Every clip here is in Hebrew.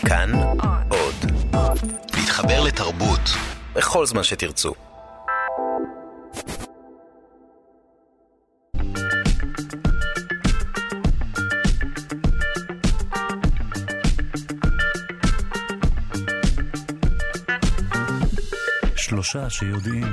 כאן עוד. להתחבר לתרבות בכל זמן שתרצו. שלושה שיודעים.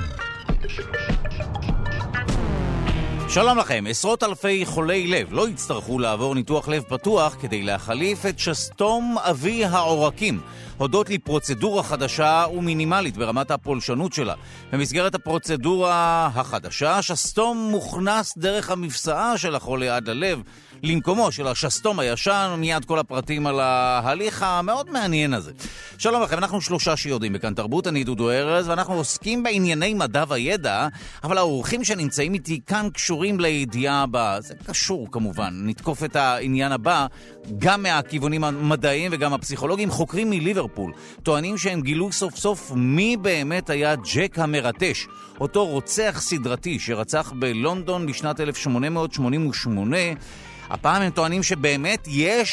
שלום לכם, עשרות אלפי חולי לב לא יצטרכו לעבור ניתוח לב פתוח כדי להחליף את שסתום אבי העורקים, הודות לפרוצדורה חדשה ומינימלית ברמת הפולשנות שלה. במסגרת הפרוצדורה החדשה, שסתום מוכנס דרך המפסעה של החולה עד ללב, למקומו של השסתום הישן. מיד כל הפרטים על ההליך המאוד מעניין הזה. שלום לכם, אנחנו שלושה שיודעים בכאן תרבות, אני דודו ארז, ואנחנו עוסקים בענייני מדע וידע, אבל האורחים שנמצאים איתי כאן קשורים לידיעה הבאה. זה קשור כמובן, נתקוף את העניין הבא, גם מהכיוונים המדעיים וגם הפסיכולוגיים. חוקרים מליברפול טוענים שהם גילו סוף סוף מי באמת היה ג'ק המרטש, אותו רוצח סדרתי שרצח בלונדון בשנת 1888. הפעם הם טוענים שבאמת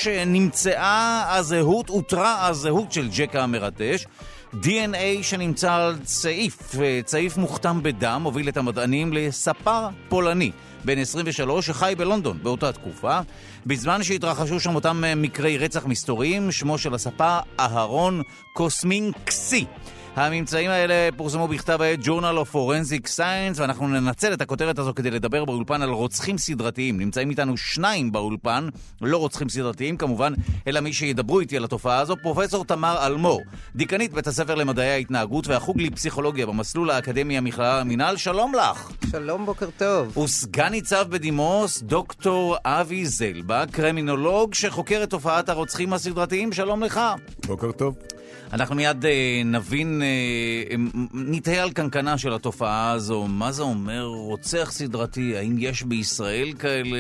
נמצאה הזהות, הותרה הזהות של ג'ק המרטש. DNA שנמצא על צעיף מוכתם בדם, הוביל את המדענים לספר פולני בן 23 שחי בלונדון באותה תקופה. בזמן שהתרחשו שם אותם מקרי רצח מסתוריים, שמו של הספר אהרון קוסמינקסי. הממצאים האלה פורסמו בכתב העת Journal of Forensic Science, ואנחנו ננצל את הכותרת הזו כדי לדבר באולפן על רוצחים סדרתיים. נמצאים איתנו שניים באולפן, לא רוצחים סדרתיים כמובן, אלא מי שידברו איתי על התופעה הזו. פרופסור תמר אלמור, דיקנית בית הספר למדעי ההתנהגות והחוג לפסיכולוגיה במסלול האקדמי המכללה למינהל, שלום לך. שלום, בוקר טוב. וסגן ניצב בדימוס דוקטור אבי זלבה, קרימינולוג שחוקר את תופעת הרוצחים הסדרתיים, שלום לך. בוקר טוב. אנחנו מיד נבין, נתהיה על קנקנה של התופעה הזו, מה זה אומר רוצח סדרתי, האם יש בישראל כאלה,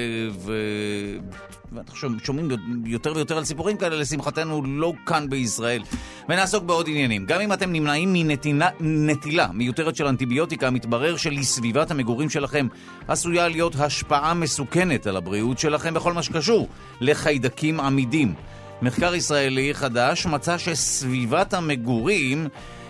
ואנחנו שומעים יותר ויותר על סיפורים כאלה, לשמחתנו לא כאן בישראל. ונעסוק בעוד עניינים. גם אם אתם נמנעים מנטילה מיותרת של אנטיביוטיקה, מתברר שלסביבת המגורים שלכם עשויה להיות השפעה מסוכנת על הבריאות שלכם בכל מה שקשור לחיידקים עמידים. מחקר ישראלי חדש מצא שסביבת המגורים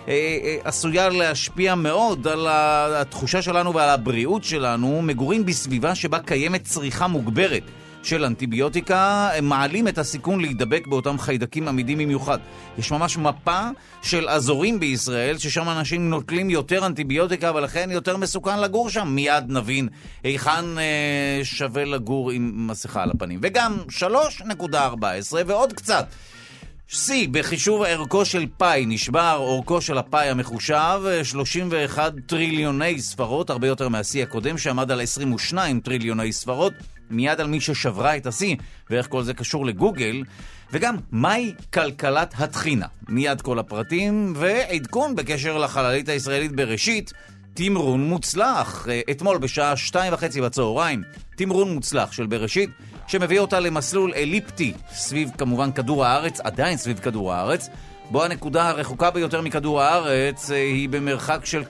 עשויה להשפיע מאוד על התחושה שלנו ועל הבריאות שלנו. מגורים בסביבה שבה קיימת צריכה מוגברת של אנטיביוטיקה מעלים את הסיכון להידבק באותם חיידקים עמידים במיוחד. יש ממש מפה של אזורים בישראל ששם אנשים נוטלים יותר אנטיביוטיקה ולכן יותר מסוכן לגור שם. מיד נבין היכן שווה לגור עם מסכה על הפנים. וגם 3.14 ועוד קצת. C, בחישוב ערכו של פאי, נשבר אורכו של הפאי המחושב 31 טריליוני ספרות, הרבה יותר מה-C הקודם שעמד על 22 טריליוני ספרות. מיד על מי ששברה את ה-C ואיך כל זה קשור לגוגל. וגם מהי כלכלת התחינה, מיד כל הפרטים ועדכון בקשר לחללית הישראלית בראשית. תמרון מוצלח אתמול בשעה 2:30 בצהריים, תמרון מוצלח של בראשית שמביא אותה למסלול אליפטי סביב כמובן כדור הארץ, עדיין סביב כדור הארץ, בו הנקודה הרחוקה ביותר מכדור הארץ היא במרחק של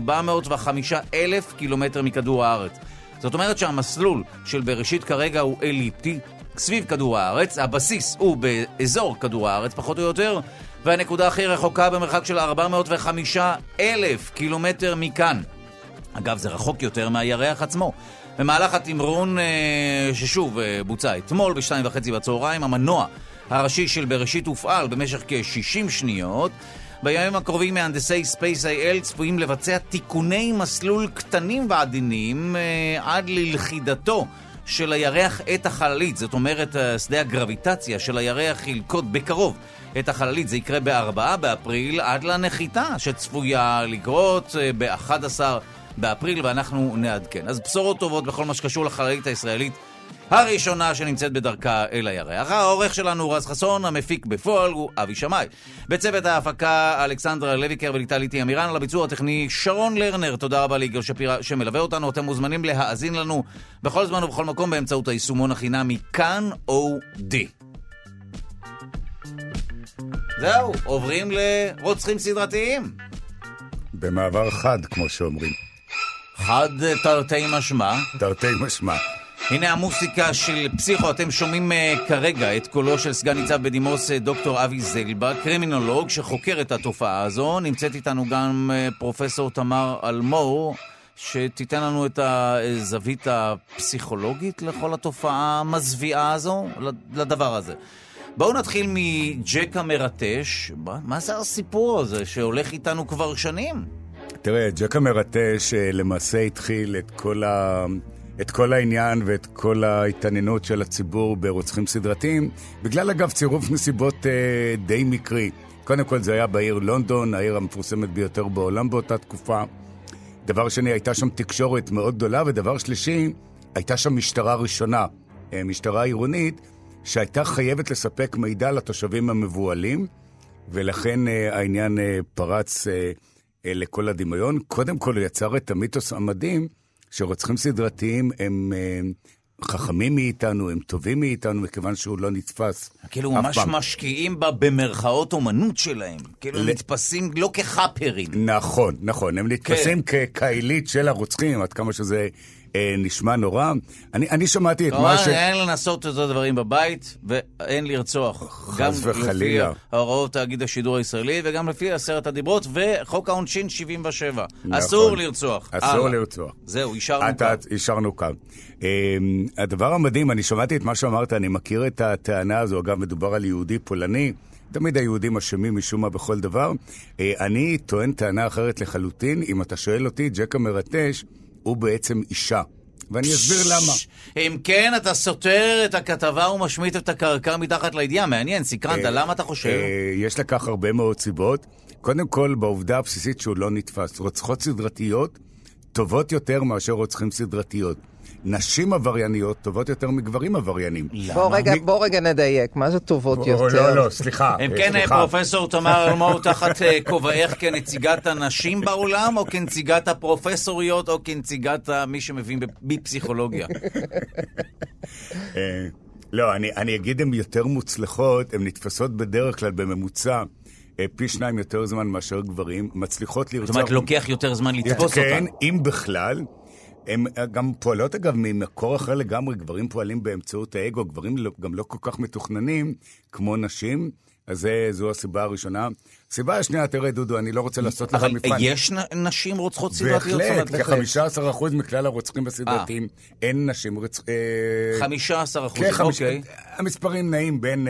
כ-405,000 קילומטר מכדור הארץ. זאת אומרת שהמסלול של בראשית כרגע הוא אליפטי סביב כדור הארץ, הבסיס הוא באזור כדור הארץ פחות או יותר, והנקודה הכי רחוקה במרחק של 405,000 קילומטר מכאן. אגב, זה רחוק יותר מהירח עצמו. במהלך התמרון ששוב בוצע אתמול ב2:30 בצהריים, המנוע הראשי של בראשית הופעל במשך כ-60 שניות. בימים הקרובים מהנדסי Space.il צפויים לבצע תיקוני מסלול קטנים ועדינים עד ללכידתו של הירח את החללית. זאת אומרת, שדה הגרביטציה של הירח ילכוד בקרוב את החללית. זה יקרה ב4 באפריל עד לנחיתה שצפויה לקרות ב11 באפריל, ואנחנו נעדכן. אז בשורות טובות בכל מה שקשור לחללית הישראלית הראשונה שנמצאת בדרכה אל הירח. העורך שלנו רז חסון, המפיק בפועל הוא אבי שמאי. בצוות ההפקה אלכסנדרה לויקר וליטליטי אמירן, על הביצוע הטכני שרון לרנר. תודה רבה ליגאל שפירא שמלווה אותנו. אתם מוזמנים להאזין לנו בכל זמן ובכל מקום באמצעות היישומון החינמי כאן אודי. זהו, עוברים לרוצחים סדרתיים. במעבר חד, כמו שאומרים. חד תרתי משמע. תרתי משמע. הנה המוסיקה של פסיכו, אתם שומעים כרגע את קולו של סגן ניצב בדימוס דוקטור אבי זלבה, קרימינולוג שחוקר את התופעה הזו. נמצאת איתנו גם פרופסור תמר אלמור, שתיתן לנו את הזווית הפסיכולוגית לכל התופעה המזוויעה הזו, לדבר הזה. בואו נתחיל מג'ק המרטש. מה זה הסיפור הזה שהולך איתנו כבר שנים? תראה, ג'ק המרטש למעשה התחיל את כל העניין ואת כל ההתעניינות של הציבור ברוצחים סדרתיים, בגלל אגב צירוף נסיבות די מקרי. קודם כל זה היה בעיר לונדון, העיר המפורסמת ביותר בעולם באותה תקופה. דבר שני, הייתה שם תקשורת מאוד גדולה, ודבר שלישי, הייתה שם משטרה ראשונה, משטרה עירונית, שהייתה חייבת לספק מידע לתושבים המבועלים, ולכן העניין פרץ לכל הדמיון. קודם כל הוא יצר את המיתוס המדהים, שרוצחים סדרתיים הם חכמים מאיתנו, הם טובים מאיתנו, מכיוון שהוא לא נתפס. כאילו ממש משקיעים בה במרכאות אומנות שלהם. כאילו נתפסים לא כחפרים. נכון, נכון. הם נתפסים כקהילית של הרוצחים, עד כמה שזה נשמע נורא. אני שמעתי את מה אין לנסות את הדברים בבית, ואין לרצוח. גם לפי ההוראות תאגיד השידור הישראלי, וגם לפי 10 הדיברות, וחוק העונשין 77. אסור לרצוח. אסור לרצוח. זהו, אישרנו כאן. אישרנו כאן. הדבר המדהים, אני שמעתי את מה שאמרת, אני מכיר את הטענה הזו, אגב מדובר על יהודי פולני, תמיד היהודים אשמים משום מה בכל דבר. אני טוען טענה אחרת לחלוטין, אם אתה שואל אותי, ג'ק המרטש הוא בעצם אישה. ואני אסביר למה. אם כן, אתה סותר את הכתבה ומשמיט את הקרקע מתחת לידיעה. מעניין, סקרנת, למה אתה חושב? יש לכך הרבה מאוד סיבות. קודם כל, בעובדה הבסיסית שהוא לא נתפס. רוצחות סדרתיות טובות יותר מאשר רוצחים סדרתיות. נשים עברייניות טובות יותר מגברים עבריינים. בוא רגע נדייק, מה זה טובות יותר? לא, סליחה. אם כן, פרופסור תמר אלמור, תחת כובעך כנציגת הנשים בעולם, או כנציגת הפרופסוריות, או כנציגת מי שמבין בפסיכולוגיה? לא, אני אגיד הן יותר מוצלחות, הן נתפסות בדרך כלל בממוצע, פי 2 יותר זמן מאשר גברים, מצליחות לרצוח... זאת אומרת, לוקח יותר זמן לתפוס אותן. כן, אם בכלל... הם גם פועלות אגב ממקור אחר לגמרי, גברים פועלים באמצעות האגו, גברים גם לא כל כך מתוכננים כמו נשים, אז זו הסיבה הראשונה. הסיבה השנייה, תראה דודו, אני לא רוצה לעשות לך מבחן. אבל יש נשים רוצחות סדרתיות? בהחלט, כ-15% מכלל הרוצחים בסדרתיים אין נשים 15%, אוקיי. המספרים נעים בין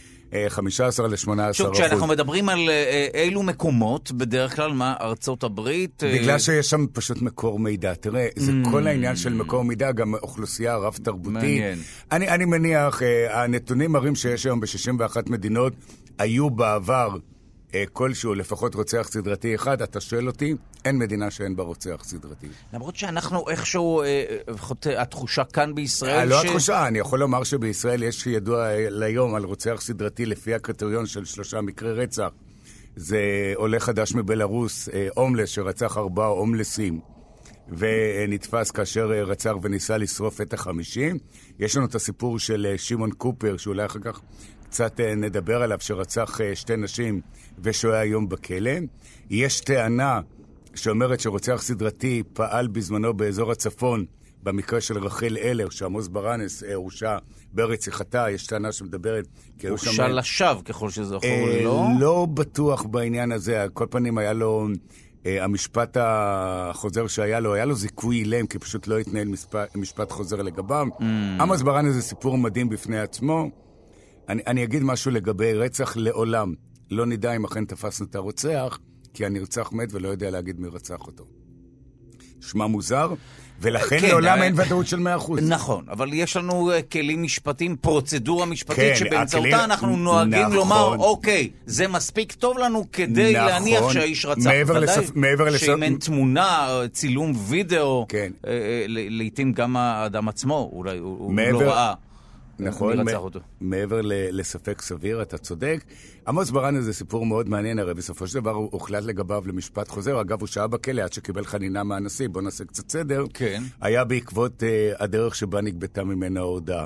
15 ל-18%. שוב, כשאנחנו מדברים על אילו מקומות, בדרך כלל מה, ארצות הברית? בגלל שיש שם פשוט מקור מידע. תראה, זה כל העניין של מקור מידע, גם אוכלוסייה רב תרבותית. אני מניח, הנתונים מראים שיש היום ב-61 מדינות, היו בעבר כלשהו, לפחות רוצח סדרתי אחד, אתה שואל אותי, אין מדינה שאין בה רוצח סדרתי. למרות שאנחנו איכשהו, התחושה כאן בישראל לא התחושה, אני יכול לומר שבישראל יש ידוע ליום על רוצח סדרתי לפי הקריטריון של 3 מקרי רצח. זה עולה חדש מבלרוס, הומלס שרצח 4 הומלסים, ונתפס כאשר רצח וניסה לשרוף את ה-50. יש לנו את הסיפור של שמעון קופר, שאולי אחר כך קצת נדבר עליו, שרצח 2 נשים ושוהה היום בכלא. יש טענה שאומרת שרוצח סדרתי פעל בזמנו באזור הצפון, במקרה של רחל אלר, שעמוס ברנס הורשע ברציחתה. יש טענה שמדברת... הורשע לשווא, ככל שזכור לא? לא בטוח בעניין הזה. על כל פנים היה לו... המשפט החוזר שהיה לו, היה לו זיכוי אילם, כי פשוט לא התנהל משפט חוזר לגביו. עמוס ברנס זה סיפור מדהים בפני עצמו. אני אגיד משהו לגבי רצח. לעולם לא נדע אם אכן תפסנו את הרוצח, כי הנרצח מת ולא יודע להגיד מי רצח אותו. שמה מוזר, ולכן כן, לעולם אין ודאות של 100%. נכון, אבל יש לנו כלים משפטיים, פרוצדורה משפטית, כן, שבאמצעותה אנחנו נוהגים נכון. לומר, אוקיי, זה מספיק טוב לנו כדי נכון. להניח שהאיש רצח. ודאי, שאם אין תמונה, צילום וידאו, כן. לעתים גם האדם עצמו, אולי הוא לא ראה. נכון, מעבר לספק סביר, אתה צודק. עמוס ברנס זה סיפור מאוד מעניין, הרי בסופו של דבר הוא הוחלט לגביו למשפט חוזר. אגב, הוא שעה בכלא עד שקיבל חנינה מהנשיא, בוא נעשה קצת סדר. כן. היה בעקבות הדרך שבה נגבתה ממנה ההודעה.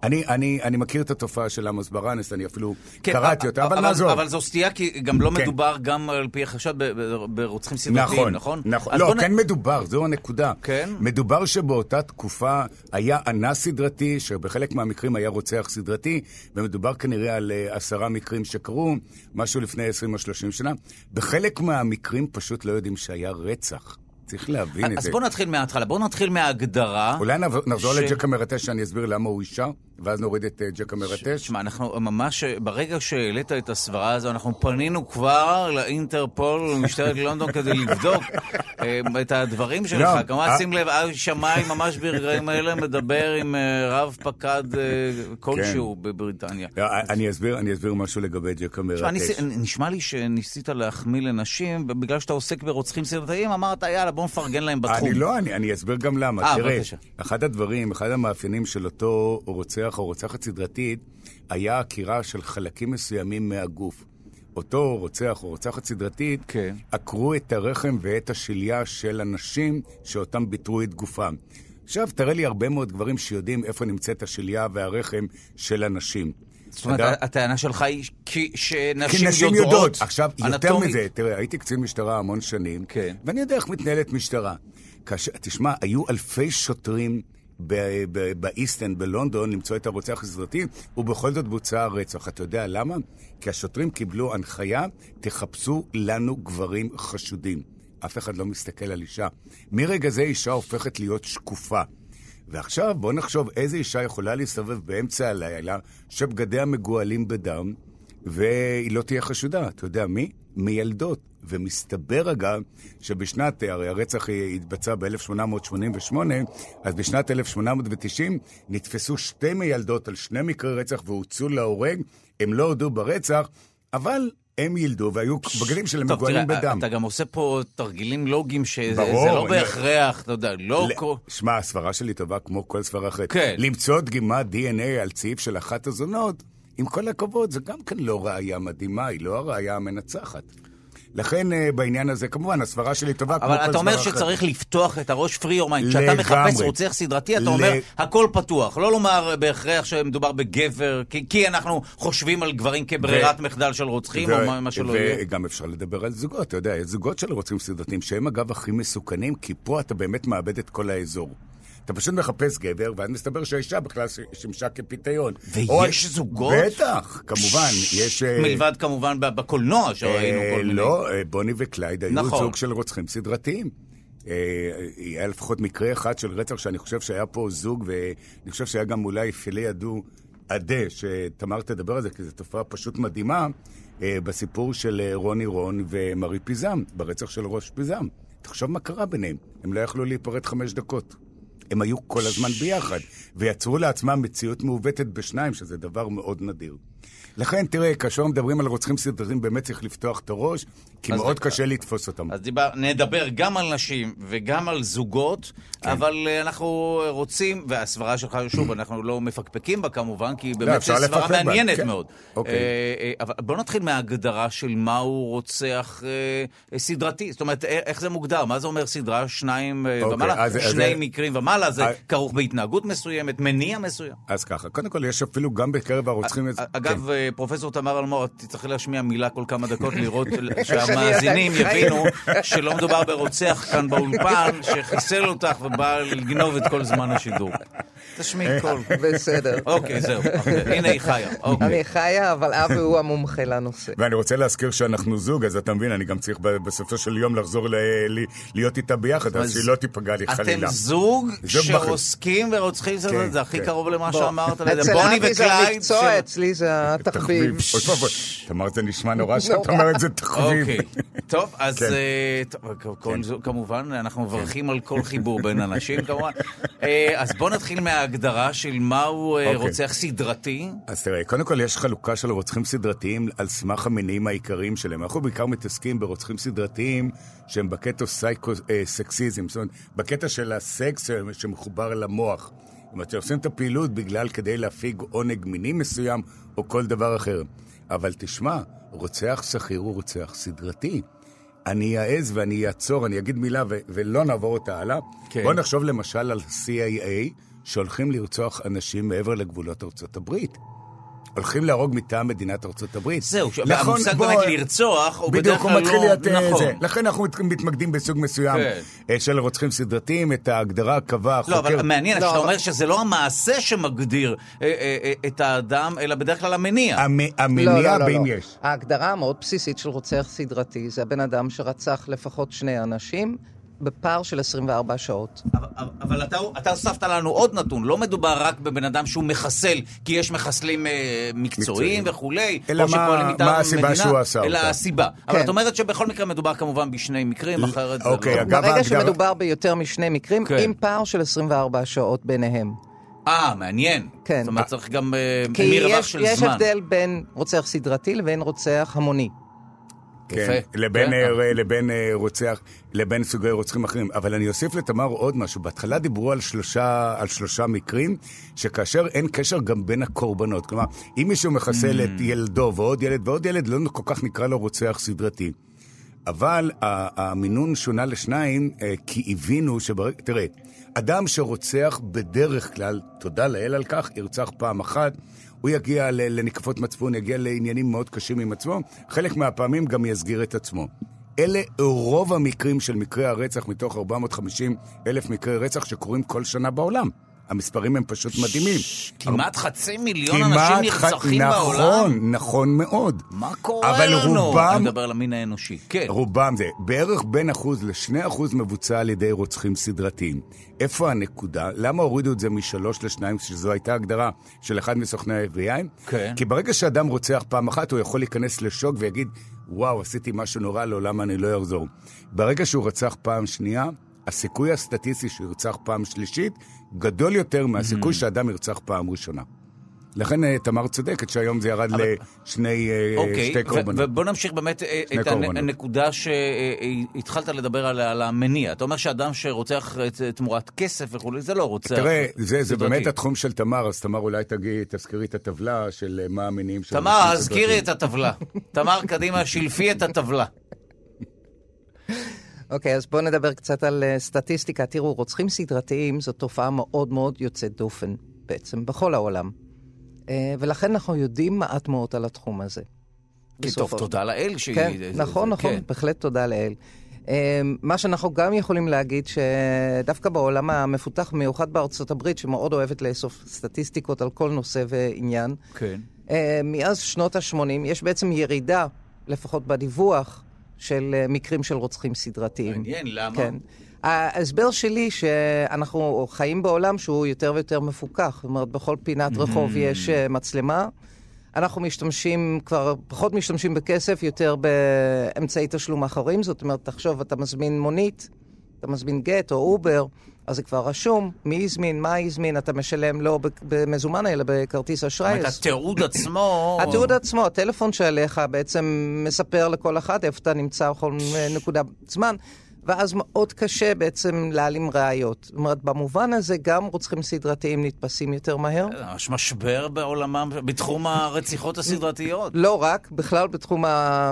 אני מכיר את התופעה של עמוס ברנס, אני אפילו קראתי אותה, אבל נעזוב. אבל זו סטייה, כי גם לא מדובר גם על פי החשד ברוצחים סדרתיים, נכון? נכון. לא, כן מדובר, זו הנקודה. כן? מדובר שבאותה תקופה היה אנס סדרתי, שבחלק מהמקרים היה רוצח סדרתי, ומדובר כנראה על 10 מקרים שקרו, משהו לפני 20 או 30 שנה. בחלק מהמקרים פשוט לא יודעים שהיה רצח. צריך להבין את זה. אז בוא נתחיל מההתחלה, בוא נתחיל מההגדרה. אולי נחזור לג'ק המרטש שאני אסביר למה הוא אישה, ואז נוריד את ג'ק המרטש. שמע, אנחנו ממש, ברגע שהעלית את הסברה הזו, אנחנו פנינו כבר לאינטרפול, למשטרת לונדון, כדי לבדוק את הדברים שלך. כמובן, שים לב, שמיים ממש ברגעים האלה מדבר עם רב פקד כלשהו בבריטניה. אני אסביר משהו לגבי ג'ק המרטש. נשמע לי שניסית להחמיא לנשים, ובגלל שאתה עוסק ברוצחים סדרתיים, אמרת, יאללה, בוא נפרגן להם בתחום. אני אסביר גם למה. תראה, אחד המאפיינים של אותו רוצח או רוצחת סדרתית היה עקירה של חלקים מסוימים מהגוף. אותו רוצח או רוצחת סדרתית עקרו את הרחם ואת השליה של אנשים שאותם ביטרו את גופם. עכשיו תראה לי הרבה מאוד גברים שיודעים איפה נמצאת השליה והרחם של אנשים. זאת אומרת, הטענה שלך היא שנשים יודעות. עכשיו, יותר מזה, תראה, הייתי קצין משטרה המון שנים, ואני יודע איך מתנהלת משטרה. תשמע, היו אלפי שוטרים באיסטנד, בלונדון, למצוא את הרוצח הסדרתי, ובכל זאת בוצע הרצח. אתה יודע למה? כי השוטרים קיבלו הנחיה, תחפשו לנו גברים חשודים. אף אחד לא מסתכל על אישה. מרגע זה אישה הופכת להיות שקופה. ועכשיו בוא נחשוב איזה אישה יכולה להסתובב באמצע הלילה, שבגדיה מגועלים בדם, והיא לא תהיה חשודה. אתה יודע מי? מילדות. ומסתבר אגב שבשנת, הרי הרצח התבצע ב-1888, אז בשנת 1890 נתפסו 2 מילדות על 2 מקרי רצח והוצאו להורג. הם לא הודו ברצח, אבל הם ילדו והיו בגדים שלהם מגועלים בדם. אתה גם עושה פה תרגילים לוגיים שזה לא בהכרח, אתה יודע, לא... שמע, הסברה שלי טובה כמו כל סברה אחרת. למצוא דגימת DNA על צעיף של אחת הזונות, עם כל הכבוד, זה גם כן לא ראייה מדהימה, היא לא הראייה המנצחת. לכן בעניין הזה, כמובן, הסברה שלי טובה כמו כל סברה אחרת. אבל אתה אומר שצריך לפתוח את הראש free your mind. כשאתה מחפש רוצח סדרתי, אתה אומר, הכל פתוח. לא לומר בהכרח שמדובר בגבר, כי אנחנו חושבים על גברים כברירת מחדל של רוצחים, או מה שלא יהיה. וגם אפשר לדבר על זוגות. אתה יודע, יש זוגות של רוצחים סדרתיים, שהם אגב הכי מסוכנים, כי פה אתה באמת מאבד את כל האזור. אתה פשוט מחפש גבר, ואז מסתבר שהאישה בכלל שימשה כפיתיון. ויש זוגות? בטח, כמובן. יש... מלבד כמובן בקולנוע שראינו כל מיני. לא, בוני וקלייד היו זוג של רוצחים סדרתיים. היה לפחות מקרה אחד של רצח שאני חושב שהיה פה זוג, ואני חושב שהיה גם אולי פילי ידו עדה, שתמר תדבר על זה, כי זו תופעה פשוט מדהימה, בסיפור של רוני רון ומרי פיזם, ברצח של ראש פיזם. תחשוב מה קרה ביניהם. הם לא יכלו להיפרד 5 דקות. הם היו כל הזמן ביחד, ויצרו לעצמם מציאות מעוותת בשניים, שזה דבר מאוד נדיר. לכן, תראה, כאשר מדברים על רוצחים סדרתיים, באמת צריך לפתוח את הראש, כי מאוד קשה לתפוס אותם. אז נדבר גם על נשים וגם על זוגות, אבל אנחנו רוצים, והסברה שלך, שוב, אנחנו לא מפקפקים בה כמובן, כי באמת זו סברה מעניינת מאוד. אבל בוא נתחיל מההגדרה של מהו רוצח סדרתי. זאת אומרת, איך זה מוגדר? מה זה אומר סדרה? 2 ומעלה? 2 מקרים ומעלה? זה כרוך בהתנהגות מסוימת, מניע מסוים? אז ככה, קודם כל יש אפילו גם בקרב הרוצחים... אגב, פרופסור תמר אלמור, תצטרך להשמיע מילה כל כמה דקות לראות שהמאזינים יבינו שלא מדובר ברוצח כאן באולפן שחיסל אותך ובא לגנוב את כל זמן השידור. תשמיע קול. בסדר. אוקיי, זהו. הנה היא חיה. אני חיה, אבל אבי הוא המומחה לנושא. ואני רוצה להזכיר שאנחנו זוג, אז אתה מבין, אני גם צריך בסופו של יום לחזור להיות איתה ביחד, אז שהיא לא תיפגע לי חלילה. אתם זוג שעוסקים ורוצחים, זה הכי קרוב למה שאמרת. אצל אבי זה המקצוע, אצלי זה התחביב. תאמר, זה נשמע נורא שאת אומרת, זה תחביב. טוב, אז כמובן, אנחנו מברכים על כל חיבור בין אנשים, כמובן. אז בוא נתחיל מההגדרה של מהו רוצח סדרתי. אז תראה, קודם כל יש חלוקה של רוצחים סדרתיים על סמך המניעים העיקריים שלהם. אנחנו בעיקר מתעסקים ברוצחים סדרתיים שהם בקטע סייקו-סקסיזם, זאת אומרת, בקטע של הסקס שמחובר למוח. זאת אומרת, שעושים את הפעילות בגלל כדי להפיג עונג מיני מסוים או כל דבר אחר. אבל תשמע, רוצח שכיר הוא רוצח סדרתי. אני אעז ואני אעצור, אני אגיד מילה ולא נעבור אותה הלאה. כן. בוא נחשוב למשל על CIA, שהולכים לרצוח אנשים מעבר לגבולות ארצות הברית. הולכים להרוג מטעם מדינת ארצות הברית. זהו, המושג באמת לרצוח, הוא בדרך כלל לא נכון. לכן אנחנו מתמקדים בסוג מסוים של רוצחים סדרתיים, את ההגדרה הקבע, החוקר. לא, אבל מעניין, שאתה אומר שזה לא המעשה שמגדיר את האדם, אלא בדרך כלל המניע. המניע באם יש. ההגדרה המאוד בסיסית של רוצח סדרתי, זה הבן אדם שרצח לפחות 2 אנשים, בפער של 24 שעות. אבל אתה הוספת לנו עוד נתון, לא מדובר רק בבן אדם שהוא מחסל, כי יש מחסלים מקצועיים וכולי, אלא מה הסיבה שהוא עשה אותה. אלא הסיבה. אבל את אומרת שבכל מקרה מדובר כמובן בשני מקרים, אחרת זה לא. ברגע שמדובר ביותר משני מקרים, עם פער של 24 שעות ביניהם. מעניין. כן. זאת אומרת, צריך גם מרווח של זמן. כי יש הבדל בין רוצח סדרתי לבין רוצח המוני. כן, לבין סוגי רוצחים אחרים. אבל אני אוסיף לתמר עוד משהו. בהתחלה דיברו על שלושה מקרים, שכאשר אין קשר גם בין הקורבנות. כלומר, אם מישהו מחסל את ילדו ועוד ילד, לא כל כך נקרא לו רוצח סדרתי. אבל המינון שונה לשניים, כי הבינו תראה, אדם שרוצח בדרך כלל, תודה לאל על כך, ירצח פעם אחת, הוא יגיע לנקפות מצפון, יגיע לעניינים מאוד קשים עם עצמו, חלק מהפעמים גם יסגיר את עצמו. אלה רוב המקרים של מקרי הרצח, מתוך 450,000 מקרי רצח שקורים כל שנה בעולם. המספרים הם פשוט מדהימים. כמעט 500,000 אנשים נרצחים בעולם. נכון מאוד. מה קורה לנו? אני מדבר על המין האנושי. כן. רובם זה בערך בין 1% ל2% מבוצע על ידי רוצחים סדרתיים. איפה הנקודה? למה הורידו את זה מ3 ל2, שזו הייתה הגדרה של אחד מסוכני ה-FBI? כן. כי ברגע שאדם רוצח פעם אחת, הוא יכול להיכנס לשוק ויגיד, וואו, עשיתי משהו נורא, לעולם אני לא אחזור. ברגע שהוא רצח פעם שנייה, הסיכוי הסטטיסטי שירצח פעם שלישית גדול יותר מהסיכוי שאדם ירצח פעם ראשונה. לכן תמר צודקת שהיום זה ירד לשני קורבנות. ובוא נמשיך באמת את הנקודה שהתחלת לדבר על המניע. אתה אומר שאדם שרוצח תמורת כסף וכו', זה לא רוצח. תראה, זה באמת התחום של תמר, אז תמר אולי תזכירי את הטבלה של מה המניעים של... תמר, הזכירי את הטבלה. תמר, קדימה, שלפי את הטבלה. אוקיי, אז בואו נדבר קצת על סטטיסטיקה. תראו, רוצחים סדרתיים זו תופעה מאוד מאוד יוצאת דופן, בעצם, בכל העולם. ולכן אנחנו יודעים מעט מאוד על התחום הזה. טוב, תודה לאל. כן, נכון, בהחלט תודה לאל. מה שאנחנו גם יכולים להגיד, שדווקא בעולם המפותח מיוחד בארצות הברית, שמאוד אוהבת לאסוף סטטיסטיקות על כל נושא ועניין, מאז שנות ה-80 יש בעצם ירידה, לפחות בדיווח, של מקרים של רוצחים סדרתיים. מעניין, למה? כן. ההסבר שלי שאנחנו חיים בעולם שהוא יותר ויותר מפוקח. זאת אומרת, בכל פינת רחוב יש מצלמה. אנחנו כבר פחות משתמשים בכסף, יותר באמצעי תשלום אחרים. זאת אומרת, תחשוב, אתה מזמין מונית, אתה מזמין גט או אובר, אז זה כבר רשום, מי יזמין, מה יזמין, אתה משלם לא במזומן, אלא בכרטיס אשראי. את התיעוד עצמו... התיעוד עצמו, הטלפון שעליך בעצם מספר לכל אחד איפה אתה נמצא בכל נקודה זמן, ואז מאוד קשה בעצם להעלים ראיות. זאת אומרת, במובן הזה גם רוצחים סדרתיים נתפסים יותר מהר. יש משבר בעולמם, בתחום הרציחות הסדרתיות. לא רק, בכלל בתחום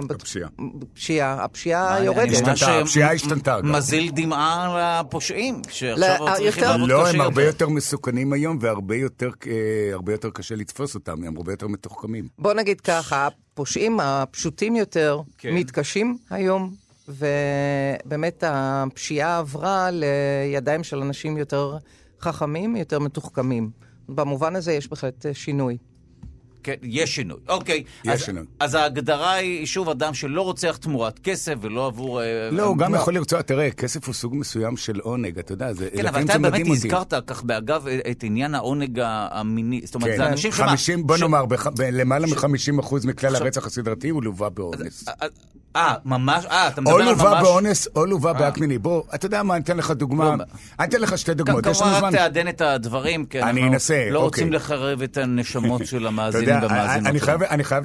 הפשיעה. הפשיעה יורדת. הפשיעה השתנתה. מזיל דמעה לפושעים, שעכשיו צריכים לעבוד קשה. לא, הם הרבה יותר מסוכנים היום, והרבה יותר קשה לתפוס אותם, הם הרבה יותר מתוחכמים. בוא נגיד ככה, הפושעים הפשוטים יותר מתקשים היום, ובאמת הפשיעה עברה לידיים של אנשים יותר חכמים, יותר מתוחכמים. במובן הזה יש בהחלט שינוי. כן, יש שינוי. אוקיי. יש שינוי. אז ההגדרה היא שוב אדם שלא רוצח תמורת כסף ולא עבור... לא, הוא גם יכול לרצוח. תראה, כסף הוא סוג מסוים של עונג, אתה יודע, זה... כן, אבל אתה באמת הזכרת כך באגב את עניין העונג המיני. זאת אומרת, זה אנשים שמה... בוא נאמר, למעלה מ-50% מכלל הרצח הסדרתי הוא לווה באונס. ממש? אתה מדבר על ממש... או לווה באונס, או לווה באקט מיני. בוא, אתה יודע מה, אני אתן לך דוגמה. אני אתן לך שתי דוגמאות. כמובן רק תעדן את הדברים, כי אנחנו לא רוצים לחרב את הנשמות של המאזינים והמאזינות. אני חייב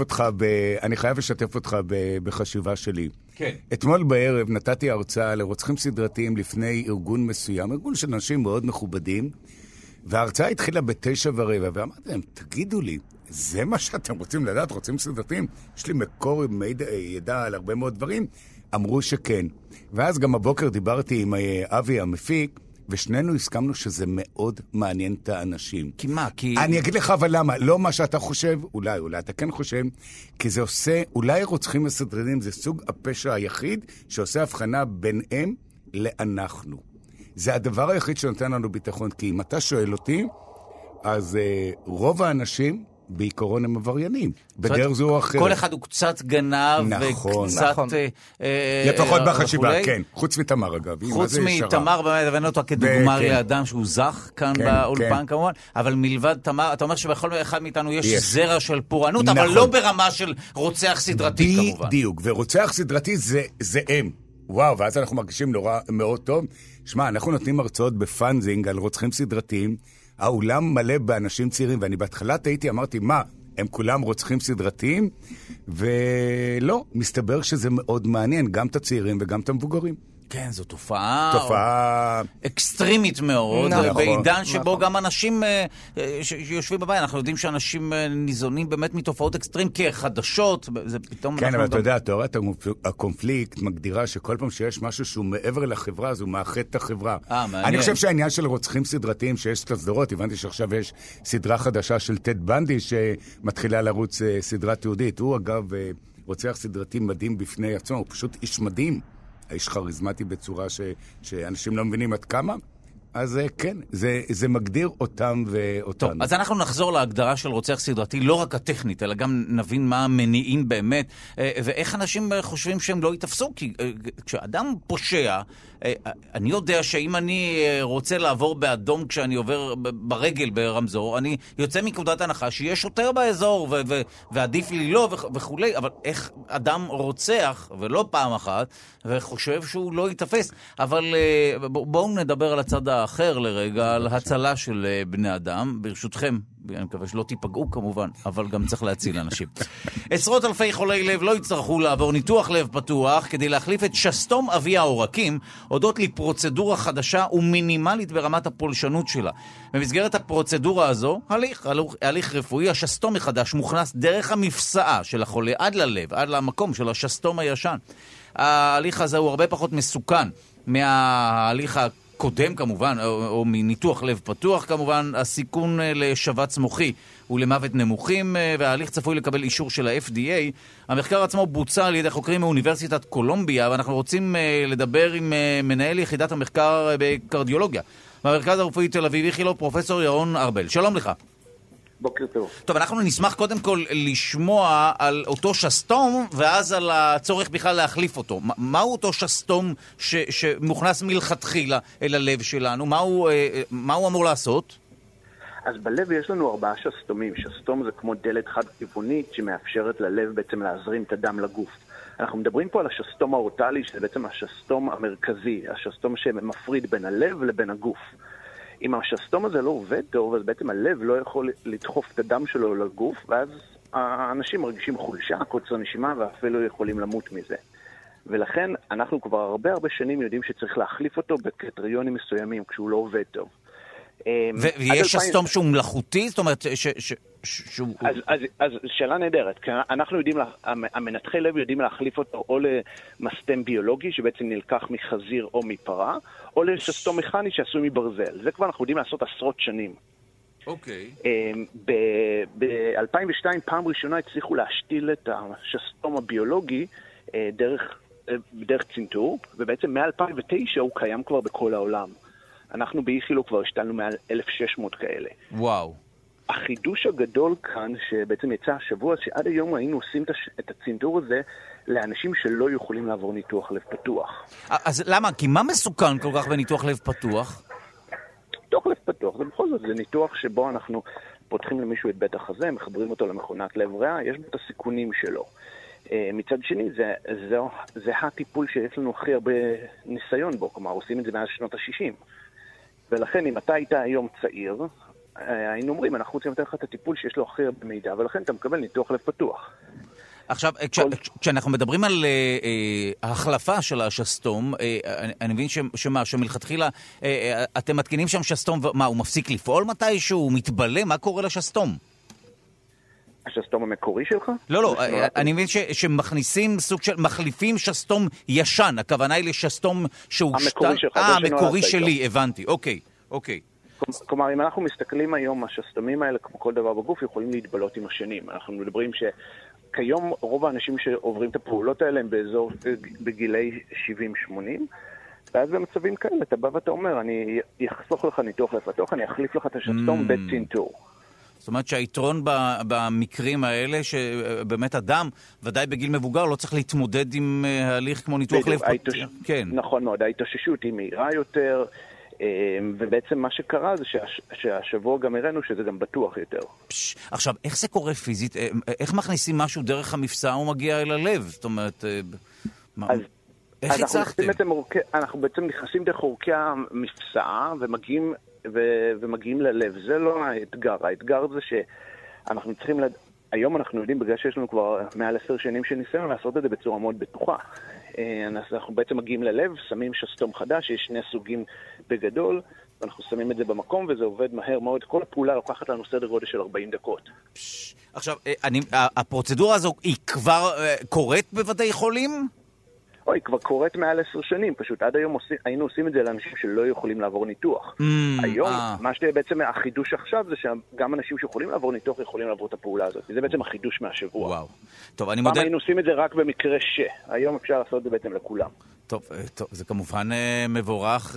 לשתף אותך בחשיבה שלי. כן. אתמול בערב נתתי הרצאה לרוצחים סדרתיים לפני ארגון מסוים, ארגון של אנשים מאוד מכובדים, וההרצאה התחילה 9:15, ואמרתי להם, תגידו לי, זה מה שאתם רוצים לדעת, רוצים סדרתיים? יש לי מקור ידע על הרבה מאוד דברים. אמרו שכן. ואז גם הבוקר דיברתי עם אבי המפיק, ושנינו הסכמנו שזה מאוד מעניין את האנשים. כי מה? אני אגיד לך אבל למה, לא מה שאתה חושב, אולי אתה כן חושב, כי זה עושה, אולי רוצחים וסדרנים זה סוג הפשע היחיד שעושה הבחנה ביניהם לאנחנו. זה הדבר היחיד שנותן לנו ביטחון, כי אם אתה שואל אותי, אז רוב האנשים בעיקרון הם עבריינים, בדרך זו או אחרת. כל אחד הוא קצת גנב, נכון, וקצת... נכון. לפחות בחשיבה, כן. חוץ מתמר אגב. חוץ מתמר, באמת הבאנו אותו כדוגמה לאדם שהוא זך כאן באולפן כמובן, אבל מלבד תמר, אתה אומר שבכל אחד מאיתנו יש זרע של פורענות, אבל לא ברמה של רוצח סדרתי כמובן. בדיוק, ורוצח סדרתי זה הם. וואו, ואז אנחנו מרגישים נורא מאוד טוב. שמע, אנחנו נותנים הרצאות בפאנזינג על רוצחים סדרתיים, האולם מלא באנשים צעירים, ואני בהתחלת אמרתי, מה, הם כולם רוצחים סדרתיים? ולא, מסתבר שזה מאוד מעניין, גם את הצעירים וגם את המבוגרים. כן, זו תופעה אקסטרימית מאוד, בעידן שבו גם אנשים שיושבים בבית, אנחנו יודעים שאנשים ניזונים באמת מתופעות אקסטרים כחדשות, זה פתאום... כן, אבל אתה יודע, תיאוריית הקונפליקט מגדירה שכל פעם שיש משהו שהוא מעבר לחברה, אז הוא מאחד את החברה. אני חושב שהעניין של רוצחים סדרתיים שיש סדרות, הבנתי שעכשיו יש סדרה חדשה של טד בנדי שמתחילה לרוץ סדרה תיעודית. הוא אגב רוצח סדרתי מדהים בפני עצמו, הוא פשוט איש מדהים. האיש חריזמטי בצורה שאנשים לא מבינים עד כמה, אז כן, זה מגדיר אותם ואותנו. טוב, אז אנחנו נחזור להגדרה של רוצח סדרתי, לא רק הטכנית, אלא גם נבין מה המניעים באמת, ואיך אנשים חושבים שהם לא יתפסו, כי כשאדם פושע, אני יודע שאם אני רוצה לעבור באדום כשאני עובר ברגל ברמזור, אני יוצא מנקודת הנחה שיש שוטר באזור, ועדיף לי לא וכולי, אבל איך אדם רוצח, ולא פעם אחת, וחושב שהוא לא יתפס. אבל בואו נדבר על הצד האחר לרגע, על הצלה של בני אדם, ברשותכם. אני מקווה שלא תיפגעו כמובן, אבל גם צריך להציל אנשים. עשרות אלפי חולי לב לא יצטרכו לעבור ניתוח לב פתוח כדי להחליף את שסתום אבי העורקים, הודות לפרוצדורה חדשה ומינימלית ברמת הפולשנות שלה. במסגרת הפרוצדורה הזו, הליך רפואי, השסתום החדש מוכנס דרך המפסעה של החולה עד ללב, עד למקום של השסתום הישן. ההליך הזה הוא הרבה פחות מסוכן מההליך קודם כמובן, או מניתוח לב פתוח כמובן. הסיכון לשבץ מוחי הוא למוות נמוכים, וההליך צפוי לקבל אישור של ה-FDA. המחקר עצמו בוצע על ידי חוקרים מאוניברסיטת קולומביה, ואנחנו רוצים לדבר עם מנהל יחידת המחקר בקרדיולוגיה במרכז הרפואי תל אביב איכילוב, פרופסור ירון ארבל. שלום לך. בוקר טוב. טוב, אנחנו נשמח קודם כל לשמוע על אותו שסתום, ואז על הצורך בכלל להחליף אותו. מהו אותו שסתום שמוכנס מלכתחילה אל הלב שלנו? מה הוא אמור לעשות? אז בלב יש לנו 4 שסתומים. שסתום זה כמו דלת חד-כיוונית שמאפשרת ללב בעצם להזרים את הדם לגוף. אנחנו מדברים פה על השסתום האורטלי, שזה בעצם השסתום המרכזי, השסתום שמפריד בין הלב לבין הגוף. אם השסתום הזה לא עובד טוב, אז בעצם הלב לא יכול לדחוף את הדם שלו לגוף, ואז האנשים מרגישים חולשה, קוצר נשימה, ואפילו יכולים למות מזה. ולכן אנחנו כבר הרבה שנים יודעים שצריך להחליף אותו בקריטריונים מסוימים, כשהוא לא עובד טוב. ויש שסתום שהוא מלאכותי? זאת אומרת שהוא... אז שאלה נהדרת. אנחנו יודעים, המנתחי לב יודעים להחליף אותו או למסתם ביולוגי, שבעצם נלקח מחזיר או מפרה, או לשסתום מכני שעשוי מברזל. זה כבר אנחנו יודעים לעשות עשרות שנים. אוקיי. ב-2002 פעם ראשונה הצליחו להשתיל את השסתום הביולוגי דרך צנתור, ובעצם מ-2009 הוא קיים כבר בכל העולם. אנחנו באיכילוב כבר השתלנו מעל 1,600 כאלה. וואו. החידוש הגדול כאן, שבעצם יצא השבוע, שעד היום היינו עושים את הצנתור הזה לאנשים שלא יכולים לעבור ניתוח לב פתוח. אז למה? כי מה מסוכן כל כך בניתוח לב פתוח? ניתוח לב פתוח, זה בכל זאת, זה ניתוח שבו אנחנו פותחים למישהו את בית החזה, מחברים אותו למכונת לב ריאה, יש בו את הסיכונים שלו. מצד שני, זה הטיפול שיש לנו הכי הרבה ניסיון בו, כלומר, עושים את זה מאז שנות ה-60. ולכן, אם אתה היית היום צעיר, היינו אומרים, אנחנו רוצים לתת לך את הטיפול שיש לו הכי הרבה מידע, ולכן אתה מקבל ניתוח לב פתוח. עכשיו, כשאנחנו מדברים על ההחלפה של השסתום, אני מבין שמלכתחילה אתם מתקינים שם שסתום, מה, הוא מפסיק לפעול מתישהו? הוא מתבלה? מה קורה לשסתום? השסתום המקורי שלך? לא, אני מבין שמכניסים סוג של, מחליפים שסתום ישן, הכוונה היא לשסתום שהוא... המקורי שלך. המקורי שלי, הבנתי, אוקיי. כלומר, אם אנחנו מסתכלים היום, השסתומים האלה, כמו כל דבר בגוף, יכולים להתבלות עם השנים. אנחנו מדברים שכיום רוב האנשים שעוברים את הפעולות האלה הם בגילי 70-80, ואז במצבים כאלה, אתה בא ואתה אומר, אני אחסוך לך ניתוח לפתוח, אני אחליף לך את השסתום בצינטור. זאת אומרת שהיתרון במקרים האלה, שבאמת אדם, ודאי בגיל מבוגר, לא צריך להתמודד עם הליך כמו ניתוח לב. כן. נכון מאוד, ההתאוששות היא מהירה יותר, ובעצם מה שקרה זה שהשבוע גם הראינו שזה גם בטוח יותר. עכשיו, איך זה קורה פיזית? איך מכניסים משהו דרך המפסע ומגיע אל הלב? זאת אומרת, איך הצלחתם? אנחנו בעצם נכנסים דרך עורקי המפסע ומגיעים ללב. זה לא האתגר. האתגר זה שאנחנו צריכים... היום אנחנו יודעים, בגלל שיש לנו כבר מעל 10 שנים של ניסיון, לעשות את זה בצורה מאוד בטוחה. אנחנו בעצם מגיעים ללב, שמים שסתום חדש, יש 2 סוגים בגדול, ואנחנו שמים את זה במקום, וזה עובד מהר מאוד. כל הפעולה לוקחת לנו סדר גודל של 40 דקות. עכשיו, הפרוצדורה הזו היא כבר קורית בבתי חולים? היא כבר קורית מעל 10 שנים, פשוט עד היום היינו עושים את זה לאנשים שלא יכולים לעבור ניתוח. היום, מה שבעצם החידוש עכשיו זה שגם אנשים שיכולים לעבור ניתוח יכולים לעבור את הפעולה הזאת. זה בעצם החידוש מהשבוע. וואו. טוב, אני מודה... היינו עושים את זה רק במקרה היום אפשר לעשות את זה בעצם לכולם. טוב, זה כמובן מבורך,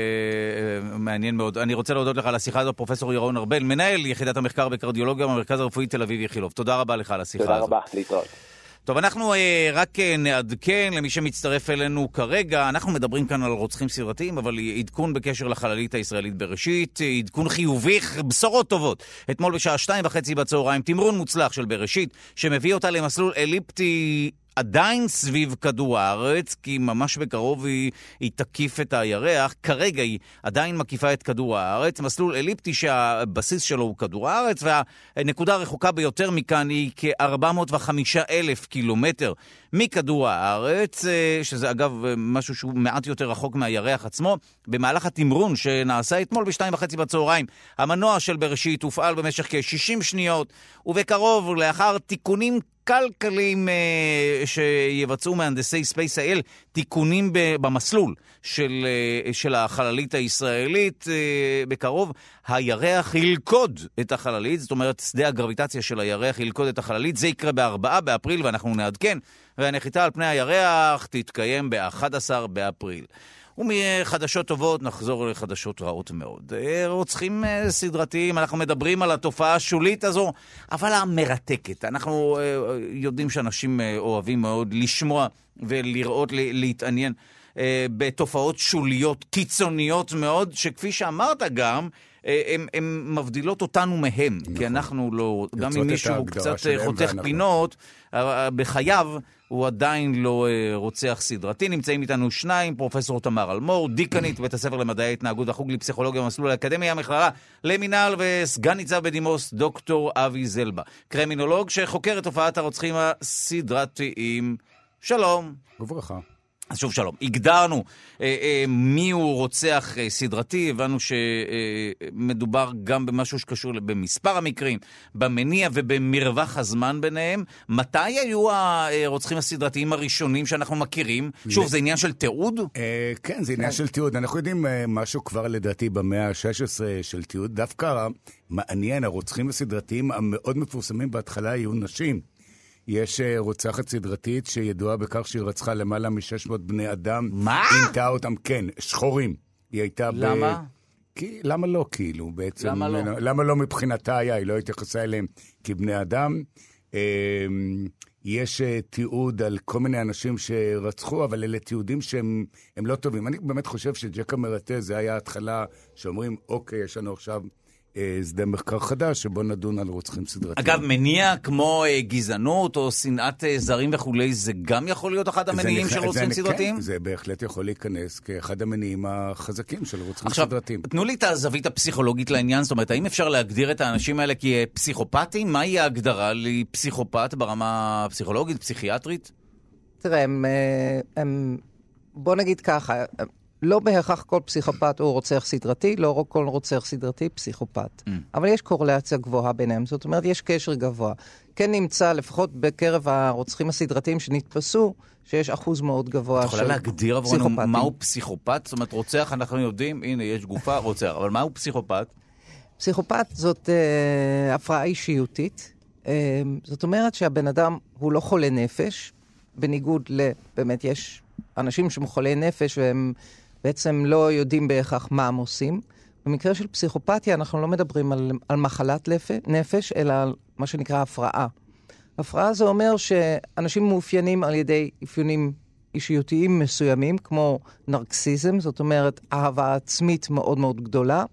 מעניין מאוד. אני רוצה להודות לך על השיחה הזו, פרופסור ירון ארבל, מנהל יחידת המחקר בקרדיולוגיה במרכז הרפואי תל אביב איכילוב. תודה רבה לך על השיחה הזו. תודה רבה, להתראות. טוב, אנחנו רק נעדכן למי שמצטרף אלינו כרגע. אנחנו מדברים כאן על רוצחים סדרתיים, אבל עדכון בקשר לחללית הישראלית בראשית, עדכון חיובי, בשורות טובות. אתמול בשעה 2:30 בצהריים, תמרון מוצלח של בראשית, שמביא אותה למסלול אליפטי עדיין סביב כדור הארץ, כי ממש בקרוב היא תקיף את הירח. כרגע היא עדיין מקיפה את כדור הארץ, מסלול אליפטי שהבסיס שלו הוא כדור הארץ, והנקודה הרחוקה ביותר מכאן היא כ-405,000 קילומטר מכדור הארץ, שזה אגב משהו שהוא מעט יותר רחוק מהירח עצמו. במהלך התמרון שנעשה אתמול ב2:30 בצהריים, המנוע של בראשית הופעל במשך כ-60 שניות, ובקרוב לאחר תיקונים כלכליים שיבצעו מהנדסי ספייס-איי-אל, תיקונים במסלול של החללית הישראלית, בקרוב הירח ילכוד את החללית, זאת אומרת שדה הגרביטציה של הירח ילכוד את החללית, זה יקרה ב4 באפריל ואנחנו נעדכן, והנחיתה על פני הירח תתקיים ב11 באפריל. ומחדשות טובות נחזור לחדשות רעות מאוד. רוצחים סדרתיים, אנחנו מדברים על התופעה השולית הזו, אבל המרתקת. אנחנו יודעים שאנשים אוהבים מאוד לשמוע ולראות, להתעניין בתופעות שוליות קיצוניות מאוד, שכפי שאמרת גם, הן מבדילות אותנו מהם, נכון. כי אנחנו לא, גם אם מישהו קצת חותך פינות, בחייו הוא עדיין לא רוצח סדרתי. נמצאים איתנו 2, פרופסור תמר אלמור, דיקנית בית הספר למדעי התנהגות, החוג לפסיכולוגיה במסלול האקדמיה, המכללה למינהל, וסגן ניצב בדימוס דוקטור אבי זלבה, קרימינולוג שחוקר את תופעת הרוצחים הסדרתיים. שלום. וברכה. אז שוב שלום. הגדרנו מי הוא רוצח סדרתי, הבנו שמדובר גם במשהו שקשור במספר המקרים, במניע ובמרווח הזמן ביניהם. מתי היו הרוצחים הסדרתיים הראשונים שאנחנו מכירים? שוב, זה עניין של תיעוד? כן, זה עניין של תיעוד. אנחנו יודעים משהו כבר לדעתי במאה ה-16 של תיעוד. דווקא מעניין, הרוצחים הסדרתיים המאוד מפורסמים בהתחלה היו נשים. יש רוצחת סדרתית שידועה בכך שהיא רצחה למעלה מ-600 בני אדם. מה? עינתה אותם, כן, שחורים. היא הייתה למה? למה לא כאילו בעצם? למה לא? למה לא מבחינתה היה? היא לא התייחסה אליהם כבני אדם. יש תיעוד על כל מיני אנשים שרצחו, אבל אלה תיעודים שהם לא טובים. אני באמת חושב שג'ק המרטה זה היה ההתחלה שאומרים, אוקיי, יש לנו עכשיו שדה מחקר חדש שבו נדון על רוצחים סדרתיים. אגב, מניע כמו גזענות או שנאת זרים וכולי, זה גם יכול להיות אחד המניעים של רוצחים סדרתיים? כן, זה בהחלט יכול להיכנס כאחד המניעים החזקים של רוצחים סדרתיים. עכשיו, תנו לי את הזווית הפסיכולוגית לעניין, זאת אומרת, האם אפשר להגדיר את האנשים האלה כפסיכופטים? מהי ההגדרה לפסיכופט ברמה פסיכולוגית, פסיכיאטרית? תראה, בוא נגיד ככה, לא בהכרח כל פסיכופת הוא רוצח סדרתי, לא כל רוצח סדרתי פסיכופת. אבל יש קורלציה גבוהה ביניהם, זאת אומרת, יש קשר גבוה. כן נמצא, לפחות בקרב הרוצחים הסדרתיים שנתפסו, שיש אחוז מאוד גבוה של פסיכופתים. את יכולה להגדיר עבורנו מהו פסיכופת? זאת אומרת, רוצח, אנחנו יודעים, הנה, יש גופה, רוצח, אבל מהו פסיכופת? פסיכופת זאת הפרעה אישיותית. זאת אומרת שהבן אדם הוא לא חולה נפש, בניגוד באמת יש אנשים שהם חולי נפש והם בעצם לא יודעים בהכרח מה הם עושים. במקרה של פסיכופתיה אנחנו לא מדברים על מחלת נפש, אלא על מה שנקרא הפרעה. הפרעה זה אומר שאנשים מאופיינים על ידי אפיונים אישיותיים מסוימים, כמו נרקסיזם, זאת אומרת אהבה עצמית מאוד מאוד גדולה.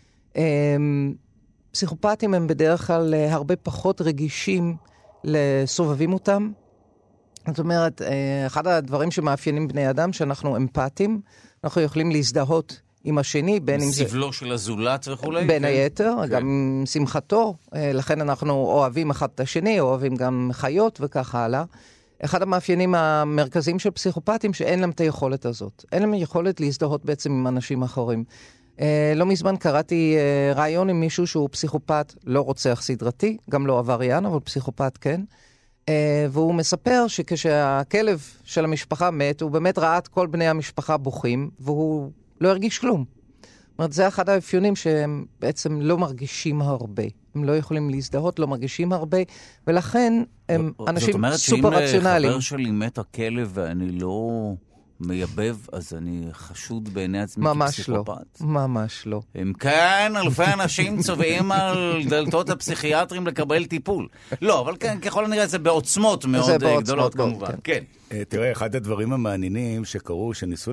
פסיכופתים הם בדרך כלל הרבה פחות רגישים לסובבים אותם. זאת אומרת, אחד הדברים שמאפיינים בני אדם, שאנחנו אמפתיים, אנחנו יכולים להזדהות עם השני, בין אם זה... סבלו של הזולת וכולי? בין היתר, גם שמחתו, לכן אנחנו אוהבים אחד את השני, אוהבים גם חיות וכך הלאה. אחד המאפיינים המרכזיים של פסיכופתים, שאין להם את היכולת הזאת. אין להם יכולת להזדהות בעצם עם אנשים אחרים. לא מזמן קראתי רעיון עם מישהו שהוא פסיכופת, לא רוצח סדרתי, גם לא עבריין, אבל פסיכופת כן. והוא מספר שכשהכלב של המשפחה מת, הוא באמת ראה את כל בני המשפחה בוכים, והוא לא הרגיש כלום. זאת אומרת, זה אחד האפיונים שהם בעצם לא מרגישים הרבה. הם לא יכולים להזדהות, לא מרגישים הרבה, ולכן הם אנשים סופר רציונליים. זאת אומרת שאם לחבר שלי מת הכלב ואני לא מייבב, אז אני חשוד בעיני עצמי כפסיכופת? ממש לא. אם כן, אלפי אנשים צובעים על דלתות הפסיכיאטרים לקבל טיפול. לא, אבל כן, ככל הנראה זה בעוצמות מאוד גדולות כמובן. כן. תראה, אחד הדברים המעניינים שקרו,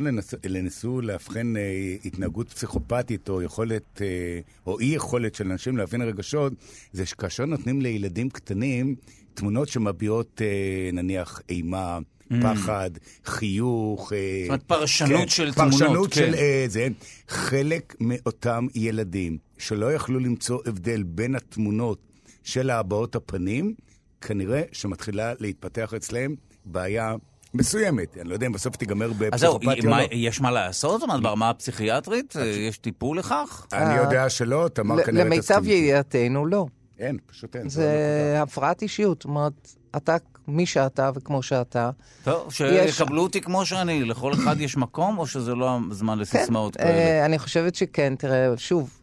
שניסו להבחן התנהגות פסיכופתית או יכולת, או אי יכולת של אנשים להבין רגשות, זה שכאשר נותנים לילדים קטנים תמונות שמביעות נניח אימה, פחד, חיוך, זאת אומרת, פרשנות של תמונות. פרשנות של זה. חלק מאותם ילדים שלא יכלו למצוא הבדל בין התמונות של הבעות הפנים, כנראה שמתחילה להתפתח אצלהם בעיה מסוימת. אני לא יודע אם בסוף תיגמר בפסיכופתיה או לא. יש מה לעשות? זאת אומרת, ברמה הפסיכיאטרית, יש טיפול לכך? אני יודע שלא, תמר כנראה למיטב ידיעתנו לא. אין, פשוט אין. זה הפרעת אישיות, זאת אומרת, אתה מי שאתה וכמו שאתה. טוב, שיקבלו אותי כמו שאני, לכל אחד יש מקום, או שזה לא הזמן לסיסמאות כאלה? אני חושבת שכן, תראה, שוב,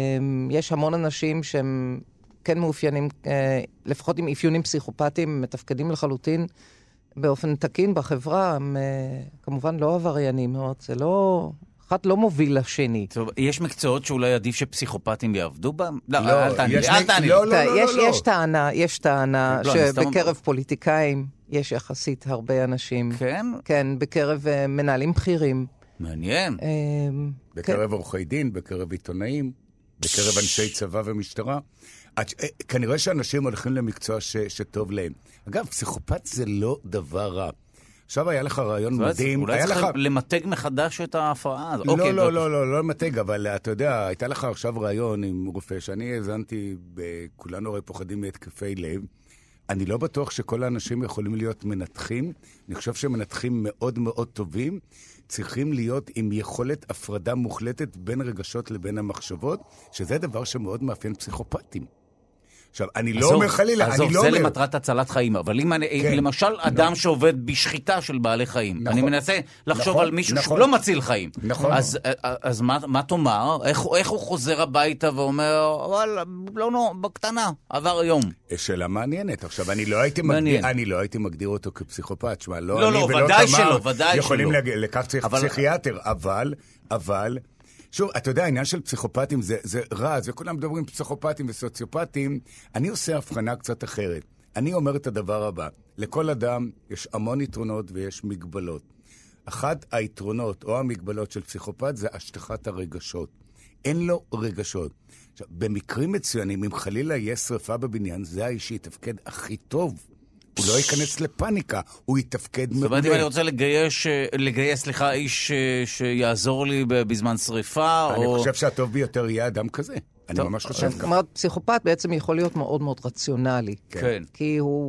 יש המון אנשים שהם כן מאופיינים, לפחות עם אפיונים פסיכופטיים, מתפקדים לחלוטין באופן תקין בחברה, הם כמובן לא עבריינים, זה לא... אחד לא מוביל לשני. טוב, יש מקצועות שאולי עדיף שפסיכופטים יעבדו בהם? לא, אל תעני. יש טענה שבקרב פוליטיקאים יש יחסית הרבה אנשים. כן? כן, בקרב מנהלים בכירים. מעניין. בקרב עורכי דין, בקרב עיתונאים, בקרב אנשי צבא ומשטרה. כנראה שאנשים הולכים למקצוע שטוב להם. אגב, פסיכופת זה לא דבר רע. עכשיו היה לך רעיון מדהים. אולי צריך למתג מחדש את ההפרעה. לא למתג, אבל אתה יודע, הייתה לך עכשיו רעיון עם רופא, שאני האזנתי, כולנו הרי פוחדים מהתקפי לב. אני לא בטוח שכל האנשים יכולים להיות מנתחים. אני חושב שמנתחים מאוד מאוד טובים, צריכים להיות עם יכולת הפרדה מוחלטת בין רגשות לבין המחשבות, שזה דבר שמאוד מאפיין פסיכופטים. עכשיו, אני לא אומר חלילה, אני לא אומר... זה למטרת הצלת חיים, אבל אם למשל אדם שעובד בשחיטה של בעלי חיים, אני מנסה לחשוב על מישהו שהוא לא מציל חיים. אז מה תאמר? איך הוא חוזר הביתה ואומר, אבל לא, בקטנה, עבר היום. שאלה מעניינת. עכשיו, אני לא הייתי מגדיר אותו כפסיכופת, שמה, לא אני ולא תמר יכולים לקח פסיכיאטר, אבל... שוב, אתה יודע, העניין של פסיכופטים זה רע, וכולם מדברים פסיכופטים וסוציופטים. אני עושה הבחנה קצת אחרת. אני אומר את הדבר הבא, לכל אדם יש המון יתרונות ויש מגבלות. אחת היתרונות או המגבלות של פסיכופט זה השטחת הרגשות. אין לו רגשות. עכשיו, במקרים מצוינים, אם חלילה יהיה שריפה בבניין, זה האיש שיתפקד הכי טוב. הוא לא ייכנס לפאניקה, הוא יתפקד מעולה. זאת אומרת, אם אני רוצה לגייס לך איש שיעזור לי בזמן שריפה, אני חושב שהטוב ביותר יהיה אדם כזה. אני ממש חושב ככה. זאת אומרת, פסיכופת בעצם יכול להיות מאוד מאוד רציונלי. כן. כי הוא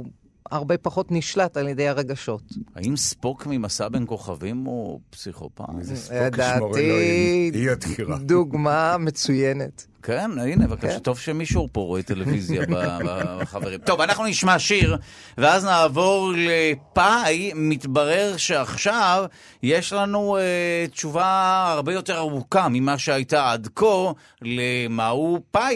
הרבה פחות נשלט על ידי הרגשות. האם ספוק ממסע בין כוכבים הוא פסיכופת? לדעתי, דוגמה מצוינת. כן, הנה, בבקשה, טוב שמישהו פה רואה טלוויזיה בחברים. טוב, אנחנו נשמע שיר, ואז נעבור לפאי. מתברר שעכשיו יש לנו תשובה הרבה יותר ארוכה ממה שהייתה עד כה למהו פאי.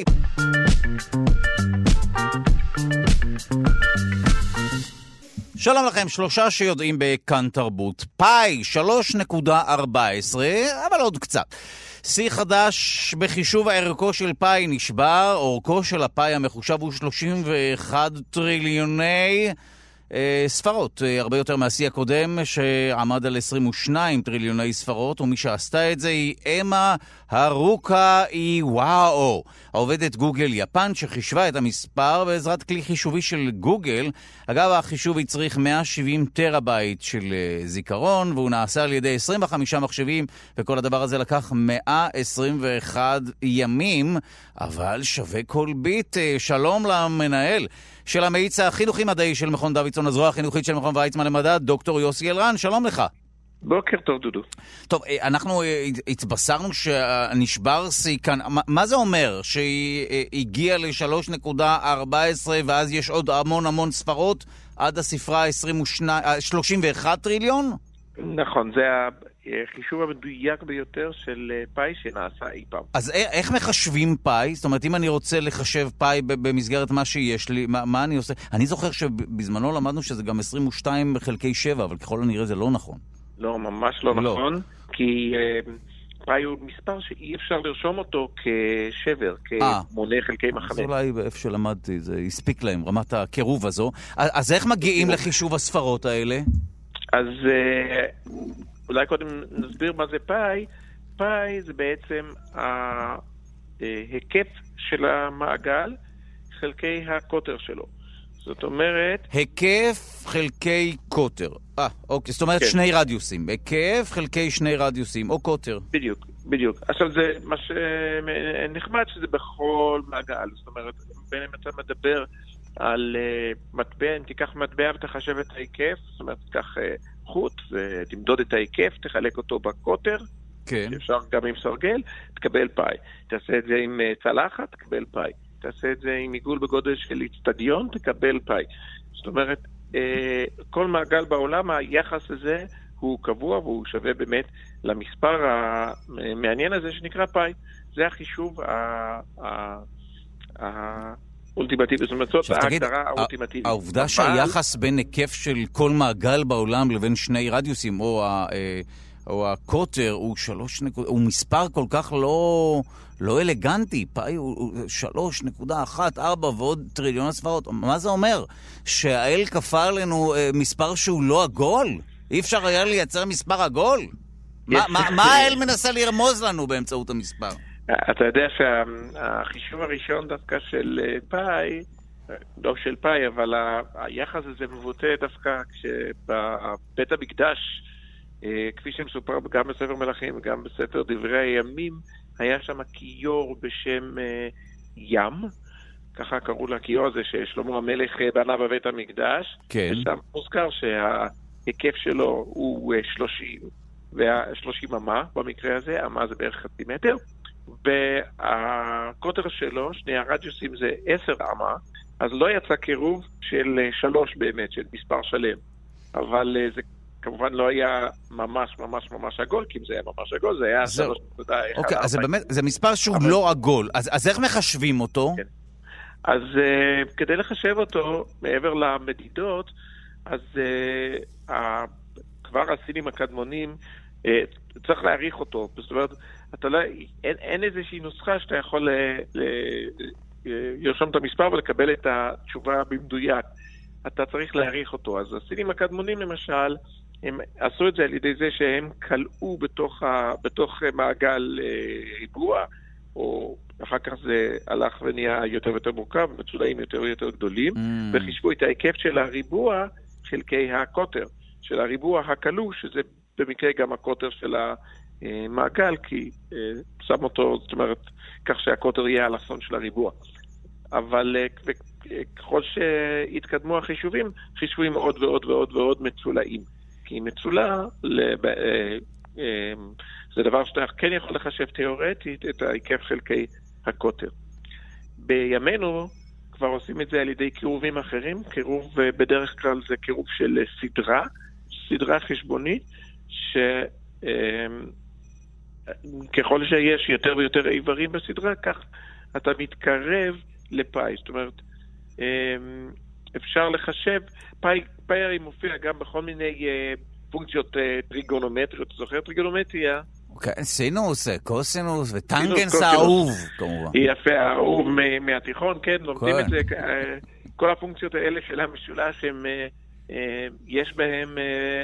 שלום לכם, 3 שיודעים בכאן תרבות. פאי 3.14, אבל עוד קצת. שיא חדש בחישוב הערכו של פאי נשבר. אורכו של הפאי המחושב הוא 31 טריליוני ספרות, הרבה יותר מהשיא הקודם שעמד על 22 טריליוני ספרות, ומי שעשתה את זה היא אמה הרוקה איוואו, עובדת גוגל יפן שחישבה את המספר בעזרת כלי חישובי של גוגל. אגב, החישוב הצריך 170 טראבייט של זיכרון, והוא נעשה על ידי 25 מחשבים, וכל הדבר הזה לקח 121 ימים, אבל שווה כל ביט. שלום למנהל של המאיץ החינוכי מדעי של מכון דוידסון, הזרוע החינוכית של מכון ויצמן למדע, דוקטור יוסי אלרן, שלום לך. בוקר טוב, דודו. טוב, אנחנו התבשרנו שנשבר שיא כאן. מה זה אומר? שהיא הגיעה ל-3.14 ואז יש עוד המון ספרות עד הספרה 31 טריליון? נכון, זה החישוב המדויק ביותר של פאי שנעשה אי פעם. אז איך מחשבים פאי? זאת אומרת, אם אני רוצה לחשב פאי במסגרת מה שיש לי, מה אני עושה? אני זוכר שבזמנו למדנו שזה גם 22 חלקי 7, אבל ככל הנראה זה לא נכון. לא, ממש לא נכון, כי פאי הוא מספר שאי אפשר לרשום אותו כשבר, כמונה חלקי מחנה. אז אולי באיפה שלמדתי, זה הספיק להם, רמת הקירוב הזו. אז איך מגיעים לחישוב הספרות האלה? אז אולי קודם נסביר מה זה פאי. פאי זה בעצם ההיקף של המעגל חלקי הקוטר שלו. זאת אומרת... היקף חלקי קוטר. אוקיי, זאת אומרת שני רדיוסים. היקף חלקי שני רדיוסים, או קוטר. בדיוק. עכשיו זה מה שנחמד שזה בכל מעגל. זאת אומרת, בין אם אתה מדבר על מטבע, אם תיקח מטבע ותחשב את ההיקף, זאת אומרת, תיקח חוט ותמדוד את ההיקף, תחלק אותו בקוטר, כן. אפשר גם עם סרגל, תקבל פאי. תעשה את זה עם צלחת, תקבל פאי. תעשה את זה עם עיגול בגודל של אצטדיון, תקבל פאי. זאת אומרת, כל מעגל בעולם, היחס הזה הוא קבוע והוא שווה באמת למספר המעניין הזה שנקרא פאי. זה החישוב האולטימטיבי, זאת אומרת, זאת ההגדרה האולטימטיבית. העובדה שהיחס בין היקף של כל מעגל בעולם לבין שני רדיוסים, או הקוטר, הוא מספר כל כך לא אלגנטי. פאי הוא 3.14 ועוד טריליון ספרות. מה זה אומר? שהאל כפה עלינו מספר שהוא לא עגול? אי אפשר היה לייצר מספר עגול? מה האל מנסה לרמוז לנו באמצעות המספר? אתה יודע שהחישוב הראשון דווקא של פאי, לא של פאי, אבל היחס הזה מבוטא דווקא כשבבית המקדש, כפי שמסופר גם בספר מלכים וגם בספר דברי הימים, היה שם כיור בשם ים, ככה קראו לכיור הזה ששלמה המלך בנה בבית המקדש, כן. ושם מוזכר שההיקף שלו הוא 30, וה-30 אמה במקרה הזה, אמה זה בערך חצי מטר, והקוטר שלו, שני הרדיוסים זה 10 אמה, אז לא יצא קירוב של 3 באמת, של מספר שלם, אבל זה כמובן לא היה ממש עגול, כי אם זה היה ממש עגול, זה היה 3.1. אוקיי, אז באמת, זה מספר שהוא לא עגול, אז איך מחשבים אותו? כן. אז כדי לחשב אותו, מעבר למדידות, אז כבר הסינים הקדמונים, צריך להעריך אותו. זאת אומרת, אין איזושהי נוסחה שאתה יכול לרשום את המספר ולקבל את התשובה במדויק. אתה צריך להעריך אותו. אז הסינים הקדמונים למשל, הם עשו את זה על ידי זה שהם קלעו בתוך מעגל ריבוע, או אחר כך זה הלך ונהיה יותר ויותר מורכב, מצולעים יותר ויותר גדולים, וחישבו את ההיקף של הריבוע חלקי הקוטר, של הריבוע הקלוע, שזה במקרה גם הקוטר של המעגל, כי שם אותו, זאת אומרת, כך שהקוטר יהיה האלכסון של הריבוע. אבל ככל שהתקדמו החישובים, חישובים עוד ועוד ועוד ועוד מצולעים. כי מצולה, זה דבר שאתה כן יכול לחשב תיאורטית את ההיקף חלקי הקוטר. בימינו כבר עושים את זה על ידי קירובים אחרים. קירוב בדרך כלל זה קירוב של סדרה חשבונית, ככל שיש יותר ויותר איברים בסדרה, כך אתה מתקרב לפאי. זאת אומרת, אפשר לחשב, פאי הרי מופיע גם בכל מיני פונקציות טריגונומטריות. זוכר טריגונומטריה? סינוס, קוסינוס וטנגנס האהוב, כמובן. יפה, האהוב מהתיכון, כן, לומדים את זה. כל הפונקציות האלה של המשולש, יש בהם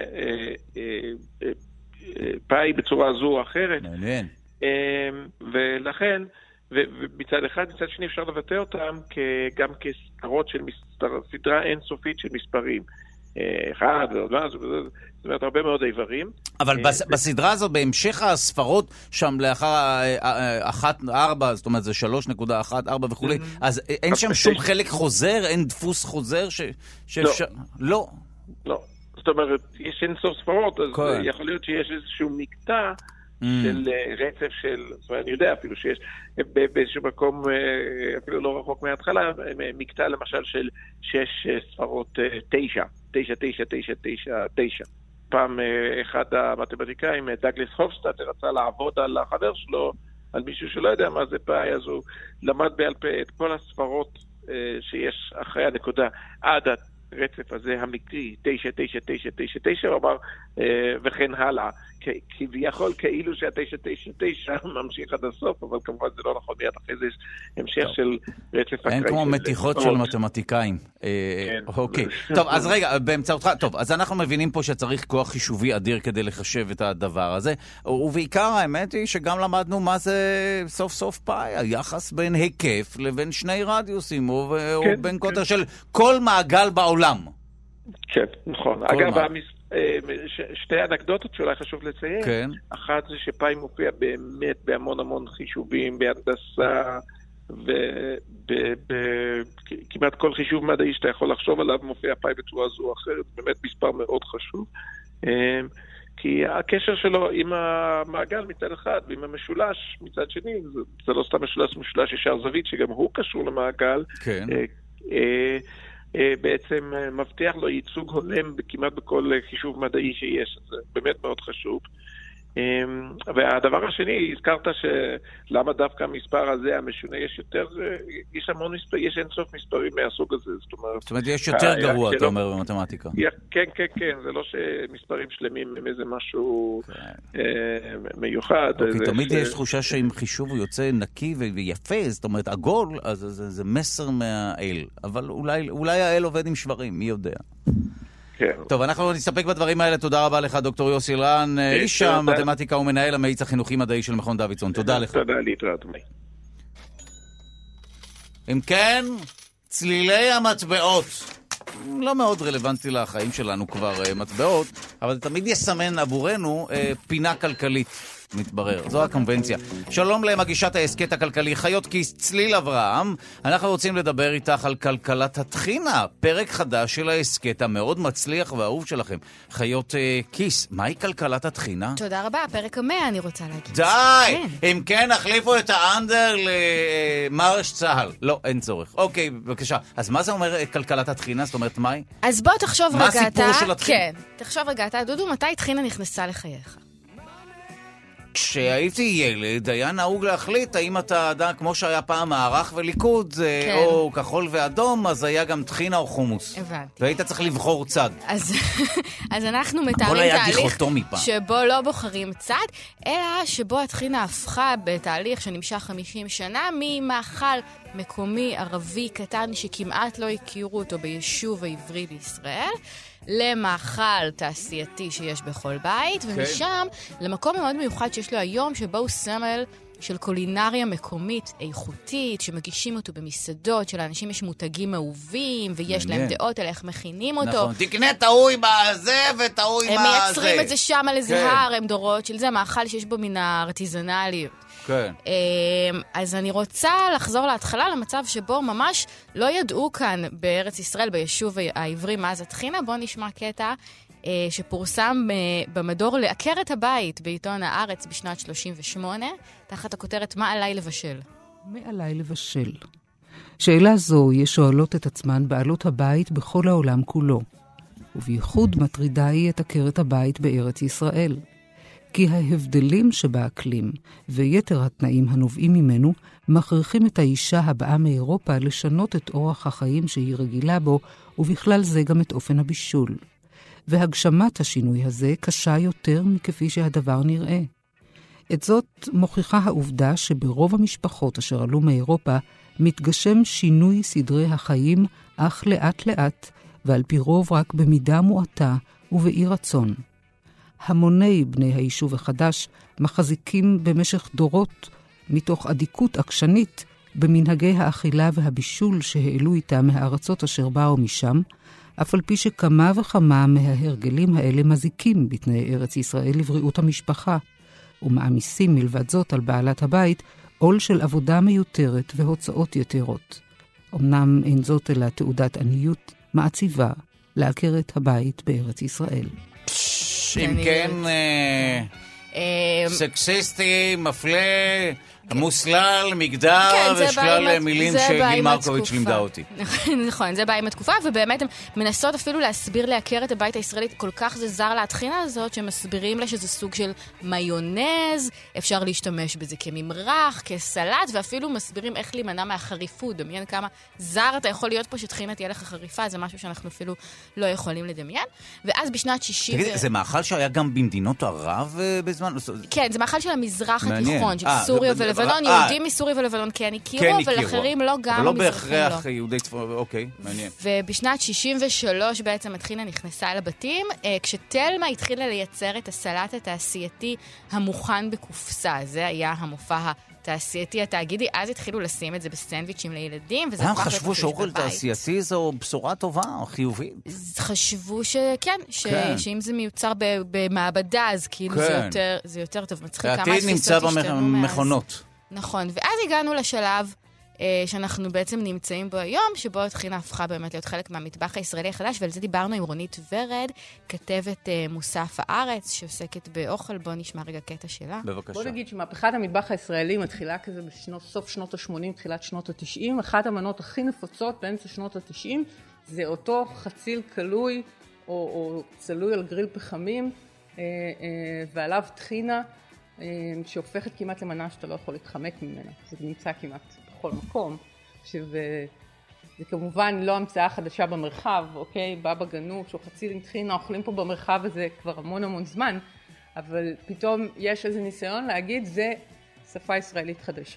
פאי בצורה זו או אחרת. מעניין. ולכן, ומצד אחד, מצד שני אפשר לבטא אותם גם כסדרות של סדרה אינסופית של מספרים. אחד, זאת אומרת, הרבה מאוד איברים. אבל בסדרה הזו, בהמשך הספרות, שם לאחר 1.4, זאת אומרת, זה 3.14 וכו', אז אין שם שום חלק חוזר, אין דפוס חוזר שאפשר... לא. לא. זאת אומרת, יש אין סוף ספרות, אז יכול להיות שיש איזשהו מקטע של רצף של, זאת אומרת, אני יודע אפילו שיש באיזשהו מקום, אפילו לא רחוק מההתחלה, מקטע למשל של 6 ספרות 9. 9, 9, 9, 9, 9. פעם אחד המתמטיקאים, דאגלס הופסטאטר, רצה לעבוד על החבר שלו, על מישהו שלא יודע מה זה פאי, אז הוא למד בעל פה את כל הספרות שיש אחרי הנקודה, עד הרצף הזה המקרי, 9, 9, 9, 9, 9, הוא אמר, וכן הלאה. כביכול כאילו שה-9, 9, 9 ממשיך עד הסוף, אבל כמובן זה לא נכון, מיד אחרי זה יש המשך של רצף אקראי. אין כמו מתיחות של מתמטיקאים. אוקיי. טוב, אז רגע, באמצעותך, טוב, אז אנחנו מבינים פה שצריך כוח חישובי אדיר כדי לחשב את הדבר הזה, ובעיקר האמת היא שגם למדנו מה זה סוף סוף פאי, היחס בין היקף לבין שני רדיוסים, או בין קוטר של כל מעגל בעולם. כן, נכון. אגב, שתי אנקדוטות שאולי חשוב לציין. כן. אחת זה שפאי מופיע באמת בהמון המון חישובים, בהנדסה, וכמעט כל חישוב מדעי שאתה יכול לחשוב עליו מופיע פאי בצורה זו או אחרת. באמת מספר מאוד חשוב. כי הקשר שלו עם המעגל מצד אחד, ועם המשולש מצד שני, זה לא סתם משולש ישר זווית, שגם הוא קשור למעגל. כן. בעצם מבטיח לו ייצוג הולם כמעט בכל חישוב מדעי שיש. זה באמת מאוד חשוב. והדבר השני, הזכרת שלמה דווקא המספר הזה המשונה יש יותר, יש המון מספרים, יש אינסוף מספרים מהסוג הזה. זאת אומרת, יש יותר גרוע, אתה אומר, במתמטיקה. כן, כן, כן. זה לא שמספרים שלמים הם איזה משהו מיוחד. תמיד יש תחושה שאם חישוב הוא יוצא נקי ויפה, זאת אומרת, עגול, אז זה מסר מהאל. אבל אולי האל עובד עם שברים, מי יודע. טוב, אנחנו נסתפק בדברים האלה. תודה רבה לך, דוקטור יוסי לן, איש המתמטיקה ומנהל המאיץ החינוכי מדעי של מכון דוידסון. תודה לך. תודה, להתראות. אם כן, צלילי המטבעות. לא מאוד רלוונטי לחיים שלנו כבר מטבעות, אבל זה תמיד יסמן עבורנו פינה כלכלית. מתברר, זו הקונבנציה. שלום למגישת העסקת הכלכלי חיות כיס צליל אברהם. אנחנו רוצים לדבר איתך על כלכלת התחינה, פרק חדש של העסקת המאוד מצליח והאהוב שלכם. חיות כיס, מהי כלכלת התחינה? תודה רבה, פרק 100 אני רוצה להגיד. די! אם כן, החליפו את האנדר למרש צהל. לא, אין צורך. אוקיי, בבקשה. אז מה זה אומר כלכלת התחינה? זאת אומרת, מהי? אז בוא תחשוב רגע אתה... מה הסיפור של התחינה? כן, תחשוב רגע אתה, דודו, מתי תחינה נכנסה לחייך? כשהייתי ילד, היה נהוג להחליט האם אתה אדם, כמו שהיה פעם מערך וליכוד, כן. או כחול ואדום, אז היה גם תחינה או חומוס. הבנתי. והיית צריך לבחור צד. אז אנחנו מתארים תהליך שבו לא בוחרים צד, אלא שבו התחינה הפכה בתהליך שנמשך 50 שנה ממאכל מקומי ערבי קטן שכמעט לא הכירו אותו ביישוב העברי בישראל, למאכל תעשייתי שיש בכל בית, ומשם למקום מאוד מיוחד שיש לו היום, שבו הוא סמל של קולינריה מקומית איכותית, שמגישים אותו במסעדות, שלאנשים יש מותגים אהובים, ויש להם דעות על איך מכינים אותו. נכון, תקנה טעוי בזה וטעוי בזה. הם מייצרים את זה שם על איזה הר, הם דורות של זה, מאכל שיש בו מן הארטיזנליות. כן. אז אני רוצה לחזור להתחלה למצב שבו ממש לא ידעו כאן בארץ ישראל, ביישוב העברי, מה זה טחינה. בואו נשמע קטע שפורסם במדור לעקרת הבית בעיתון הארץ בשנת 38, תחת הכותרת מה עליי לבשל. מה עליי לבשל? שאלה זו יש שואלות את עצמן בעלות הבית בכל העולם כולו, ובייחוד מטרידה היא את עקרת הבית בארץ ישראל. כי ההבדלים שבאקלים ויתר התנאים הנובעים ממנו מכריחים את האישה הבאה מאירופה לשנות את אורח החיים שהיא רגילה בו, ובכלל זה גם את אופן הבישול. והגשמת השינוי הזה קשה יותר מכפי שהדבר נראה. את זאת מוכיחה העובדה שברוב המשפחות אשר עלו מאירופה מתגשם שינוי סדרי החיים, אך לאט לאט, ועל פי רוב רק במידה מועטה ובאי רצון. המוני בני היישוב החדש מחזיקים במשך דורות מתוך עדיקות עקשנית במנהגי האכילה והבישול שהעלו איתם מהארצות אשר באו משם, אף על פי שכמה וכמה מההרגלים האלה מזיקים בתנאי ארץ ישראל לבריאות המשפחה, ומעמיסים מלבד זאת על בעלת הבית עול של עבודה מיותרת והוצאות יתרות. אמנם אין זאת אלא תעודת עניות מעציבה לעקרת הבית בארץ ישראל. אם כן, סקסיסטי, מפלה, מוסלל, מגדר, ושלל מילים שגיל מרקוביץ' לימדה אותי. נכון, זה בא עם התקופה, ובאמת הם מנסות אפילו להסביר לעקרת הבית הישראלית, כל כך זה זר להתחינה הזאת, שמסבירים לה שזה סוג של מיונז, אפשר להשתמש בזה כממרח, כסלט, ואפילו מסבירים איך להימנע מהחריפות. דמיין כמה זר אתה יכול להיות פה שתחינה תהיה לך חריפה, זה משהו שאנחנו אפילו לא יכולים לדמיין. ואז בשנת 60... תגיד, זה מאכל שהיה גם במדינות ערב בזמן? כן, זה מאכל של המזרח התיכון, של סוריה ולבנון, יהודים מסוריה ולבנון כן הכירו, אבל אחרים לא, גם אבל לא בהכרח יהודי צפון, אוקיי, מעניין. ובשנת 63 בעצם התחילה נכנסה אל הבתים, כשתלמה התחילה לייצר את הסלט התעשייתי המוכן בקופסה. זה היה המופע התעשייתי התאגידי, אז התחילו לשים את זה בסנדוויצ'ים לילדים, וזה הם חשבו שאוכל תעשייתי זו בשורה טובה או חיובית? חשבו שכן, שאם זה מיוצר במעבדה, אז כאילו זה יותר טוב. מצחיק כמה העתיד נמצא במכונות. נכון, ואז הגענו לשלב שאנחנו בעצם נמצאים בו היום, שבו התחינה הפכה באמת להיות חלק מהמטבח הישראלי החדש, ועל זה דיברנו עם רונית ורד, כתבת מוסף הארץ, שעוסקת באוכל. בוא נשמע רגע קטע שלה. בבקשה. בוא נגיד שמהפכת המטבח הישראלי מתחילה כזה בסוף שנות ה-80, תחילת שנות ה-90. אחת המנות הכי נפוצות באמצע שנות ה-90, זה אותו חציל קלוי, או צלוי על גריל פחמים, ועליו טחינה, שהופכת כמעט למנה שאתה לא יכול להתחמק ממנה. זה נמצא כמעט בכל מקום, שזה כמובן לא המצאה חדשה במרחב, אוקיי? בבא גנוש או חציל עם טחינה אוכלים פה במרחב הזה כבר המון זמן, אבל פתאום יש איזה ניסיון להגיד זה שפה ישראלית חדשה.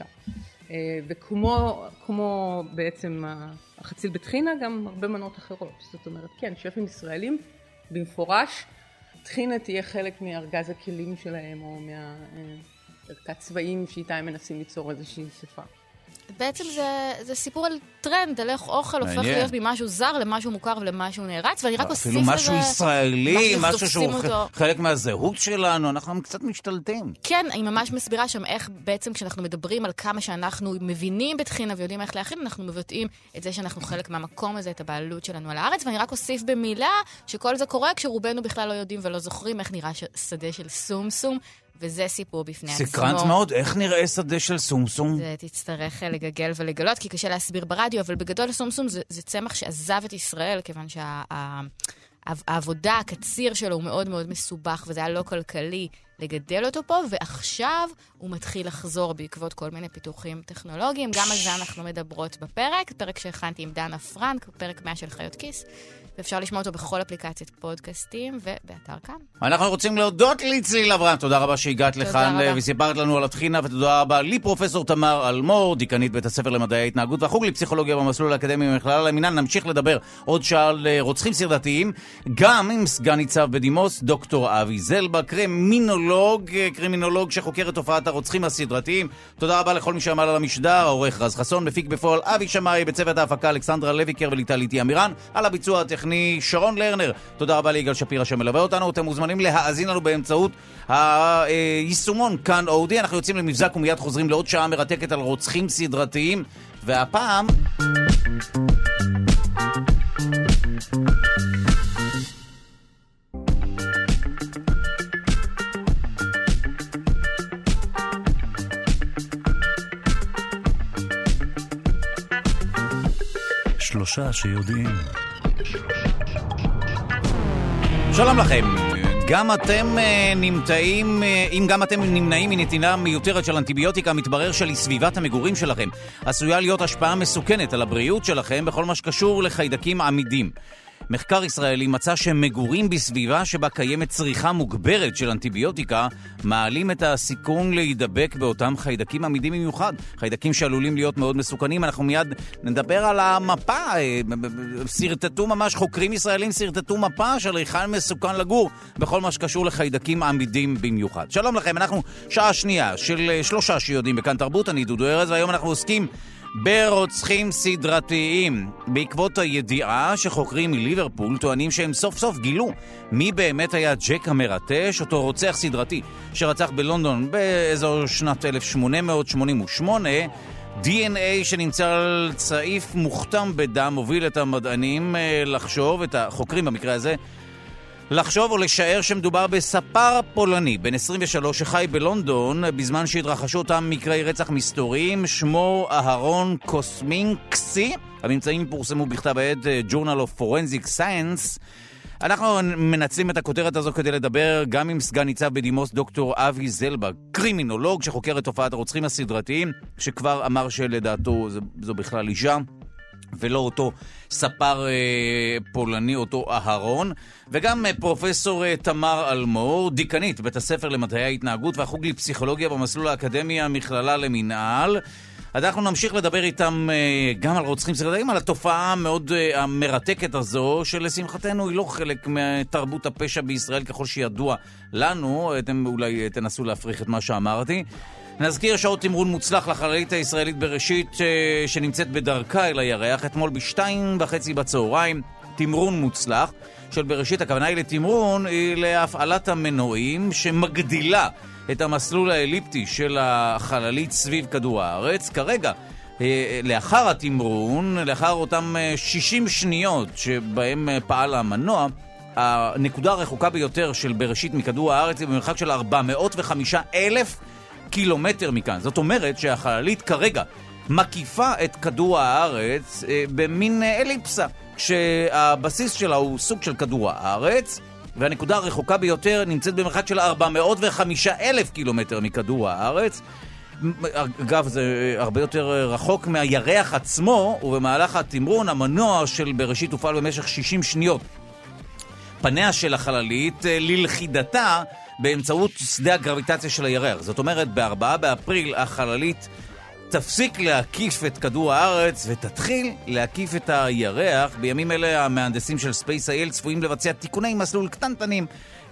וכמו בעצם החציל בטחינה, גם הרבה מנות אחרות. זאת אומרת, כן, שפים ישראלים במפורש, טחינה תהיה חלק מארגז הכלים שלהם, או מהערכת צבעים שאיתה הם מנסים ליצור איזושהי שפה. בעצם זה סיפור על טרנד, על איך אוכל הופך להיות ממשהו זר למשהו מוכר ולמשהו נערץ, ואני רק אוסיף לזה... אפילו משהו ישראלי, משהו שהוא חלק מהזהות שלנו, אנחנו קצת משתלטים. כן, אני ממש מסבירה שם איך בעצם כשאנחנו מדברים על כמה שאנחנו מבינים בטחינה ויודעים איך להכין, אנחנו מבטאים את זה שאנחנו חלק מהמקום הזה, את הבעלות שלנו על הארץ, ואני רק אוסיף במילה שכל זה קורה כשרובנו בכלל לא יודעים ולא זוכרים איך נראה שדה של סומסום, וזה סיפור בפני עצמו. סקרנט מאוד, איך נראה שדה של סומסום? זה תצטרך לגגל ולגלות, כי קשה להסביר ברדיו, אבל בגדול סומסום זה צמח שעזב את ישראל, כיוון שהעבודה, הקציר שלו הוא מאוד מאוד מסובך, וזה היה לא כלכלי לגדל אותו פה, ועכשיו הוא מתחיל לחזור בעקבות כל מיני פיתוחים טכנולוגיים. גם על זה אנחנו מדברות בפרק, פרק שהכנתי עם דנה פרנק, פרק 100 של חיות כיס. ואפשר לשמוע אותו בכל אפליקציית פודקאסטים ובאתר כאן. אנחנו רוצים להודות לצליל אברהם, תודה רבה שהגעת לכאן וסיפרת לנו על הטחינה, ותודה רבה לי פרופסור תמר אלמור, דיקנית בית הספר למדעי ההתנהגות והחוג לפסיכולוגיה במסלול האקדמי במכללה למינהל. נמשיך לדבר עוד שעה על רוצחים סדרתיים, גם עם סגן ניצב בדימוס דוקטור אבי זלבה, קרימינולוג קרימינולוג שחוקר את תופעת הרוצחים הסדרתיים. תודה רבה לכל מי שעמל על המשדר, העורך רז חסון, מפיק בפועל אבי שמאי, בצוות ההפקה אלכסנדרה לויקר וליטל אמירן, על הביצוע הטכני שרון לרנר. תודה רבה ליגאל שפירא שמלווה אותנו. אתם מוזמנים להאזין לנו באמצעות היישומון כאן אודי. אנחנו יוצאים למבזק ומיד חוזרים לעוד שעה מרתקת על רוצחים סדרתיים, והפעם שלושה שיודעים. שלום לכם. גם אתם נמנעים מנתינה מיותרת של אנטיביוטיקה, מתברר שלסביבת המגורים שלכם עשויה להיות השפעה מסוכנת על הבריאות שלכם בכל מה שקשור לחיידקים עמידים. מחקר ישראלי מצא שמגורים בסביבה שבה קיימת צריכה מוגברת של אנטיביוטיקה מעלים את הסיכון להידבק באותם חיידקים עמידים במיוחד, חיידקים שעלולים להיות מאוד מסוכנים. אנחנו מיד נדבר על המפה, סרטטו ממש, חוקרים ישראלים סרטטו מפה של היכן מסוכן לגור בכל מה שקשור לחיידקים עמידים במיוחד. שלום לכם, אנחנו שעה שנייה של שלושה שיודעים בכאן תרבות, אני דודו ארז, והיום אנחנו עוסקים ברוצחים סדרתיים. בעקבות הידיעה שחוקרים מליברפול טוענים שהם סוף סוף גילו מי באמת היה ג'ק המרטש, אותו רוצח סדרתי שרצח בלונדון באזור שנת 1888. DNA שנמצא על צעיף מוכתם בדם הוביל את המדענים לחשוב, את החוקרים במקרה הזה, לחשוב או לשער שמדובר בספר פולני בן 23 שחי בלונדון בזמן שהתרחשו אותם מקרי רצח מסתוריים. שמו אהרון קוסמינקסי. הממצאים פורסמו בכתב העת Journal of Forensic Science. אנחנו מנצלים את הכותרת הזו כדי לדבר גם עם סגן ניצב בדימוס דוקטור אבי זלבה, קרימינולוג שחוקר את תופעת הרוצחים הסדרתיים, שכבר אמר שלדעתו זו בכלל אישה ולא אותו ספר פולני, אותו אהרון. וגם פרופסור תמר אלמור, דיקנית בית הספר למדעי ההתנהגות והחוג לפסיכולוגיה במסלול האקדמי המכללה למנהל. אנחנו נמשיך לדבר איתם גם על רוצחים סדרתיים, על התופעה המאוד המרתקת הזו, שלשמחתנו היא לא חלק מתרבות הפשע בישראל ככל שידוע לנו. אתם אולי תנסו להפריך את מה שאמרתי. נזכיר שעות תמרון מוצלח לחללית הישראלית בראשית שנמצאת בדרכה אל הירח. אתמול ב2:30 בצהריים, תמרון מוצלח של בראשית. הכוונה היא לתמרון, היא להפעלת המנועים שמגדילה את המסלול האליפטי של החללית סביב כדור הארץ. כרגע, לאחר התמרון, לאחר אותם 60 שניות שבהם פעל המנוע, הנקודה הרחוקה ביותר של בראשית מכדור הארץ היא במרחק של 405,000 קילומטר מכאן. זאת אומרת שהחללית כרגע מקיפה את כדור הארץ במין אליפסה, שהבסיס שלה הוא סוג של כדור הארץ, והנקודה הרחוקה ביותר נמצאת במרחק של 405,000 קילומטר מכדור הארץ. אגב, זה הרבה יותר רחוק מהירח עצמו, ובמהלך התמרון המנוע של בראשית הופעל במשך 60 שניות. פניה של החללית ללכידתה באמצעות שדה הגרביטציה של הירח. זאת אומרת, ב4 באפריל החללית תפסיק להקיף את כדור הארץ ותתחיל להקיף את הירח. בימים אלה המהנדסים של SpaceIL צפויים לבצע תיקוני מסלול קטנטנים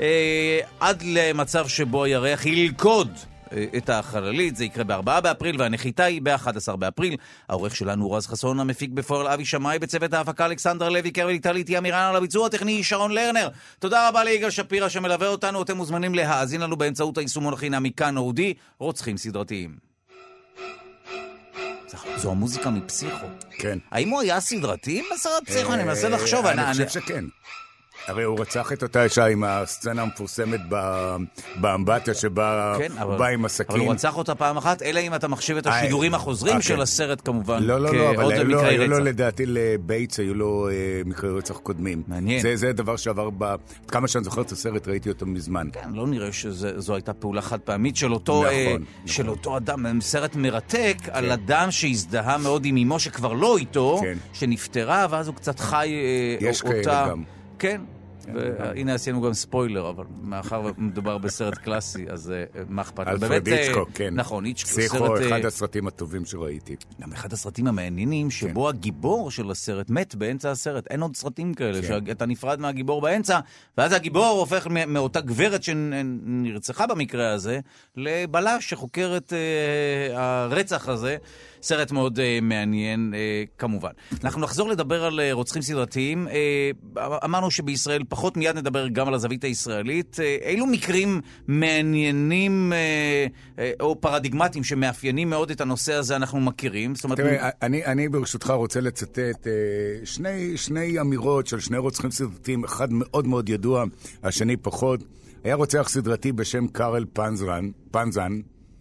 עד למצב שבו הירח ילכוד את החללית. זה יקרה ב4 באפריל והנחיתה היא ב11 באפריל. העורך שלנו רז חסון, המפיק בפועל אבי שמאי, בצוות ההפקה אלכסנדרה לויקר וליטל אמירן, על הביצוע הטכני שרון לרנר. תודה רבה ליגאל שפירא שמלווה אותנו. אתם מוזמנים להאזין לנו באמצעות היישומון החינמי כאן אודי, רוצחים סדרתיים. זו המוזיקה מפסיכו. כן. האם הוא היה סדרתי בסרט פסיכו? אני מנסה לחשוב. אני חושב שכן. הרי הוא רצח את אותה אישה עם הסצנה המפורסמת באמבטיה שבה הוא בא עם הסכין. אבל הוא רצח אותה פעם אחת, אלא אם אתה מחשיב את השידורים החוזרים של הסרט כמובן. לא, אבל היו לו לדעתי לבייטס, היו לו מקרי רצח קודמים. מעניין. זה דבר שעבר כמה שאני זוכר את הסרט, ראיתי אותו מזמן. כן, לא נראה שזו הייתה פעולה חד פעמית של אותו אדם. סרט מרתק על אדם שהזדהה מאוד עם אמו שכבר לא איתו, שנפטרה, ואז הוא קצת חי אותה. יש כאלה גם. כן. והנה עשינו גם ספוילר, אבל מאחר ומדובר בסרט קלאסי, אז מה אכפת? אלפרד היצ'קוק, כן. נכון, היצ'קוק. פסיכו, אחד הסרטים הטובים שראיתי. גם אחד הסרטים המעניינים, שבו הגיבור של הסרט מת באמצע הסרט. אין עוד סרטים כאלה, שאתה נפרד מהגיבור באמצע, ואז הגיבור הופך מאותה גברת שנרצחה במקרה הזה, לבלש שחוקר את הרצח הזה. סרט מאוד מעניין, כמובן. אנחנו נחזור לדבר על רוצחים סדרתיים. אמרנו שבישראל פחות, מיד נדבר גם על הזווית הישראלית. אילו מקרים מעניינים או פרדיגמטיים שמאפיינים מאוד את הנושא הזה אנחנו מכירים? תראה, אני ברשותך רוצה לצטט שני אמירות של שני רוצחים סדרתיים, אחד מאוד מאוד ידוע, השני פחות. היה רוצח סדרתי בשם קארל פנזן,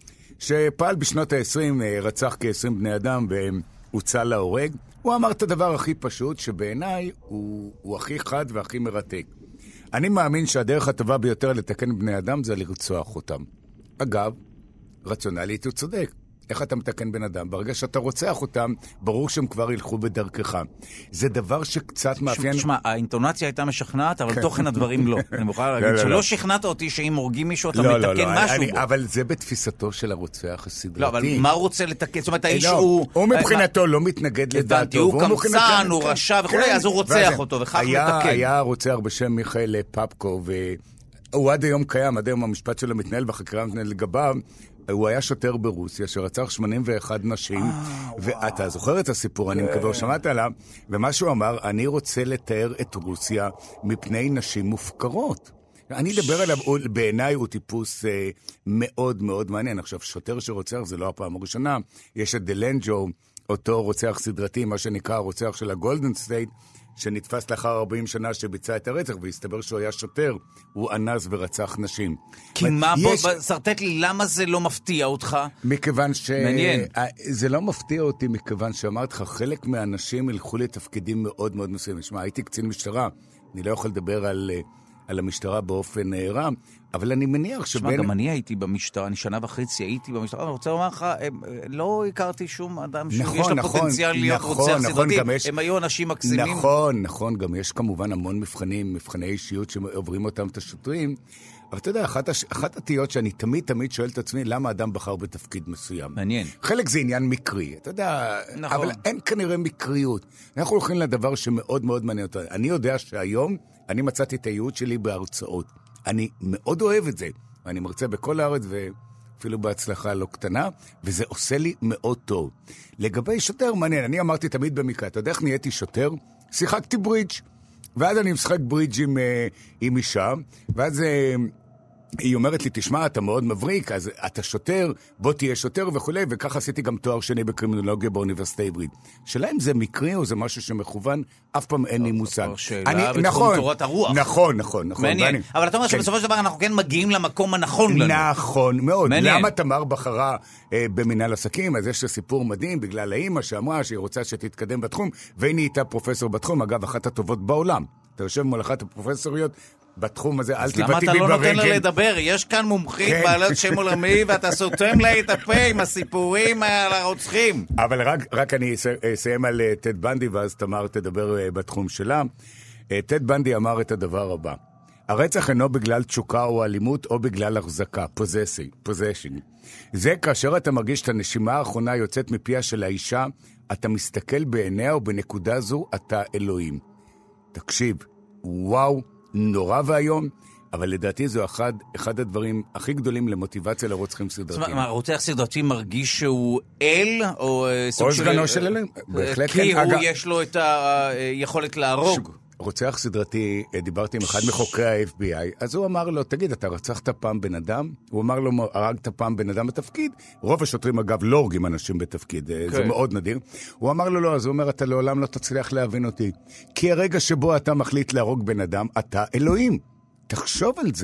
שפעל בשנות ה-20, רצח כ-20 בני אדם והוצא להורג. הוא אמר את הדבר הכי פשוט, שבעיניי הוא הכי חד והכי מרתק. אני מאמין שהדרך הטובה ביותר לתקן בני אדם זה לרצוח אותם. אגב, רציונלית הוא צודק. איך אתה מתקן בן אדם? ברגע שאתה רוצח אותם, ברור שהם כבר ילכו בדרכך. זה דבר שקצת מאפיין... תשמע, האינטונציה הייתה משכנעת, אבל תוכן הדברים לא. אני מוכרח להגיד שלא שכנעת אותי שאם הורגים מישהו, אתה מתקן משהו בו. אבל זה בתפיסתו של הרוצח הסדרתי. לא, אבל מה הוא רוצה לתקן? זאת אומרת, האיש הוא... הוא מבחינתו לא מתנגד לדעתו. הוא קמצן, הוא רשע וכו', אז הוא רוצח אותו, וכך לתקן. היה רוצח בשם מיכאל פפקו, והוא עד היום קיים, עד היום המשפט שלו מתנהל בחקירה מתנהל לגביו. הוא היה שוטר ברוסיה שרצח 81 נשים, ואתה זוכר את הסיפור, אני מקווה שמעת עליו, ומה שהוא אמר, אני רוצה לתאר את רוסיה מפני נשים מופקרות. אני אדבר עליו, בעיניי הוא טיפוס מאוד מאוד מעניין. עכשיו, שוטר שרוצח זה לא הפעם הראשונה, יש את דלנג'ו, אותו רוצח סדרתי, מה שנקרא הרוצח של הגולדן סטייט, שנתפס לאחר 40 שנה שביצע את הרצח, והסתבר שהוא היה שוטר, הוא אנס ורצח נשים. כי מה, בוא, סרטט לי, למה זה לא מפתיע אותך? מכיוון ש... מעניין. זה לא מפתיע אותי, מכיוון שאמרתי לך, חלק מהאנשים ילכו לתפקידים מאוד מאוד מסוימים. שמע, הייתי קצין משטרה, אני לא יכול לדבר על המשטרה באופן רם, אבל אני מניח שבין... שמע, גם אני הייתי במשטרה, אני שנה וחצי הייתי במשטרה, אני רוצה לומר לך, לא הכרתי שום אדם שיש לו פוטנציאל להיות רוצח סדרתי, הם היו אנשים מקסימים. נכון, גם יש כמובן המון מבחני אישיות שעוברים אותם את השוטרים, אבל אתה יודע, אחת התהיות שאני תמיד שואל את עצמי, למה אדם בחר בתפקיד מסוים? מעניין. חלק זה עניין מקרי, אתה יודע, נכון. אבל אין כנראה מקריות. אנחנו הולכים לדבר שמאוד מאוד מעניין אותנו. אני יודע שהיום אני מצאתי את הייעוד שלי בהרצאות. אני מאוד אוהב את זה. אני מרצה בכל הארץ ואפילו בהצלחה לא קטנה, וזה עושה לי מאוד טוב. לגבי שוטר, מעניין, אני אמרתי תמיד במקרה, אתה יודע איך נהייתי שוטר? שיחקתי ברידג'. ואז אני משחק ברידג' עם אישה, ואז היא אומרת לי, תשמע, אתה מאוד מבריק, אז אתה שוטר, בוא תהיה שוטר וכו', וכך עשיתי גם תואר שני בקרימינולוגיה באוניברסיטה העברית. שאלה אם זה מקרי או זה משהו שמכוון, אף פעם אין לי מושג. שאלה בתחום תורת הרוח. נכון. מעניין. אבל אתה אומר שבסופו של דבר אנחנו כן מגיעים למקום הנכון לנו. נכון מאוד. למה תמר בחרה במנהל עסקים? אז יש סיפור מדהים, בגלל האמא שאמרה שהיא רוצה שתתקדם בתחום, והנה הייתה פרופסור בתחום, אגב, אחת הטובות בעולם. אתה יושב מול אחת הפרופסוריות, בתחום הזה, אל תיבטי בי ברגל. אז למה אתה לא נותן לה לדבר? יש כאן מומחית בעלת שם עולמי, ואתה סותם לה את הפה עם הסיפורים על הרוצחים. אבל רק אני אסיים על טד בנדי, ואז תמר תדבר בתחום שלה. טד בנדי אמר את הדבר הבא. הרצח אינו בגלל תשוקה או אלימות, או בגלל החזקה, possession. זה כאשר אתה מרגיש את הנשימה האחרונה יוצאת מפיה של האישה, אתה מסתכל בעיניה, ובנקודה זו אתה אלוהים. תקשיב, וואו, נורא והיום, אבל לדעתי זו אחד הדברים הכי גדולים למוטיבציה לרוצחים סדרתיים. מה, רוצח סדרתי מרגיש שהוא אל, או סוג של... או סגנו של אלוהים, בהחלט כן. כי הוא יש לו את היכולת להרוג. רוצח סדרתי, דיברתי עם אחד מחוקרי ה-FBI, אז הוא אמר לו, תגיד, אתה רצחת פעם בן אדם? הוא אמר לו, הרגת פעם בן אדם בתפקיד? רוב השוטרים, אגב, לא הורגים אנשים בתפקיד, זה מאוד נדיר. הוא אמר לו, לא, אז הוא אומר, אתה לעולם לא תצליח להבין אותי. כי הרגע שבו אתה מחליט להרוג בן אדם, אתה אלוהים. תחשוב על זה.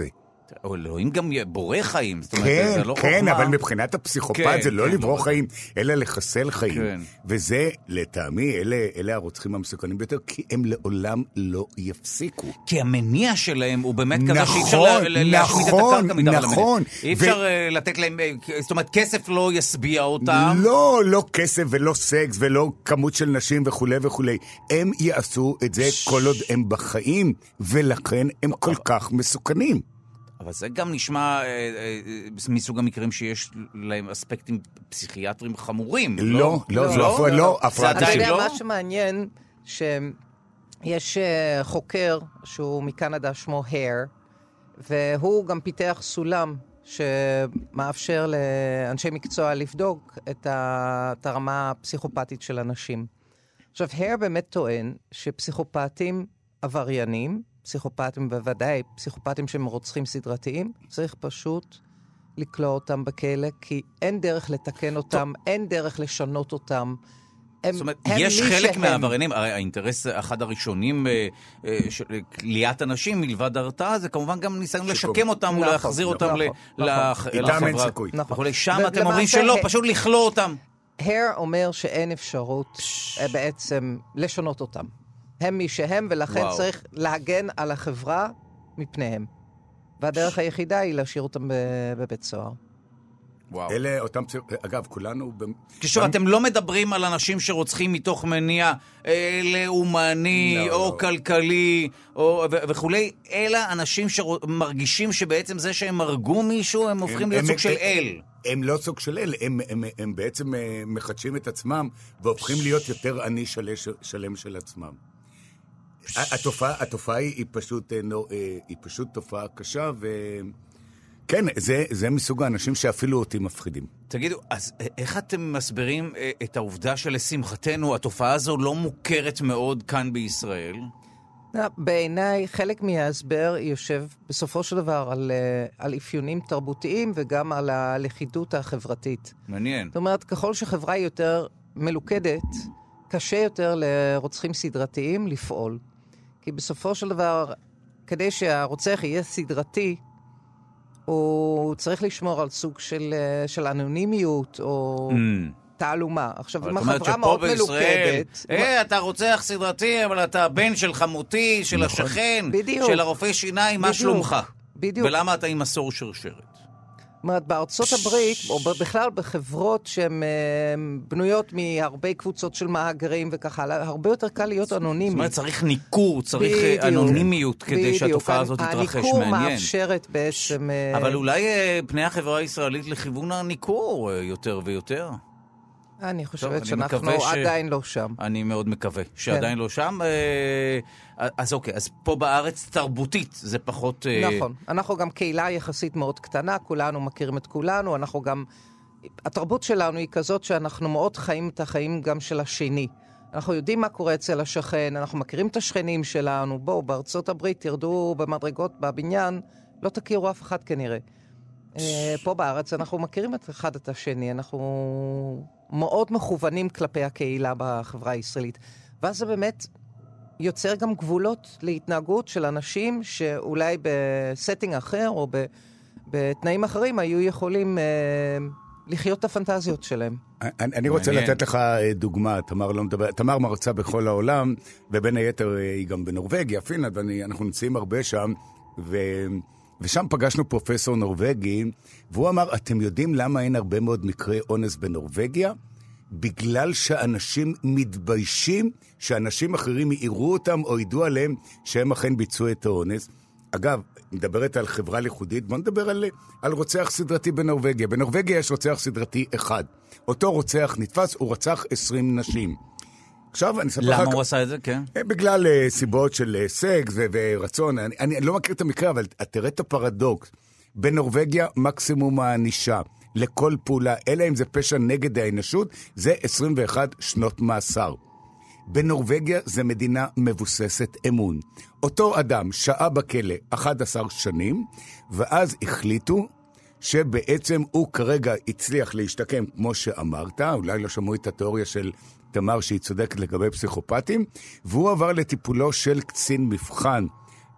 או אלוהים גם בורא חיים. כן, כן, אבל מבחינת הפסיכופת זה לא לברוא חיים, אלא לחסל חיים. וזה, לטעמי, אלה הרוצחים המסוכנים ביותר, כי הם לעולם לא יפסיקו. כי המניע שלהם הוא באמת כזה שאי אפשר להשמיד את הקרקע מתחת למניע. אי אפשר לתת להם, זאת אומרת, כסף לא יסביע אותם. לא כסף ולא סקס ולא כמות של נשים וכו' וכו'. הם יעשו את זה כל עוד הם בחיים, ולכן הם כל כך מסוכנים. אבל זה גם נשמע מסוג המקרים שיש להם אספקטים פסיכיאטריים חמורים. לא, הפרעת אתה יודע, מה שמעניין, שיש חוקר שהוא מקנדה, שמו הר, והוא גם פיתח סולם שמאפשר לאנשי מקצוע לבדוק את הרמה הפסיכופתית של אנשים. עכשיו, הר באמת טוען שפסיכופתים עבריינים, פסיכופתים בוודאי, פסיכופתים שהם רוצחים סדרתיים, צריך פשוט לקלוע אותם בכלא, כי אין דרך לתקן אותם, אין דרך לשנות אותם. זאת אומרת, יש חלק מהעבריינים, האינטרס אחד הראשונים של כליאת אנשים מלבד הרתעה, זה כמובן גם ניסיון לשקם אותם ולהחזיר אותם לחברה. שם אתם אומרים שלא, פשוט לכלוא אותם. הר אומר שאין אפשרות בעצם לשנות אותם. הם מי שהם, ולכן צריך להגן על החברה מפניהם. והדרך היחידה היא להשאיר אותם בבית סוהר. אלה אותם, אגב, כולנו... כשוב, אתם לא מדברים על אנשים שרוצחים מתוך מניע לאומני או כלכלי וכולי, אלא אנשים שמרגישים שבעצם זה שהם הרגו מישהו, הם הופכים להיות סוג של אל. הם לא סוג של אל, הם בעצם מחדשים את עצמם והופכים להיות יותר עני שלם של עצמם. התופעה היא פשוט תופעה קשה, וכן, זה מסוג האנשים שאפילו אותי מפחידים. תגידו, אז איך אתם מסברים את העובדה שלשמחתנו התופעה הזו לא מוכרת מאוד כאן בישראל? בעיניי חלק מההסבר יושב בסופו של דבר על אפיונים תרבותיים וגם על הלכידות החברתית. מעניין. זאת אומרת, ככל שחברה יותר מלוכדת, קשה יותר לרוצחים סדרתיים לפעול. כי בסופו של דבר, כדי שהרוצח יהיה סדרתי, הוא צריך לשמור על סוג של אנונימיות או תעלומה. עכשיו, אם החברה מאוד מלוכדת... אתה רוצח סדרתי, אבל אתה בן של חמותי, של השכן, של הרופא שיניים, מה שלומך? בדיוק. ולמה אתה עם מסור שרשרת? זאת אומרת, בארצות הברית, או בכלל בחברות שהן בנויות מהרבה קבוצות של מהגרים וככה, הרבה יותר קל להיות אנונימי. זאת אומרת, צריך ניכור, צריך אנונימיות כדי שהתופעה הזאת תתרחש. הניכור מאפשרת בעצם... אבל אולי פני החברה הישראלית לכיוון הניכור יותר ויותר? אני חושבת שאנחנו עדיין לא שם. אני מאוד מקווה שעדיין לא שם. אז אוקיי, אז פה בארץ תרבותית זה פחות... נכון, אנחנו גם קהילה יחסית מאוד קטנה, כולנו מכירים את כולנו, אנחנו גם... התרבות שלנו היא כזאת שאנחנו מאוד חיים את החיים גם של השני. אנחנו יודעים מה קורה אצל השכן, אנחנו מכירים את השכנים שלנו, בואו, בארצות הברית תרדו במדרגות בבניין, לא תכירו אף אחד כנראה. פה בארץ אנחנו מכירים את אחד את השני, אנחנו מאוד מכוונים כלפי הקהילה בחברה הישראלית. ואז זה באמת יוצר גם גבולות להתנהגות של אנשים שאולי בסטינג אחר או בתנאים אחרים היו יכולים לחיות את הפנטזיות שלהם. אני רוצה לתת לך דוגמה, תמר מרצה בכל העולם, ובין היתר היא גם בנורווגיה, פינלנד, אנחנו נמצאים הרבה שם, ושם פגשנו פרופסור נורווגי, והוא אמר, אתם יודעים למה אין הרבה מאוד מקרי אונס בנורווגיה? בגלל שאנשים מתביישים שאנשים אחרים יראו אותם או ידעו עליהם שהם אכן ביצעו את האונס. אגב, מדברת על חברה ייחודית, בוא נדבר על רוצח סדרתי בנורווגיה. בנורווגיה יש רוצח סדרתי אחד. אותו רוצח נתפס, הוא רצח 20 נשים. עכשיו, אני למה הוא עשה את זה? כן. בגלל סיבות של סקס ורצון. אני לא מכיר את המקרה, אבל תראה את הפרדוקס. בנורווגיה מקסימום הענישה לכל פעולה, אלא אם זה פשע נגד האנושות, זה 21 שנות מאסר. בנורווגיה זה מדינה מבוססת אמון. אותו אדם שעה בכלא 11 שנים, ואז החליטו שבעצם הוא כרגע הצליח להשתקם, כמו שאמרת, אולי לא שמעו את התיאוריה של תמר שהיא צודקת לגבי פסיכופטים, והוא עבר לטיפולו של קצין מבחן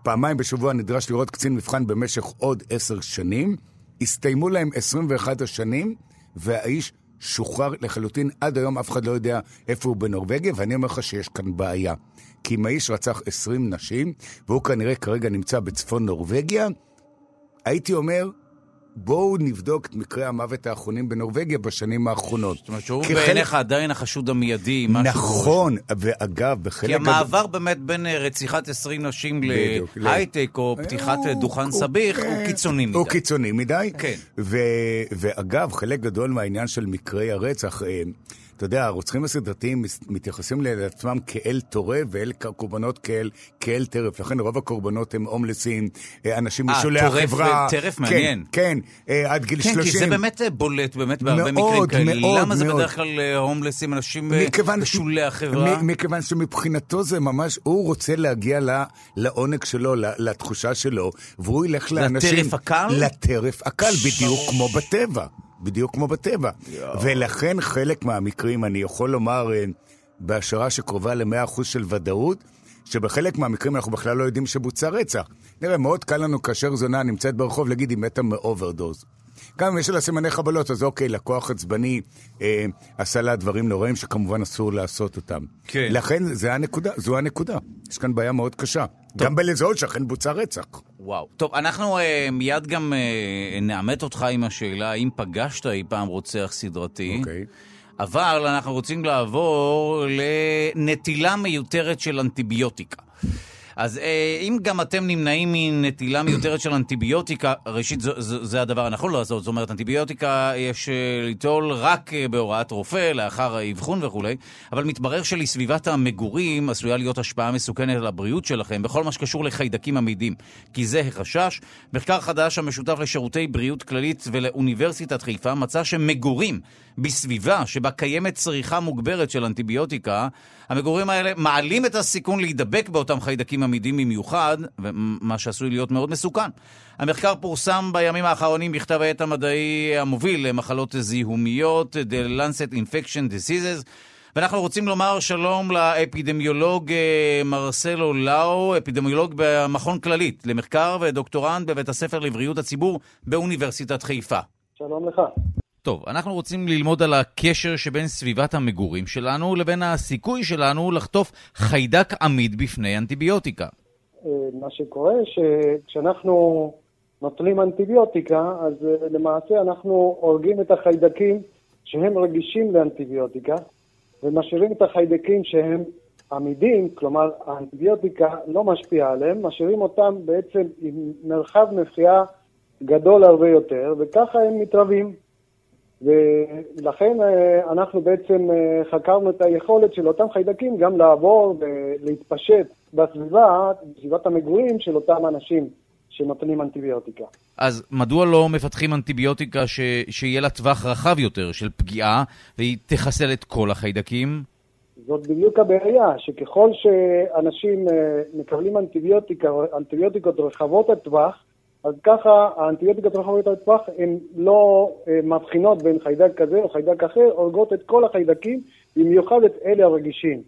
פעמיים בשבוע נדרש לראות קצין מבחן במשך עוד 10 שנים, הסתיימו להם 21 השנים, והאיש שוחרר לחלוטין. עד היום אף אחד לא יודע איפה הוא בנורווגיה, ואני אומר לך שיש כאן בעיה. כי אם האיש רצח 20 נשים, והוא כנראה כרגע נמצא בצפון נורווגיה, הייתי אומר, בואו נבדוק את מקרי המוות האחרונים בנורווגיה בשנים האחרונות. זאת אומרת שהוא בעיניך עדיין החשוד המיידי. נכון, ואגב, בחלק... כי המעבר באמת בין רציחת 20 נשים להייטק או פתיחת דוכן סביך הוא קיצוני מדי. הוא קיצוני מדי. כן. ואגב, חלק גדול מהעניין של מקרי הרצח... אתה יודע, הרוצחים הסדרתיים מתייחסים לעצמם כאל טורף ואל קורבנות כאל טרף. לכן רוב הקורבנות הם הומלסים, אנשים משולי החברה. טרף מעניין. כן, עד גיל 30. כן, כי זה באמת בולט, באמת בהרבה מקרים כאלה. למה זה בדרך כלל הומלסים, אנשים משולי החברה? מכיוון שמבחינתו זה ממש, הוא רוצה להגיע לעונג שלו, לתחושה שלו, והוא ילך לאנשים... לטרף הקל? לטרף הקל, בדיוק כמו בטבע. ולכן חלק מהמקרים, אני יכול לומר, בהשערה שקרובה ל100% של ודאות, שבחלק מהמקרים אנחנו בכלל לא יודעים שבוצע רצח. נראה, מאוד קל לנו כאשר זונה נמצאת ברחוב להגיד היא מתה מאוברדוז. גם אם יש לה סימני חבלות, אז אוקיי, לקוח עצבני עשה לה דברים נוראים שכמובן אסור לעשות אותם. כן. לכן זו הנקודה. יש כאן בעיה מאוד קשה. טוב. גם בלזהות שאכן בוצע רצח. וואו. טוב, אנחנו מיד גם נעמת אותך עם השאלה, האם פגשת אי פעם רוצח סדרתי? אוקיי. אבל אנחנו רוצים לעבור לנטילה מיותרת של אנטיביוטיקה. אז אם גם אתם נמנעים מנטילה מיותרת של אנטיביוטיקה, ראשית זה הדבר הנכון לעשות, זאת אומרת אנטיביוטיקה יש ליטול רק בהוראת רופא, לאחר האבחון וכו', אבל מתברר שלסביבת המגורים עשויה להיות השפעה מסוכנת על הבריאות שלכם, בכל מה שקשור לחיידקים עמידים, כי זה החשש. מחקר חדש המשותף לשירותי בריאות כללית ולאוניברסיטת חיפה מצא שמגורים בסביבה שבה קיימת צריכה מוגברת של אנטיביוטיקה, המגורים האלה מעלים את הסיכון להידבק באותם חיידקים עמידים במיוחד, ומה שעשוי להיות מאוד מסוכן. המחקר פורסם בימים האחרונים בכתב העת המדעי המוביל למחלות זיהומיות, The Lancet Infection Diseases, ואנחנו רוצים לומר שלום לאפידמיולוג מרסלו לאו, אפידמיולוג במכון כללית למחקר ודוקטורנט בבית הספר לבריאות הציבור באוניברסיטת חיפה. שלום לך. טוב, אנחנו רוצים ללמוד על הקשר שבין סביבת המגורים שלנו לבין הסיכוי שלנו לחטוף חיידק עמיד בפני אנטיביוטיקה. מה שקורה שכשאנחנו נוטלים אנטיביוטיקה, אז למעשה אנחנו הורגים את החיידקים שהם רגישים לאנטיביוטיקה, ומשאירים את החיידקים שהם עמידים, כלומר האנטיביוטיקה לא משפיעה עליהם, משאירים אותם בעצם עם מרחב מחיה גדול הרבה יותר, וככה הם מתרבים. ולכן אנחנו בעצם חקרנו את היכולת של אותם חיידקים גם לעבור ולהתפשט בסביבת המגורים של אותם אנשים שנוטלים אנטיביוטיקה. אז מדוע לא מפתחים אנטיביוטיקה שיהיה לה טווח רחב יותר של פגיעה והיא תחסל את כל החיידקים? זאת בדיוק הבעיה, שככל שאנשים מקבלים אנטיביוטיקות רחבות הטווח, אז ככה האנטיביוטיקות רחבות הטווח הן לא מבחינות בין חיידק כזה או חיידק אחר, הורגות את כל החיידקים, במיוחד את אלה הרגישים.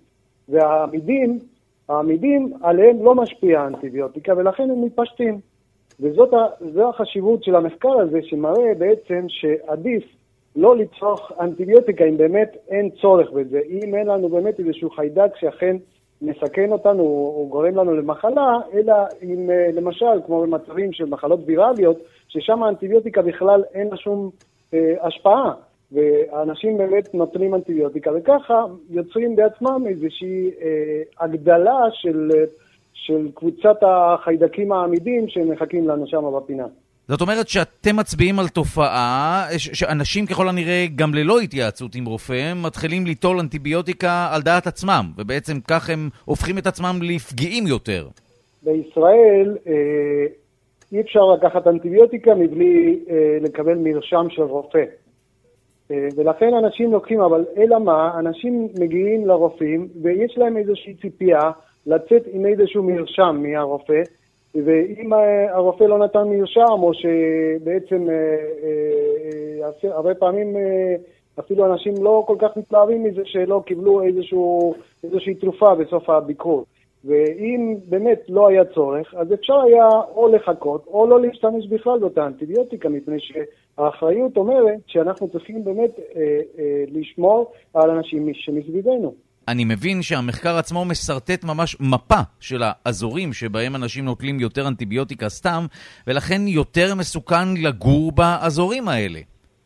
והעמידים עליהם לא משפיע האנטיביוטיקה, ולכן הם מתפשטים. וזו החשיבות של המחקר הזה, שמראה בעצם שעדיף לא לצרוך אנטיביוטיקה אם באמת אין צורך בזה. אם אין לנו באמת איזשהו חיידק שאכן מסכן אותנו או גורם לנו למחלה, אלא אם למשל, כמו במצבים של מחלות ויראליות, ששם האנטיביוטיקה בכלל אין לה שום השפעה, והאנשים באמת נוטלים אנטיביוטיקה, וככה יוצרים בעצמם איזושהי הגדלה של קבוצת החיידקים העמידים שמחכים לנו שם בפינה. זאת אומרת שאתם מצביעים על תופעה שאנשים ככל הנראה גם ללא התייעצות עם רופא מתחילים ליטול אנטיביוטיקה על דעת עצמם, ובעצם כך הם הופכים את עצמם לפגיעים יותר. בישראל אי אפשר לקחת אנטיביוטיקה מבלי לקבל מרשם של רופא. ולכן אנשים לוקחים, אבל אלא מה, אנשים מגיעים לרופאים ויש להם איזושהי ציפייה לצאת עם איזשהו מרשם מהרופא, ואם הרופא לא נתן מרשם, או שבעצם הרבה פעמים אפילו אנשים לא כל כך מתלהבים מזה שלא קיבלו איזושהי תרופה בסוף הביקור. ואם באמת לא היה צורך, אז אפשר היה או לחכות, או לא להשתמש בכלל באותה אנטיביוטיקה, מפני שהאחריות אומרת שאנחנו צריכים באמת לשמור על אנשים שמסביבנו. אני מבין שהמחקר עצמו מסרטט ממש מפה של האזורים שבהם אנשים נוטלים יותר אנטיביוטיקה סתם, ולכן יותר מסוכן לגור באזורים האלה.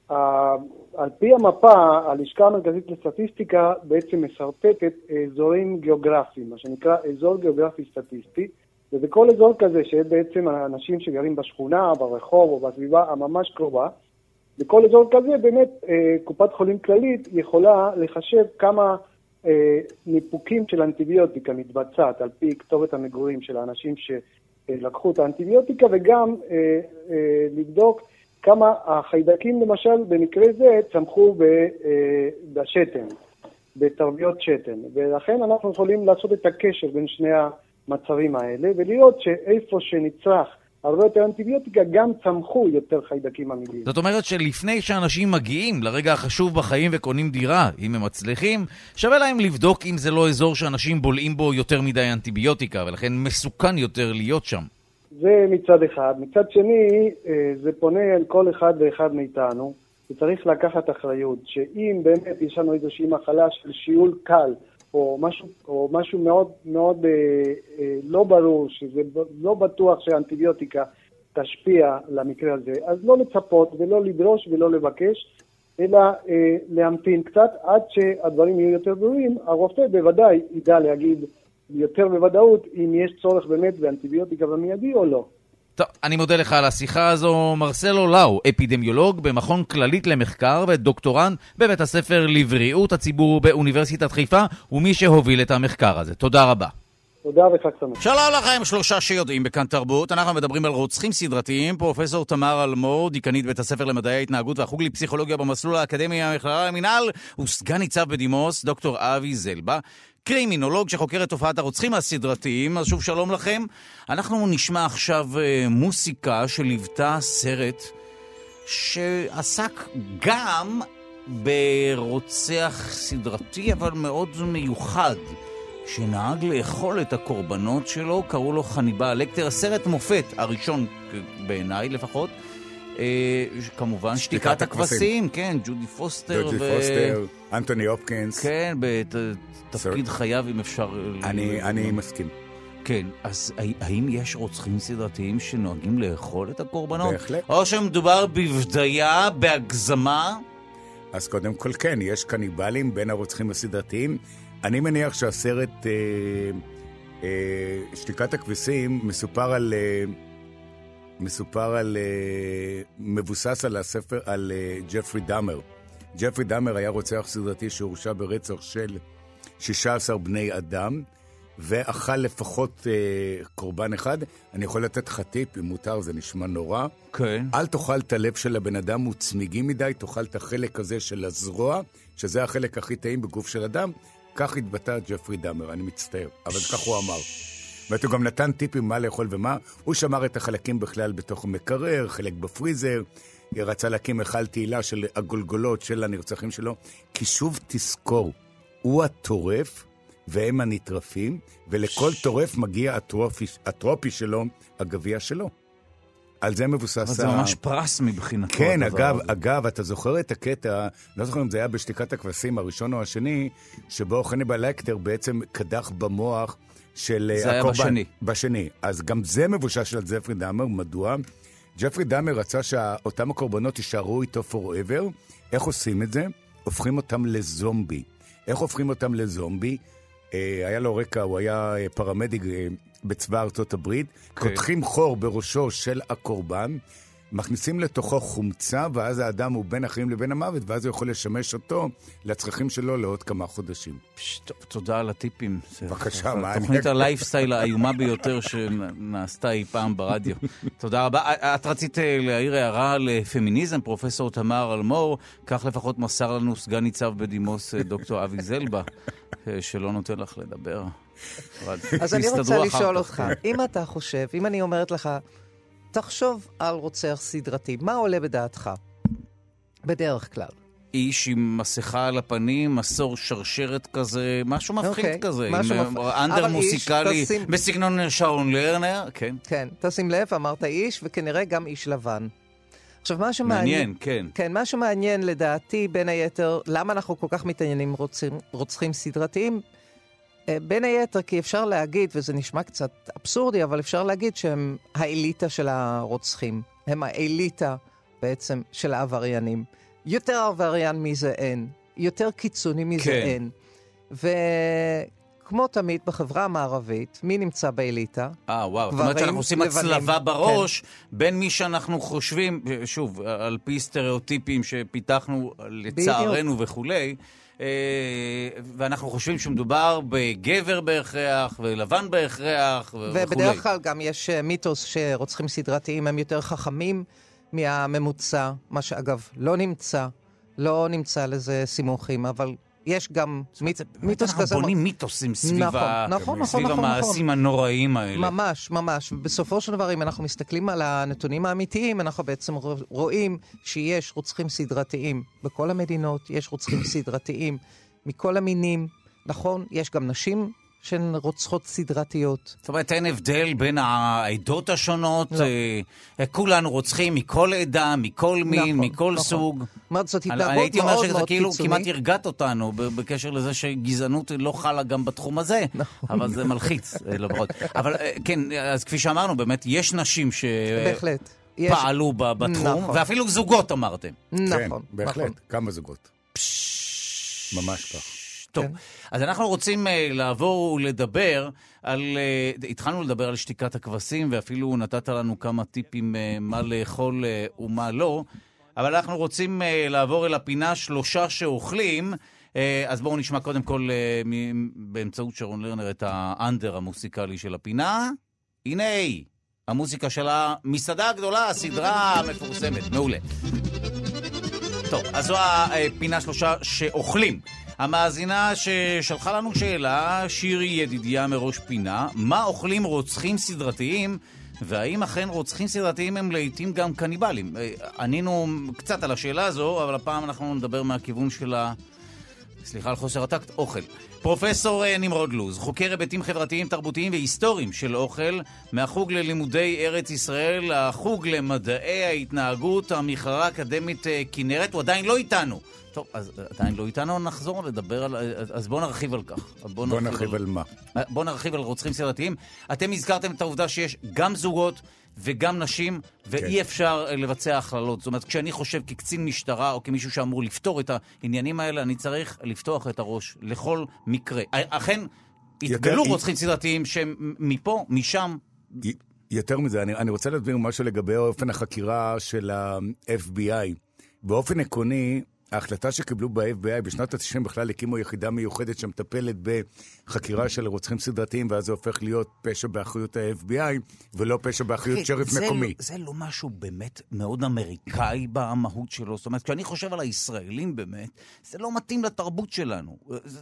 על פי המפה, הלשכה המרכזית לסטטיסטיקה בעצם מסרטטת אזורים גיאוגרפיים, מה שנקרא אזור גיאוגרפי סטטיסטי, ובכל אזור כזה שבעצם האנשים שגרים בשכונה, ברחוב או בסביבה הממש קרובה, בכל אזור כזה באמת קופת חולים כללית יכולה לחשב כמה ניפוקים של אנטיביוטיקה מתבצעת על פי כתובת המגורים של האנשים שלקחו את האנטיביוטיקה, וגם לבדוק כמה החיידקים למשל במקרה זה צמחו בשתן, בתרביות שתן, ולכן אנחנו יכולים לעשות את הקשר בין שני המצבים האלה ולראות שאיפה שנצרך הרבה יותר אנטיביוטיקה גם צמחו יותר חיידקים עמידים. זאת אומרת שלפני שאנשים מגיעים לרגע החשוב בחיים וקונים דירה, אם הם מצליחים, שווה להם לבדוק אם זה לא אזור שאנשים בולעים בו יותר מדי אנטיביוטיקה, ולכן מסוכן יותר להיות שם. זה מצד אחד. מצד שני, זה פונה אל כל אחד ואחד מאיתנו, וצריך לקחת אחריות, שאם באמת יש לנו איזושהי מחלה של שיעול קל, או משהו מאוד מאוד לא ברור, שזה לא בטוח שהאנטיביוטיקה תשפיע למקרה הזה, אז לא לצפות ולא לדרוש ולא לבקש, אלא להמתין קצת עד שהדברים יהיו יותר ברורים. הרופא בוודאי ידע להגיד יותר בוודאות אם יש צורך באמת באנטיביוטיקה במיידי או לא. טוב, אני מודה לך על השיחה הזו. מרסלו לאו, אפידמיולוג במכון כללית למחקר ודוקטורנט בבית הספר לבריאות הציבור באוניברסיטת חיפה, ומי שהוביל את המחקר הזה. תודה רבה. תודה וחג שמח. שלום לכם, שלושה שיודעים בכאן תרבות. אנחנו מדברים על רוצחים סדרתיים. פרופסור תמר אלמור, דיקנית בית הספר למדעי ההתנהגות והחוג לפסיכולוגיה במסלול האקדמי המכללה למינהל, וסגן ניצב בדימוס דוקטור אבי זלבה, קרימינולוג שחוקר את תופעת הרוצחים הסדרתיים. אז שוב שלום לכם. אנחנו נשמע עכשיו מוסיקה שליוותה סרט שעסק גם ברוצח סדרתי אבל מאוד מיוחד, שנהג לאכול את הקורבנות שלו. קראו לו חניבל לקטר. הסרט מופת הראשון בעיניי לפחות, כמובן שתיקת הכבשים, כן, ג'ודי פוסטר אנטוני הופקינס, כן, בתפקיד חייו, אם אפשר. אני מסכים. כן, אז האם יש רוצחים סדרתיים שנוהגים לאכול את הקורבנות? בהחלט. או שמדובר בבדיה, בהגזמה? אז קודם כל כן, יש קניבלים בין הרוצחים הסדרתיים. אני מניח שהסרט שתיקת הכבשים מבוסס על הספר על ג'פרי דאמר. ג'פרי דאמר היה רוצח סדרתי שהורשע ברצח של 16 בני אדם, ואכל לפחות קורבן אחד. אני יכול לתת לך טיפ, אם מותר, זה נשמע נורא. כן. אל תאכל את הלב של הבן אדם, הוא צמיגי מדי, תאכל את החלק הזה של הזרוע, שזה החלק הכי טעים בגוף של אדם. כך התבטא ג'פרי דאמר, אני מצטער, אבל כך הוא אמר. ואתה גם נתן טיפים מה לאכול ומה. הוא שמר את החלקים בכלל בתוך המקרר, חלק בפריזר, רצה להקים היכל תהילה של הגולגולות של הנרצחים שלו, כי שוב תזכור, הוא הטורף והם הנטרפים, ולכל טורף מגיע הטרופי שלו, הגביע שלו. על זה מבוסס... אבל זה ממש פרס מבחינתו. כן, אגב, אתה זוכר את הקטע, לא זוכר אם זה היה בשתיקת הכבשים הראשון או השני, שבו חניבל לקטר בעצם קדח במוח של זה הקורבן. היה בשני. אז גם זה מבושש של ג'פרי דאמר. מדוע? ג'פרי דאמר רצה שאותם הקורבנות יישארו איתו forever. איך עושים את זה? הופכים אותם לזומבי. איך הופכים אותם לזומבי? היה לו רקע, הוא היה פרמדיק בצבא ארצות הברית, קותחים חור בראשו של הקורבן, מכניסים לתוכו חומצה, ואז האדם הוא בין החיים לבין המוות, ואז הוא יכול לשמש אותו לצרכים שלו לעוד כמה חודשים. תודה על הטיפים. בבקשה, מה אני... תוכנית הלייפסטייל האיומה ביותר שנעשתה אי פעם ברדיו. תודה רבה. את רצית להעיר הערה לפמיניזם, פרופסור תמר אלמור, כך לפחות מסר לנו סגן ניצב בדימוס דוקטור אבי זלבה, שלא נותן לך לדבר. אז אני רוצה לשאול אותך, אם אתה חושב, אם אני אומרת לך, תחשוב על רוצח סדרתי, מה עולה בדעתך? בדרך כלל. איש עם מסכה על הפנים, מסור שרשרת כזה, משהו מפחיד כזה, עם אנדר מוסיקלי, בסגנון שרון לרנר, כן. כן, תשים לב, אמרת איש, וכנראה גם איש לבן. עכשיו, מה שמעניין, כן, מה שמעניין לדעתי, בין היתר, למה אנחנו כל כך מתעניינים רוצחים סדרתיים? בין היתר, כי אפשר להגיד, וזה נשמע קצת אבסורדי, אבל אפשר להגיד שהם האליטה של הרוצחים. הם האליטה בעצם של העבריינים. יותר עבריין מזה אין. יותר קיצוני מזה אין. וכמו תמיד בחברה המערבית, מי נמצא באליטה? וואו. זאת אומרת שאנחנו עושים הצלבה בראש בין מי שאנחנו חושבים, שוב, על פי סטריאוטיפים שפיתחנו לצערנו וכולי, ואנחנו חושבים שמדובר בגבר בהכרח, ולבן בהכרח, וכולי. ובדרך כלל גם יש מיתוס שרוצחים סדרתיים הם יותר חכמים מהממוצע, מה שאגב לא נמצא לזה סימוכים, אבל יש גם מיתוס כזה. אנחנו בונים מיתוסים סביב המעשים הנוראים האלה. ממש. בסופו של דבר, אם אנחנו מסתכלים על הנתונים האמיתיים, אנחנו בעצם רואים שיש רוצחים סדרתיים בכל המדינות, יש רוצחים סדרתיים מכל המינים, נכון? יש גם נשים שהן רוצחות סדרתיות. זאת אומרת, אין הבדל בין העדות השונות, כולנו רוצחים מכל עדה, מכל מין, מכל סוג. זאת התנהגות מאוד מאוד קיצונית. הייתי אומר שזה כאילו כמעט הרגעת אותנו, בקשר לזה שגזענות לא חלה גם בתחום הזה, אבל זה מלחיץ, לפחות. אבל כן, אז כפי שאמרנו, באמת, יש נשים שפעלו בתחום, ואפילו זוגות אמרתם. כן, בהחלט, כמה זוגות. ממש כך. טוב, אז אנחנו רוצים לעבור ולדבר על, התחלנו לדבר על שתיקת הכבשים, ואפילו נתת לנו כמה טיפים מה לאכול ומה לא, אבל אנחנו רוצים לעבור אל הפינה שלושה שאוכלים, אז בואו נשמע קודם כל באמצעות שרון לרנר את האנדר המוסיקלי של הפינה. הנה המוסיקה של המסעדה הגדולה, הסדרה המפורסמת, מעולה. טוב, אז זו הפינה שלושה שאוכלים. המאזינה ששלחה לנו שאלה, שירי ידידיה מראש פינה, מה אוכלים רוצחים סדרתיים, והאם אכן רוצחים סדרתיים הם לעתים גם קניבלים? ענינו קצת על השאלה הזו, אבל הפעם אנחנו נדבר מהכיוון של סליחה על חוסר הטקט, אוכל. פרופסור נמרוד לוז, חוקר היבטים חברתיים, תרבותיים והיסטוריים של אוכל, מהחוג ללימודי ארץ ישראל, החוג למדעי ההתנהגות, המכללה האקדמית כנרת, הוא עדיין לא איתנו. טוב, אז עדיין לא איתנו, נחזור לדבר על... אז בואו נרחיב על כך. בואו נרחיב על מה? בואו נרחיב על רוצחים סדרתיים. אתם הזכרתם את העובדה שיש גם זוגות וגם נשים, ואי אפשר לבצע הכללות. זאת אומרת, כשאני חושב כקצין משטרה או כמישהו שאמור לפתור את העניינים האלה, אני צריך לפתוח את הראש לכל מקרה. אכן, התגלו רוצחים סדרתיים שהם מפה, משם... יותר מזה, אני רוצה להסביר משהו לגבי אופן החקירה של ה-FBI. באופן עקרוני, ההחלטה שקיבלו ב-FBI בשנת ה-90 בכלל הקימו יחידה מיוחדת שמטפלת בחקירה של רוצחים סדרתיים, ואז זה הופך להיות פשע באחריות ה-FBI, ולא פשע באחריות שריף מקומי. זה לא משהו באמת מאוד אמריקאי במהות שלו. זאת אומרת, כשאני חושב על הישראלים באמת, זה לא מתאים לתרבות שלנו.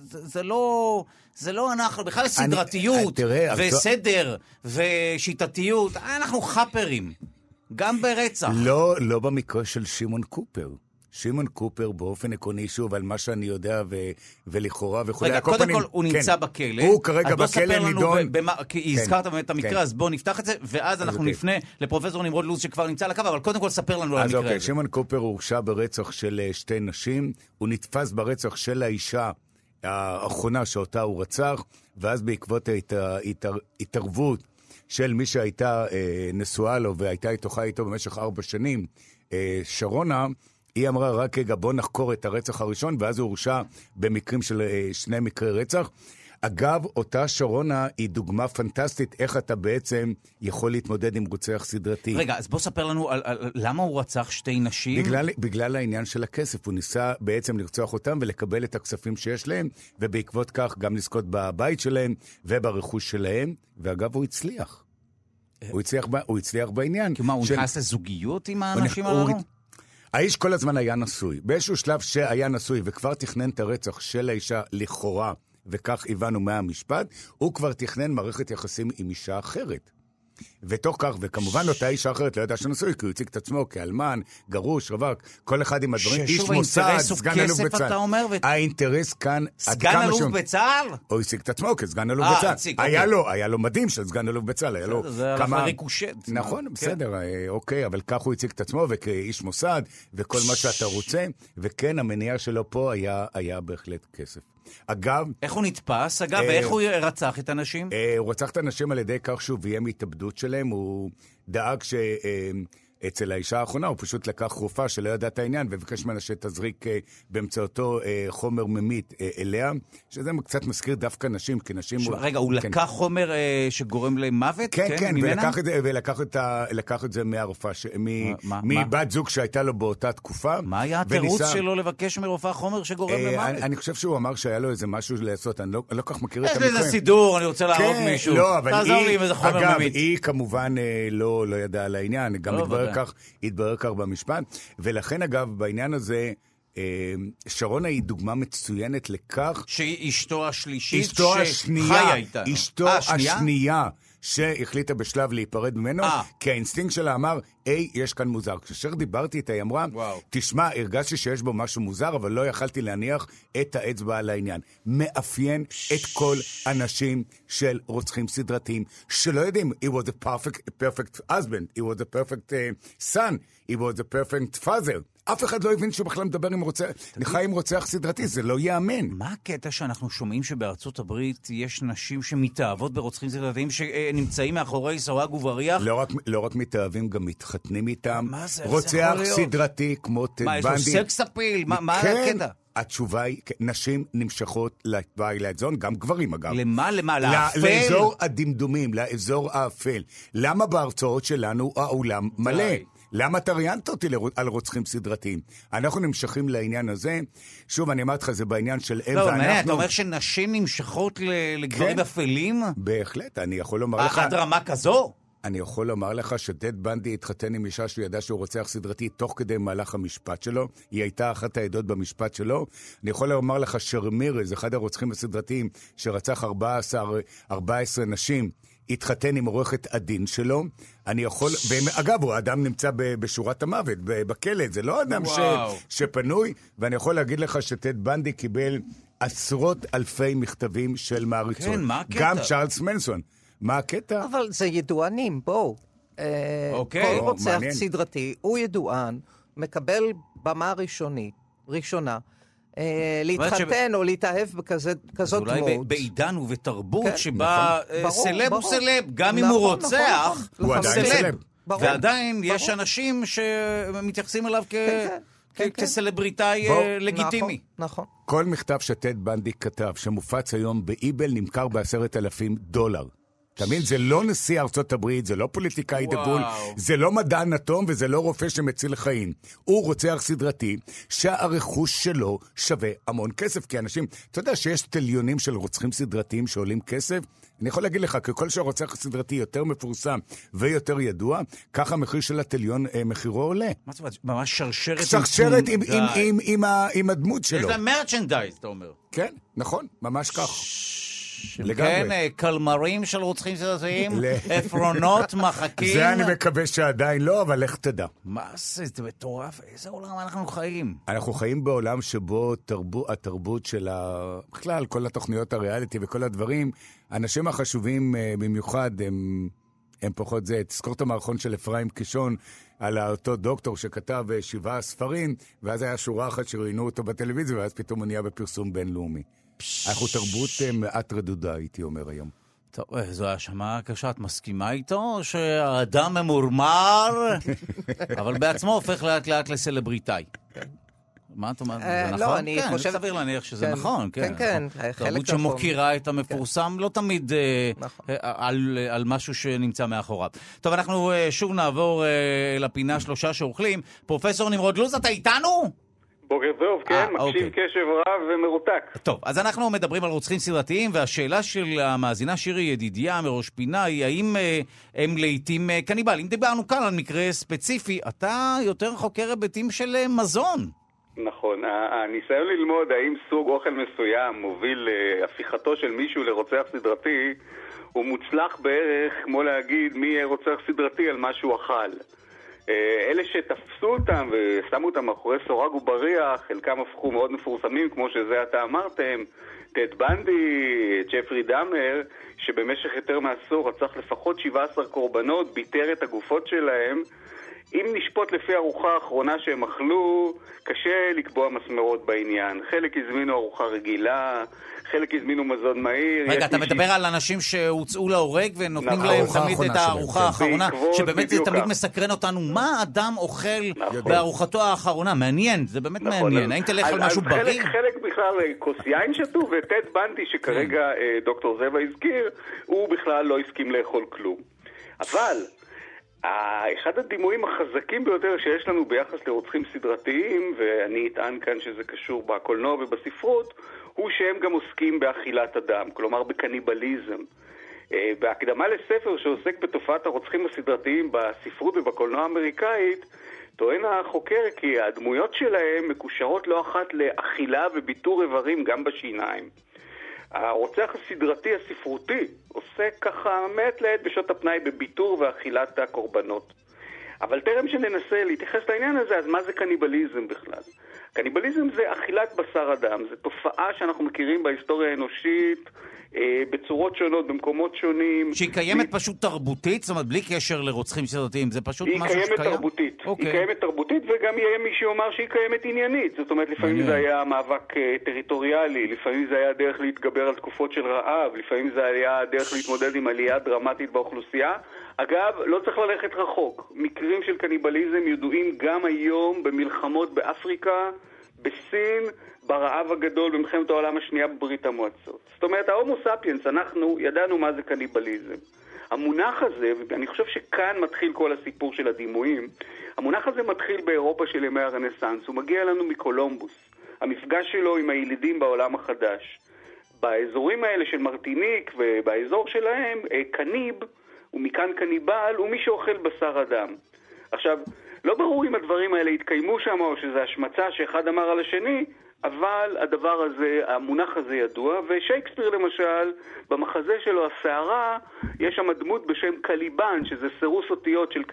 זה לא אנחנו, בכלל סדרתיות וסדר ושיטתיות. אנחנו חפרים, גם ברצח. לא במקרה של שמעון קופר. שמעון קופר באופן עקרוני, שוב, על מה שאני יודע ולכאורה וכו'. רגע, קודם כל הוא נמצא בכלא. הוא כרגע בכלא נידון. כי הזכרת באמת את המקרה, אז בואו נפתח את זה, ואז אנחנו נפנה לפרופסור נמרוד לוז שכבר נמצא על הקו, אבל קודם כל ספר לנו על המקרה הזה. אז אוקיי, שמעון קופר הורשע ברצח של שתי נשים, הוא נתפס ברצח של האישה האחרונה שאותה הוא רצח, ואז בעקבות ההתערבות של מי שהייתה נשואה לו והייתה איתו איתו במשך 4 שנים, שרונה, היא אמרה רק רגע בוא נחקור את הרצח הראשון, ואז הוא הורשע במקרים של 2 מקרי רצח. אגב, אותה שרונה היא דוגמה פנטסטית איך אתה בעצם יכול להתמודד עם רוצח סדרתי. רגע, אז בוא ספר לנו למה הוא רצח 2 נשים? בגלל העניין של הכסף. הוא ניסה בעצם לרצוח אותם ולקבל את הכספים שיש להם, ובעקבות כך גם לזכות בבית שלהם וברכוש שלהם, ואגב הוא הצליח. הוא הצליח בעניין. כלומר, הוא נכנס לזוגיות עם האנשים הללו? האיש כל הזמן היה נשוי. באיזשהו שלב שהיה נשוי וכבר תכנן את הרצח של האישה לכאורה, וכך הבנו מהמשפט, הוא כבר תכנן מערכת יחסים עם אישה אחרת. ותוך כך, וכמובן אותה אישה אחרת לא ידעה שנשוי, כי הוא הציג את עצמו כאלמן, גרוש, רווק, כל אחד עם הדברים, איש מוסד, סגן אלוף בצה"ל. האינטרס כאן... סגן אלוף בצה"ל? הוא הציג את עצמו כסגן אלוף בצה"ל. היה לו מדים של סגן אלוף בצה"ל, היה לו זה כמה... ריקושט. נכון, בסדר, אוקיי, אבל כך הוא הציג את עצמו, וכאיש מוסד, וכל מה שאתה רוצה, וכן, המניע שלו פה היה בהחלט כסף. אגב... איך הוא נתפס? אגב, ואיך הוא רצח את האנשים? הוא רצח את האנשים על ידי כך שהוא ביים התאבדות שלהם, הוא דאג אצל האישה האחרונה הוא פשוט לקח רופאה שלא ידע את העניין, ובקש ממנה שתזריק באמצעותו חומר ממית אליה, שזה קצת מזכיר דווקא נשים, כי נשים... רגע, הוא לקח חומר שגורם למוות? כן, ולקח את זה מהרופאה, מבת זוג שהייתה לו באותה תקופה. מה היה התירוץ שלו לבקש מרופאה חומר שגורם למוות? אני חושב שהוא אמר שהיה לו איזה משהו לעשות, אני לא כך מכיר את המקרה. יש לזה סידור, אני רוצה להרוג מישהו. תעזור לי עם איזה חומר ממית. אגב, היא כמובן לא ידעה על העניין, גם התברר כך במשפט, ולכן אגב בעניין הזה שרונה היא דוגמה מצוינת לכך שהיא אשתו השלישית שחיה איתנו. אשתו השנייה שהחליטה בשלב להיפרד ממנו, כי האינסטינקט שלה אמר, יש כאן מוזר. כאשר דיברתי איתה, היא אמרה, תשמע, הרגשתי שיש בו משהו מוזר, אבל לא יכלתי להניח את האצבע על העניין. מאפיין את כל אנשים של רוצחים סדרתיים, שלא יודעים, he was a perfect husband, he was a perfect son, he was a perfect father. אף אחד לא הבין שהוא בכלל מדבר עם רוצח סדרתי, זה לא יאמן. מה הקטע שאנחנו שומעים שבארצות הברית יש נשים שמתאהבות ברוצחים סדרתיים שנמצאים מאחורי סורג ובריח? לא רק מתאהבים, גם מתחתנים איתם. מה זה? רוצח סדרתי כמו טד בנדי. מה, יש לו סקס אפיל? מה הקטע? התשובה היא, נשים נמשכות לבית זון, גם גברים אגב. למה? לאפל? לאזור הדמדומים, לאזור האפל. למה בהרצאות שלנו האולם מלא? למה אתה ראיינת אותי על רוצחים סדרתיים? אנחנו נמשכים לעניין הזה. שוב, אני אמרתי לך, זה בעניין של הם ואנחנו... לא, אתה אומר שנשים נמשכות לגברים אפלים? בהחלט, אני יכול לומר לך... עד רמה כזו? אני יכול לומר לך שטד בנדי התחתן עם אישה שהוא ידע שהוא רוצח סדרתי תוך כדי מהלך המשפט שלו. היא הייתה אחת העדות במשפט שלו. אני יכול לומר לך שרמירז, אחד הרוצחים הסדרתיים שרצח 14 נשים, התחתן עם עורכת הדין שלו. אני יכול, אגב, הוא האדם נמצא בשורת המוות, בכלא, זה לא אדם שפנוי, ואני יכול להגיד לך שטד בנדי קיבל עשרות אלפי מכתבים של מעריצות. כן, מה הקטע? גם צ'ארלס מנסון. מה הקטע? אבל זה ידוענים, בואו. כל רוצח סדרתי הוא ידוען, מקבל במה ראשונה, להתחתן או להתאהב בכזאת דמות. אולי בעידן ובתרבות שבה סלב הוא סלב, גם אם הוא רוצח, הוא עדיין סלב. ועדיין יש אנשים שמתייחסים אליו כסלבריטאי לגיטימי. נכון. כל מכתב שטד בנדי כתב שמופץ היום באיבל נמכר $10,000. תמיד, זה לא נשיא ארצות הברית, זה לא פוליטיקאי דגול, זה לא מדען אטום וזה לא רופא שמציל חיים. הוא רוצח סדרתי שהרכוש שלו שווה המון כסף, כי אנשים, אתה יודע שיש טליונים של רוצחים סדרתיים שעולים כסף? אני יכול להגיד לך, ככל שהרוצח הסדרתי יותר מפורסם ויותר ידוע, ככה המחיר של הטליון מחירו עולה. מה זאת אומרת? ממש שרשרת עם הדמות שלו. יש לה מרצ'נדייז, אתה אומר. כן, נכון, ממש כך. כן, קלמרים של רוצחים סדרתיים, עפרונות, מחקים. זה אני מקווה שעדיין לא, אבל איך תדע. מה זה? זה מטורף. איזה עולם אנחנו חיים? אנחנו חיים בעולם שבו התרבות של בכלל, כל התוכניות הריאליטי וכל הדברים, האנשים החשובים במיוחד הם פחות זה. תזכור את המערכון של אפרים קישון על אותו דוקטור שכתב 7 ספרים, ואז היה שורה אחת שראיינו אותו בטלוויזיה, ואז פתאום הוא נהיה בפרסום בינלאומי. אנחנו תרבות מעט רדודה, הייתי אומר היום. טוב, זו האשמה קשה, את מסכימה איתו? שהאדם ממורמר, אבל בעצמו הופך לאט לאט לסלבריטאי. מה את אומרת? זה נכון? לא, אני חושב... סביר להניח שזה נכון, כן. כן, תרבות שמוכירה את המפורסם, לא תמיד על משהו שנמצא מאחוריו. טוב, אנחנו שוב נעבור לפינה 3 שאוכלים. פרופסור נמרוד לוז, אתה איתנו? בוקר טוב, כן, מקשיב קשב רב ומרותק. טוב, אז אנחנו מדברים על רוצחים סדרתיים, והשאלה של המאזינה שירי ידידיה מראש פינה היא האם הם לעתים קניבלים. דיברנו כאן על מקרה ספציפי, אתה יותר חוקר היבטים של מזון. נכון, הניסיון ללמוד האם סוג אוכל מסוים מוביל להפיכתו של מישהו לרוצח סדרתי הוא מוצלח בערך כמו להגיד מי יהיה רוצח סדרתי על מה שהוא אכל. אלה שתפסו אותם ושמו אותם מאחורי סורג ובריח, חלקם הפכו מאוד מפורסמים, כמו שזה אתה אמרתם, טד בנדי, ג'פרי דאמר, שבמשך יותר מעשור רצח לפחות 17 קורבנות, ביטר את הגופות שלהם. אם נשפוט לפי ארוחה האחרונה שהם אכלו, קשה לקבוע מסמרות בעניין. חלק הזמינו ארוחה רגילה, חלק הזמינו מזון מהיר. רגע, אתה מדבר על אנשים שהוצאו להורג ונותנים להם תמיד את הארוחה האחרונה, שבאמת זה תמיד מסקרן אותנו, מה אדם אוכל בארוחתו האחרונה? מעניין, זה באמת מעניין. האם תלך על משהו בריא? חלק בכלל כוס יין שתו, וטד בנדי שכרגע דוקטור זבה הזכיר, הוא בכלל לא הסכים לאכול כלום. אבל אחד הדימויים החזקים ביותר שיש לנו ביחס לרוצחים סדרתיים, ואני אטען כאן שזה קשור בקולנוע ובספרות, הוא שהם גם עוסקים באכילת אדם, כלומר בקניבליזם. בהקדמה לספר שעוסק בתופעת הרוצחים הסדרתיים בספרות ובקולנוע האמריקאית, טוען החוקר כי הדמויות שלהם מקושרות לא אחת לאכילה וביטור איברים גם בשיניים. הרוצח הסדרתי הספרותי עוסק ככה מעת לעת בשעות הפנאי בביטור ואכילת הקורבנות. אבל טרם שננסה להתייחס לעניין הזה, אז מה זה קניבליזם בכלל? קניבליזם זה אכילת בשר אדם, זה תופעה שאנחנו מכירים בהיסטוריה האנושית בצורות שונות, במקומות שונים. שהיא קיימת פשוט תרבותית? זאת אומרת, בלי קשר לרוצחים סדרתיים, זה פשוט משהו שקיים? היא קיימת תרבותית. היא קיימת תרבותית, וגם יהיה מי שאומר שהיא קיימת עניינית. זאת אומרת, לפעמים זה היה מאבק טריטוריאלי, לפעמים זה היה דרך להתגבר על תקופות של רעב, לפעמים זה היה דרך להתמודד עם עלייה דרמטית באוכלוסייה. אגב, לא צריך ללכת רחוק. מקרים של קניבליזם ידועים גם היום במלחמות באפריקה, בסין, ברעב הגדול במלחמת העולם השנייה בברית המועצות. זאת אומרת, ההומו ספיאנס, אנחנו ידענו מה זה קניבליזם. המונח הזה, ואני חושב שכאן מתחיל כל הסיפור של הדימויים, המונח הזה מתחיל באירופה של ימי הרנסנס, הוא מגיע לנו מקולומבוס, המפגש שלו עם הילידים בעולם החדש. באזורים האלה של מרטיניק ובאזור שלהם, קניב, ומכאן קניבל, הוא מי שאוכל בשר אדם. עכשיו, לא ברור אם הדברים האלה התקיימו שם או שזה השמצה שאחד אמר על השני, אבל הדבר הזה, המונח הזה ידוע, ושייקספיר למשל, במחזה שלו, הסערה, יש שם דמות בשם קליבן, שזה סירוס אותיות של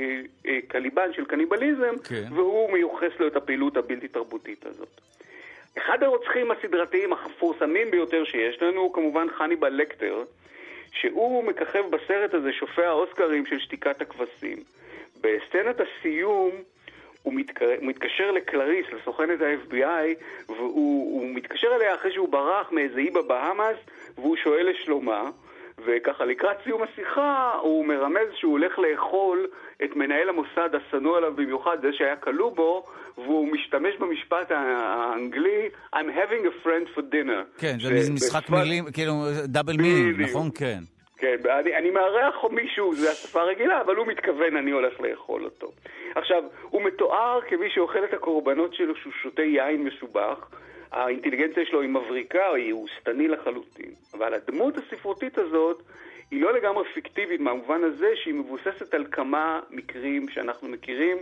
קליבן של קניבליזם, כן. והוא מיוחס לו את הפעילות הבלתי תרבותית הזאת. אחד הרוצחים הסדרתיים המפורסמים ביותר שיש לנו, הוא כמובן חניבל לקטר, שהוא מככב בסרט הזה, שופע האוסקרים של שתיקת הכבשים. בסצנת הסיום, הוא מתקשר לקלריס, לסוכנת ה-FBI, והוא מתקשר אליה אחרי שהוא ברח מאיזה אי בבהאמאס, והוא שואל לשלומה, וככה לקראת סיום השיחה, הוא מרמז שהוא הולך לאכול את מנהל המוסד השנוא עליו במיוחד, זה שהיה כלוא בו, והוא משתמש במשפט האנגלי, I'm having a friend for dinner. כן, זה משחק מילים, כאילו דאבל מילים, נכון? כן. כן, אני מארח או מישהו, זה השפה רגילה, אבל הוא מתכוון, אני הולך לאכול אותו. עכשיו, הוא מתואר כמי שאוכל את הקורבנות שלו, שהוא שותה יין משובח, האינטליגנציה שלו היא מבריקה, הוא סתני לחלוטין. אבל הדמות הספרותית הזאת היא לא לגמרי פיקטיבית, מהמובן הזה שהיא מבוססת על כמה מקרים שאנחנו מכירים,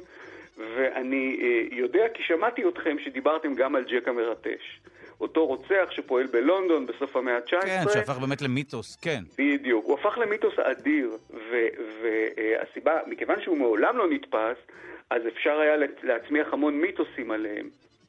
ואני יודע כי שמעתי אתכם שדיברתם גם על ג'ק המרטש. אותו רוצח שפועל בלונדון בסוף המאה ה-19. כן, שהפך באמת למיתוס, כן. בדיוק, הוא הפך למיתוס אדיר, והסיבה, מכיוון שהוא מעולם לא נתפס, אז אפשר היה להצמיח המון מיתוסים עליהם.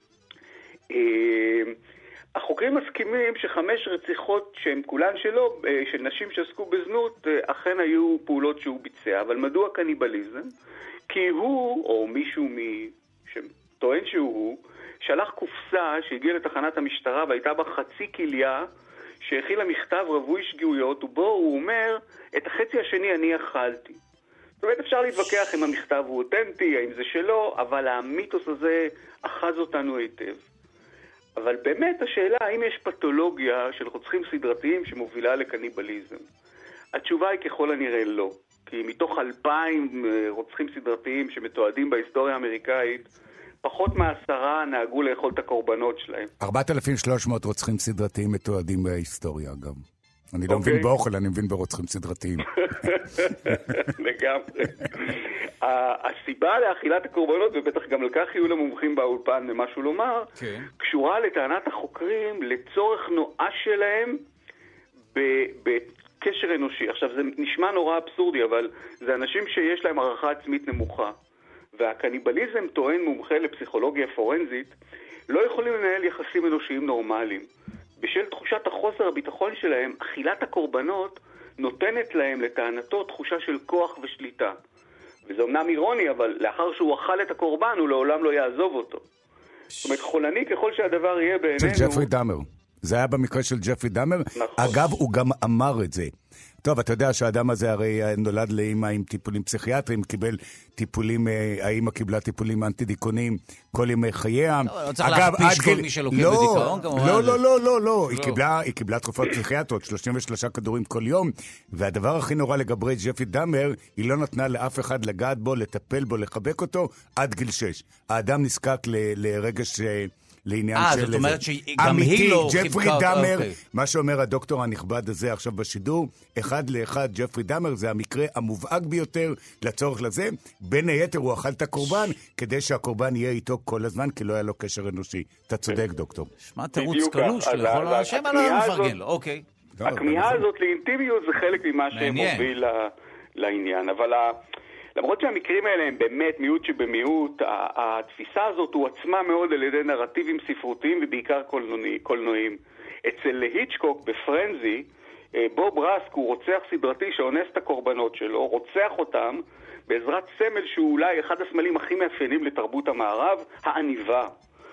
החוקרים מסכימים ש5 רציחות שהן כולן שלו, של נשים שעסקו בזנות, אכן היו פעולות שהוא ביצע, אבל מדוע קניבליזם? כי הוא, או מישהו שטוען שהוא, שלח קופסה שהגיעה לתחנת המשטרה והייתה בה חצי כליה שהכילה מכתב רווי שגיאויות, ובו הוא אומר, את החצי השני אני אכלתי. זאת אומרת, אפשר להתווכח אם המכתב הוא אותנטי, האם זה שלו, אבל המיתוס הזה אחז אותנו היטב. אבל באמת השאלה, האם יש פתולוגיה של רוצחים סדרתיים שמובילה לקניבליזם? התשובה היא ככל הנראה לא. כי מתוך 2,000 רוצחים סדרתיים שמתועדים בהיסטוריה האמריקאית, פחות מ10 נהגו לאכול את הקורבנות שלהם. 4,300 רוצחים סדרתיים מתועדים בהיסטוריה גם. אני לא מבין באוכל, אני מבין ברוצחים סדרתיים. לגמרי. הסיבה לאכילת הקורבנות, ובטח גם לכך יהיו למומחים באולפן למשהו לומר, קשורה לטענת החוקרים לצורך נואש שלהם קשר אנושי. עכשיו, זה נשמע נורא אבסורדי, אבל זה אנשים שיש להם הערכה עצמית נמוכה. והקניבליזם, טוען מומחה לפסיכולוגיה פורנזית, לא יכולים לנהל יחסים אנושיים נורמליים. בשל תחושת החוסר הביטחון שלהם, אכילת הקורבנות נותנת להם לטענתו תחושה של כוח ושליטה. וזה אומנם אירוני, אבל לאחר שהוא אכל את הקורבן, הוא לעולם לא יעזוב אותו. זאת אומרת, חולני ככל שהדבר יהיה בעינינו... של ג'פרי דאמר. זה היה במקרה של ג'פרי דאמר. נכון. אגב, הוא גם אמר את זה. טוב, אתה יודע שהאדם הזה הרי נולד לאמא עם טיפולים פסיכיאטריים, קיבל טיפולים, האמא קיבלה טיפולים אנטי-דיכאוניים כל ימי חייה. לא צריך להכפיש כל מי שלוקח בדיכאון, כמובן. לא. היא קיבלה תרופות פסיכיאטריות, 33 כדורים כל יום, והדבר הכי נורא לגבי ג'פרי דאמר, היא לא נתנה לאף אחד לגעת בו, לטפל בו, לחבק אותו, עד גיל 6. האדם נזקק לרגש... לעניין של... זאת אומרת שגם היא לא חיבקה... ג'פרי דאמר, מה שאומר הדוקטור הנכבד הזה עכשיו בשידור, אחד לאחד ג'פרי דאמר, זה המקרה המובהק ביותר לצורך לזה. בין היתר הוא אכל את הקורבן, כדי שהקורבן יהיה איתו כל הזמן, כי לא היה לו קשר אנושי. אתה צודק, דוקטור. שמע, תירוץ קלוש לכל השם, אני לא מפרגן לו, אוקיי. הכמיהה הזאת לאינטימיות זה חלק ממה שמוביל לעניין, אבל... למרות שהמקרים האלה הם באמת מיעוט שבמיעוט, התפיסה הזאת הועצמה מאוד על ידי נרטיבים ספרותיים ובעיקר קולנועים. אצל היצ'קוק בפרנזי, בוב רסק הוא רוצח סדרתי שאונס את הקורבנות שלו, רוצח אותם בעזרת סמל שהוא אולי אחד הסמלים הכי מאפיינים לתרבות המערב, העניבה.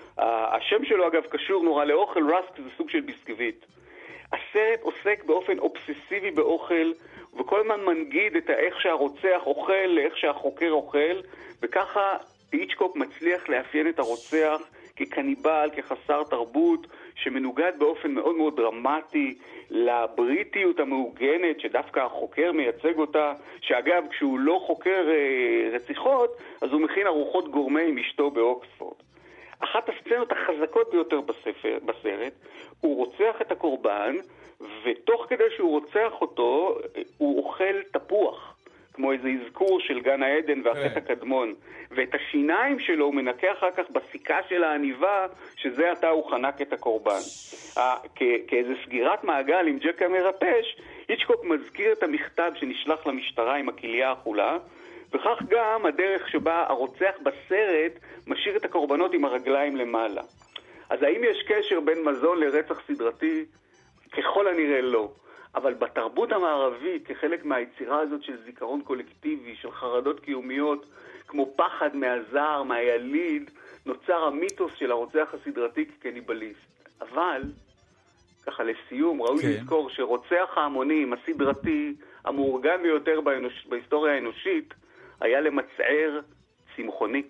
השם שלו אגב קשור נורא לאוכל, רסק זה סוג של ביסקוויט. הסרט עוסק באופן אובססיבי באוכל, וכל הזמן מנגיד את איך שהרוצח אוכל, לאיך שהחוקר אוכל, וככה היצ'קוק מצליח לאפיין את הרוצח כקניבל, כחסר תרבות, שמנוגד באופן מאוד מאוד דרמטי לבריטיות המעוגנת, שדווקא החוקר מייצג אותה, שאגב, כשהוא לא חוקר רציחות, אז הוא מכין ארוחות גורמה עם אשתו באוקספורד. אחת הסצנות החזקות ביותר בסרט, הוא רוצח את הקורבן, ותוך כדי שהוא רוצח אותו, הוא אוכל תפוח, כמו איזה אזכור של גן העדן והחטא הקדמון. ואת השיניים שלו הוא מנקה אחר כך בסיכה של העניבה, שזה עתה הוא חנק את הקורבן. כאיזה סגירת מעגל עם ג'ק המרפש, היצ'קוק מזכיר את המכתב שנשלח למשטרה עם הכליה האכולה, וכך גם הדרך שבה הרוצח בסרט משאיר את הקורבנות עם הרגליים למעלה. אז האם יש קשר בין מזון לרצח סדרתי? ככל הנראה לא. אבל בתרבות המערבית, כחלק מהיצירה הזאת של זיכרון קולקטיבי, של חרדות קיומיות, כמו פחד מהזר, מהיליד, נוצר המיתוס של הרוצח הסדרתי כקניבליסט. אבל, ככה לסיום, ראוי לזכור שרוצח ההמונים, הסדרתי, המאורגן ביותר בהיסטוריה האנושית, היה למצער צמחוני.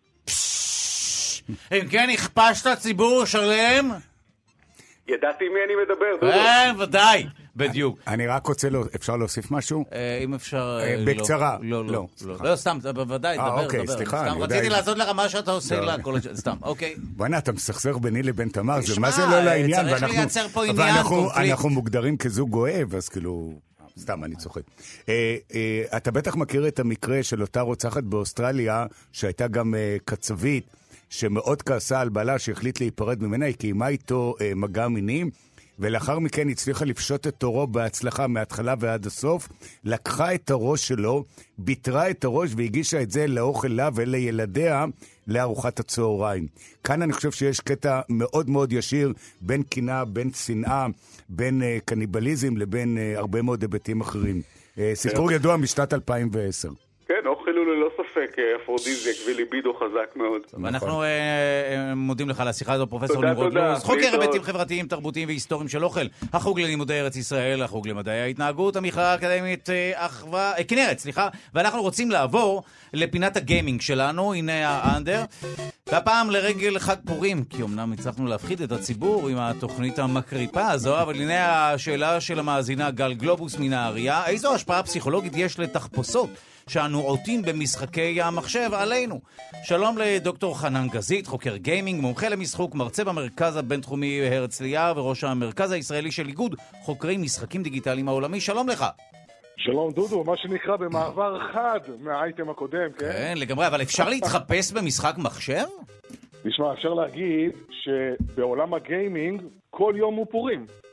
אם כן, הכפשת ציבור שלם? ידעתי מי אני מדבר, ודאי, בדיוק. אני רק רוצה, אפשר להוסיף משהו? אם אפשר... בקצרה. לא, סתם, בוודאי, דבר. אוקיי, סליחה. רציתי לעשות לך מה שאתה עושה לה, סתם, אוקיי. בוא'נה, אתה מסכסך ביני לבין תמר, מה זה לא לעניין? צריך לייצר פה עניין קונפליקט. אנחנו מוגדרים כזוג אוהב, אז כאילו... סתם, אני צוחק. אתה בטח מכיר את המקרה של אותה רוצחת באוסטרליה, שהייתה גם קצבית, שמאוד כעסה על בעלה שהחליט להיפרד ממנה, היא קיימה איתו מגע מיני, ולאחר מכן הצליחה לפשוט את תורו בהצלחה מההתחלה ועד הסוף, לקחה את הראש שלו, ביטרה את הראש והגישה את זה לאוכל לה ולילדיה לארוחת הצהריים. כאן אני חושב שיש קטע מאוד מאוד ישיר בין קנאה, בין שנאה, בין קניבליזם לבין הרבה מאוד היבטים אחרים. סיפור ידוע משנת 2010. כן, אוכל הוא ללא ספק אפרודיזיאק וליבידו חזק מאוד. ואנחנו מודים לך על השיחה הזו, פרופסור נמרוד לוז, חוקר היבטים חברתיים, תרבותיים והיסטוריים של אוכל, החוג ללימודי ארץ ישראל, החוג למדעי ההתנהגות, המכללה האקדמית כנרת, ואנחנו רוצים לעבור לפינת הגיימינג שלנו, הנה האנדר, והפעם לרגל חג פורים, כי אמנם הצלחנו להפחיד את הציבור עם התוכנית המקריפה הזו, אבל הנה השאלה של המאזינה גל גלובוס מנהריה, איזו השפעה פסיכולוגית יש לתחפושות שאנו עוטים במשחקי המחשב עלינו? שלום לדוקטור חנן גזית, חוקר גיימינג, מומחה למשחוק, מרצה במרכז הבינתחומי הרצליה וראש המרכז הישראלי של איגוד חוקרי משחקים דיגיטליים העולמי. שלום לך. שלום דודו, מה שנקרא במעבר חד מהאייטם הקודם, כן? כן, לגמרי, אבל אפשר להתחפש במשחק מחשב? נשמע, אפשר להגיד שבעולם הגיימינג כל יום הוא פורים.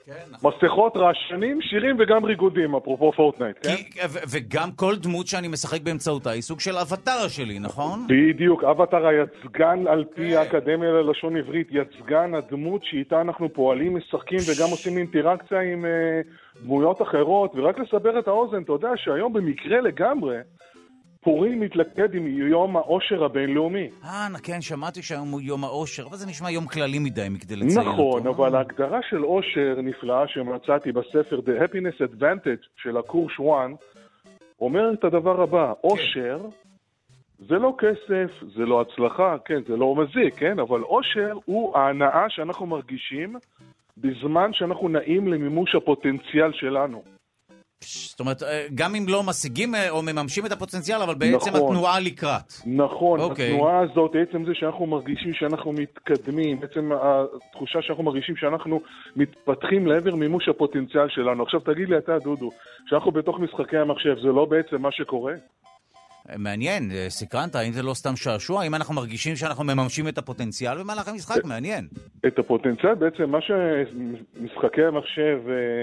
מסכות, רעשנים, שירים וגם ריגודים, אפרופו פורטנייט, כן? וגם כל דמות שאני משחק באמצעותה היא סוג של אבטר שלי, נכון? בדיוק, אבטר היצגן על פי האקדמיה ללשון עברית, יצגן הדמות שאיתה אנחנו פועלים, משחקים וגם עושים אינטראקציה עם דמויות אחרות, ורק לסבר את האוזן, אתה יודע שהיום במקרה לגמרי, פורים מתלכד עם יום האושר הבינלאומי. כן, שמעתי שהיום הוא יום האושר, אבל זה נשמע יום כללי מדי מכדי לציין אותו. נכון, אבל ההגדרה של אושר נפלאה שמצאתי בספר The Happiness Advantage של הקורס 1, אומר את הדבר הבא, אושר זה לא כסף, זה לא הצלחה, כן, זה לא מזיק, כן, אבל אושר הוא ההנאה שאנחנו מרגישים בזמן שאנחנו נעים למימוש הפוטנציאל שלנו. זאת אומרת, גם אם לא משיגים או מממשים את הפוטנציאל, אבל בעצם התנועה לקראת. נכון, התנועה הזאת, בעצם זה שאנחנו מרגישים שאנחנו מתקדמים, בעצם התחושה שאנחנו מרגישים שאנחנו מתפתחים לעבר מימוש הפוטנציאל שלנו. עכשיו תגיד לי אתה, דודו, שאנחנו בתוך משחקי המחשב, זה לא בעצם מה שקורה? מעניין, סקרנת, האם זה לא סתם שעשוע? האם אנחנו מרגישים שאנחנו מממשים את הפוטנציאל במהלך המשחק? מעניין. את הפוטנציאל בעצם, מה שמשחקי המחשב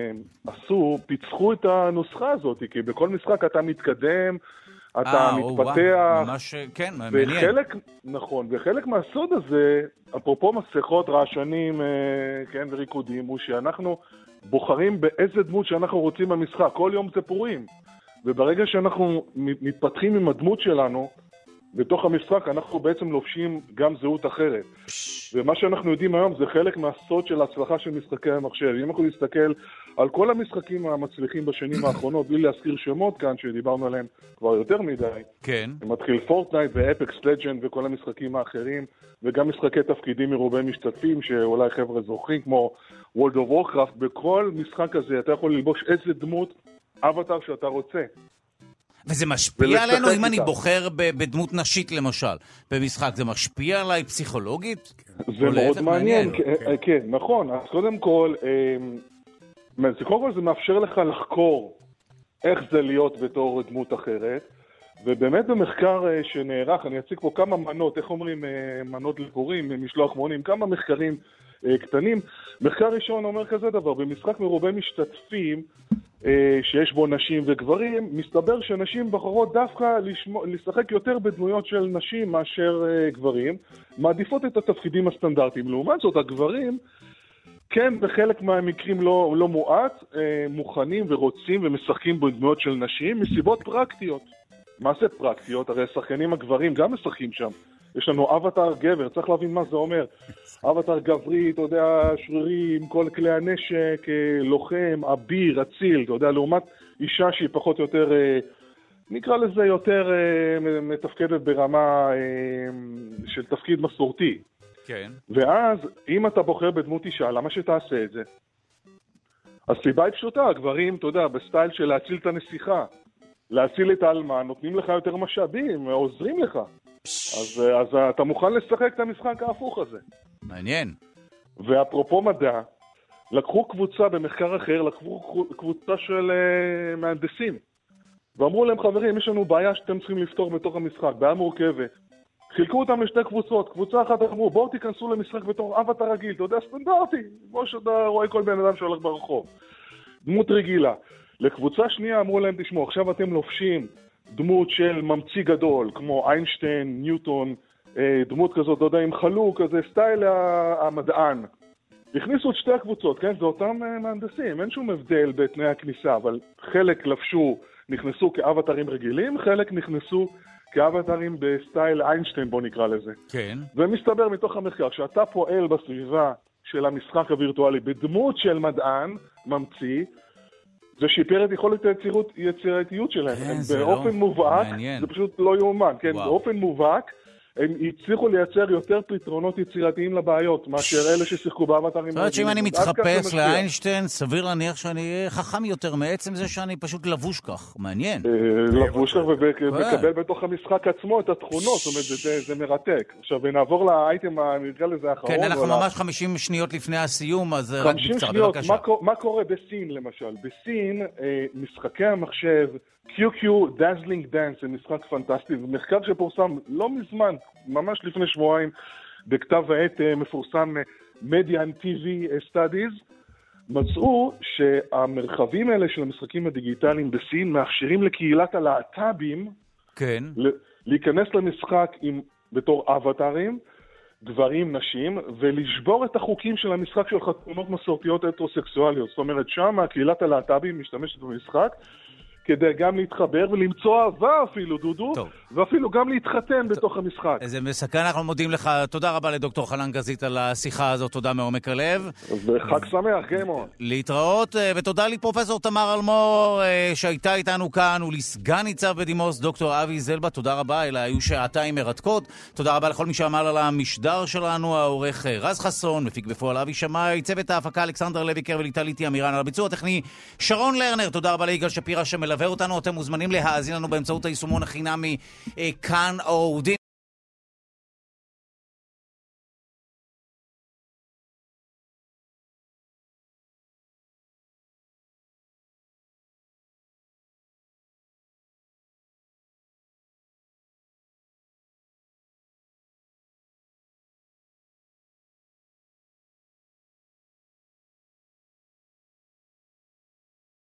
עשו, פיצחו את הנוסחה הזאת, כי בכל משחק אתה מתקדם, אתה מתפתח. ממש, כן, מעניין. נכון, וחלק מהסוד הזה, אפרופו מסכות, רעשנים, כן, וריקודים, הוא שאנחנו בוחרים באיזה דמות שאנחנו רוצים במשחק. כל יום זה פורים. וברגע שאנחנו מתפתחים עם הדמות שלנו, בתוך המשחק אנחנו בעצם לובשים גם זהות אחרת. ומה שאנחנו יודעים היום זה חלק מהסוד של ההצלחה של משחקי המחשב. אם אנחנו נסתכל על כל המשחקים המצליחים בשנים האחרונות, בלי להזכיר שמות כאן שדיברנו עליהם כבר יותר מדי. כן. מתחיל פורטנייט ואפקס לג'נד וכל המשחקים האחרים, וגם משחקי תפקידים מרובי משתתפים שאולי חבר'ה זוכרים, כמו World of Warcraft. בכל משחק הזה אתה יכול ללבוש איזה דמות אבטר שאתה רוצה. וזה משפיע עלינו אם אני בוחר בדמות נשית למשל, במשחק, זה משפיע עליי פסיכולוגית? זה מאוד מעניין, כן, נכון. אז קודם כל זה מאפשר לך לחקור איך זה להיות בתור דמות אחרת, ובאמת במחקר שנערך, אני אציג פה כמה מנות, איך אומרים, מנות לקוראים, משלוח מונים, כמה מחקרים קטנים. מחקר ראשון אומר כזה דבר, במשחק מרובי משתתפים, שיש בו נשים וגברים, מסתבר שנשים בחרות דווקא לשחק יותר בדמויות של נשים מאשר גברים, מעדיפות את התפקידים הסטנדרטיים. לעומת זאת, הגברים, כן, בחלק מהמקרים לא מועט, מוכנים ורוצים ומשחקים בדמויות של נשים, מסיבות פרקטיות. מה זה פרקטיות? הרי השחקנים הגברים גם משחקים שם. יש לנו אבטר גבר, צריך להבין מה זה אומר. אבטר גברי, אתה יודע, שרירי עם כל כלי הנשק, לוחם, אביר, אציל, אתה יודע, לעומת אישה שהיא פחות או יותר, נקרא לזה יותר מתפקדת ברמה של תפקיד מסורתי. כן. ואז, אם אתה בוחר בדמות אישה, למה שתעשה את זה? הסיבה היא פשוטה, הגברים, אתה יודע, בסטייל של להציל את הנסיכה, להציל את האלמן, נותנים לך יותר משאבים, עוזרים לך. אז אתה מוכן לשחק את המשחק ההפוך הזה. מעניין. ואפרופו מדע, לקחו קבוצה במחקר אחר, לקחו קבוצה של מהנדסים. ואמרו להם, חברים, יש לנו בעיה שאתם צריכים לפתור בתוך המשחק, בעיה מורכבת. חילקו אותם לשתי קבוצות. קבוצה אחת אמרו, בואו תיכנסו למשחק בתור אבטר רגיל, אתה יודע, סטנדרטי, כמו שאתה רואה כל בן אדם שהולך ברחוב. דמות רגילה. לקבוצה שנייה אמרו להם, תשמעו, עכשיו אתם לובשים דמות של ממציא גדול, כמו איינשטיין, ניוטון, דמות כזאת, אתה יודע, עם חלוק, כזה סטייל המדען. הכניסו את שתי הקבוצות, כן? זה אותם מהנדסים, אין שום הבדל בתנאי הכניסה, אבל חלק לבשו, נכנסו כאבטרים רגילים, חלק נכנסו כאבטרים בסטייל איינשטיין, בוא נקרא לזה. כן. ומסתבר מתוך המחקר, שאתה פועל בסביבה של המשחק הווירטואלי בדמות של מדען, ממציא, זה שיפר את יכולת היצירתיות שלהם. באופן מובהק, זה פשוט לא יאומן, כן? באופן מובהק, הם הצליחו לייצר יותר פתרונות יצירתיים לבעיות, מאשר אלה ששיחקו באבטרים. זאת אומרת שאם אני מתחפש לאיינשטיין, סביר להניח שאני אהיה חכם יותר מעצם זה שאני פשוט לבוש כך. מעניין. לבוש כך ומקבל בתוך המשחק עצמו את התכונות, זאת אומרת, זה מרתק. עכשיו, נעבור לאייטם, נראה לזה האחרון. כן, אנחנו ממש 50 שניות לפני הסיום, אז רק בקצרה, בבקשה. מה קורה בסין, למשל? בסין, משחקי המחשב, QQ Dazzling Dance, זה משחק פנטסטי, זה מחקר שפורסם לא מזמן, ממש לפני שבועיים, בכתב העת מפורסם Median TV Studies, מצאו שהמרחבים האלה של המשחקים הדיגיטליים בסין מאפשרים לקהילת הלהט"בים כן. להיכנס למשחק בתור אבטרים, גברים, נשים, ולשבור את החוקים של המשחק של חתונות מסורתיות הטרוסקסואליות. זאת אומרת, שם קהילת הלהט"בים משתמשת במשחק, כדי גם להתחבר ולמצוא אהבה אפילו, דודו, טוב. ואפילו גם להתחתן בתוך המשחק. זה מסכן, אנחנו מודים לך. תודה רבה לדוקטור חנן גזית על השיחה הזאת, תודה מעומק הלב. וחג שמח, גיימון. להתראות, ותודה לפרופסור תמר אלמור, שהייתה איתנו כאן, ולסגן ניצב בדימוס, דוקטור אבי זלבה, תודה רבה, אלה היו שעתיים מרתקות. תודה רבה לכל מי שאמר על המשדר שלנו, העורך רז חסון, מפיק בפועל אבי שמאי, צוות ההפקה אלכסנדר לויקר וליטל איתי אמירן, על הביצוע הטכני שרון לרנר, תודה רבה ליגאל שפירא שמלווה אותנו. אתם מוזמנים להאזין לנו באמצעות היישומון החינמי כאן אודי.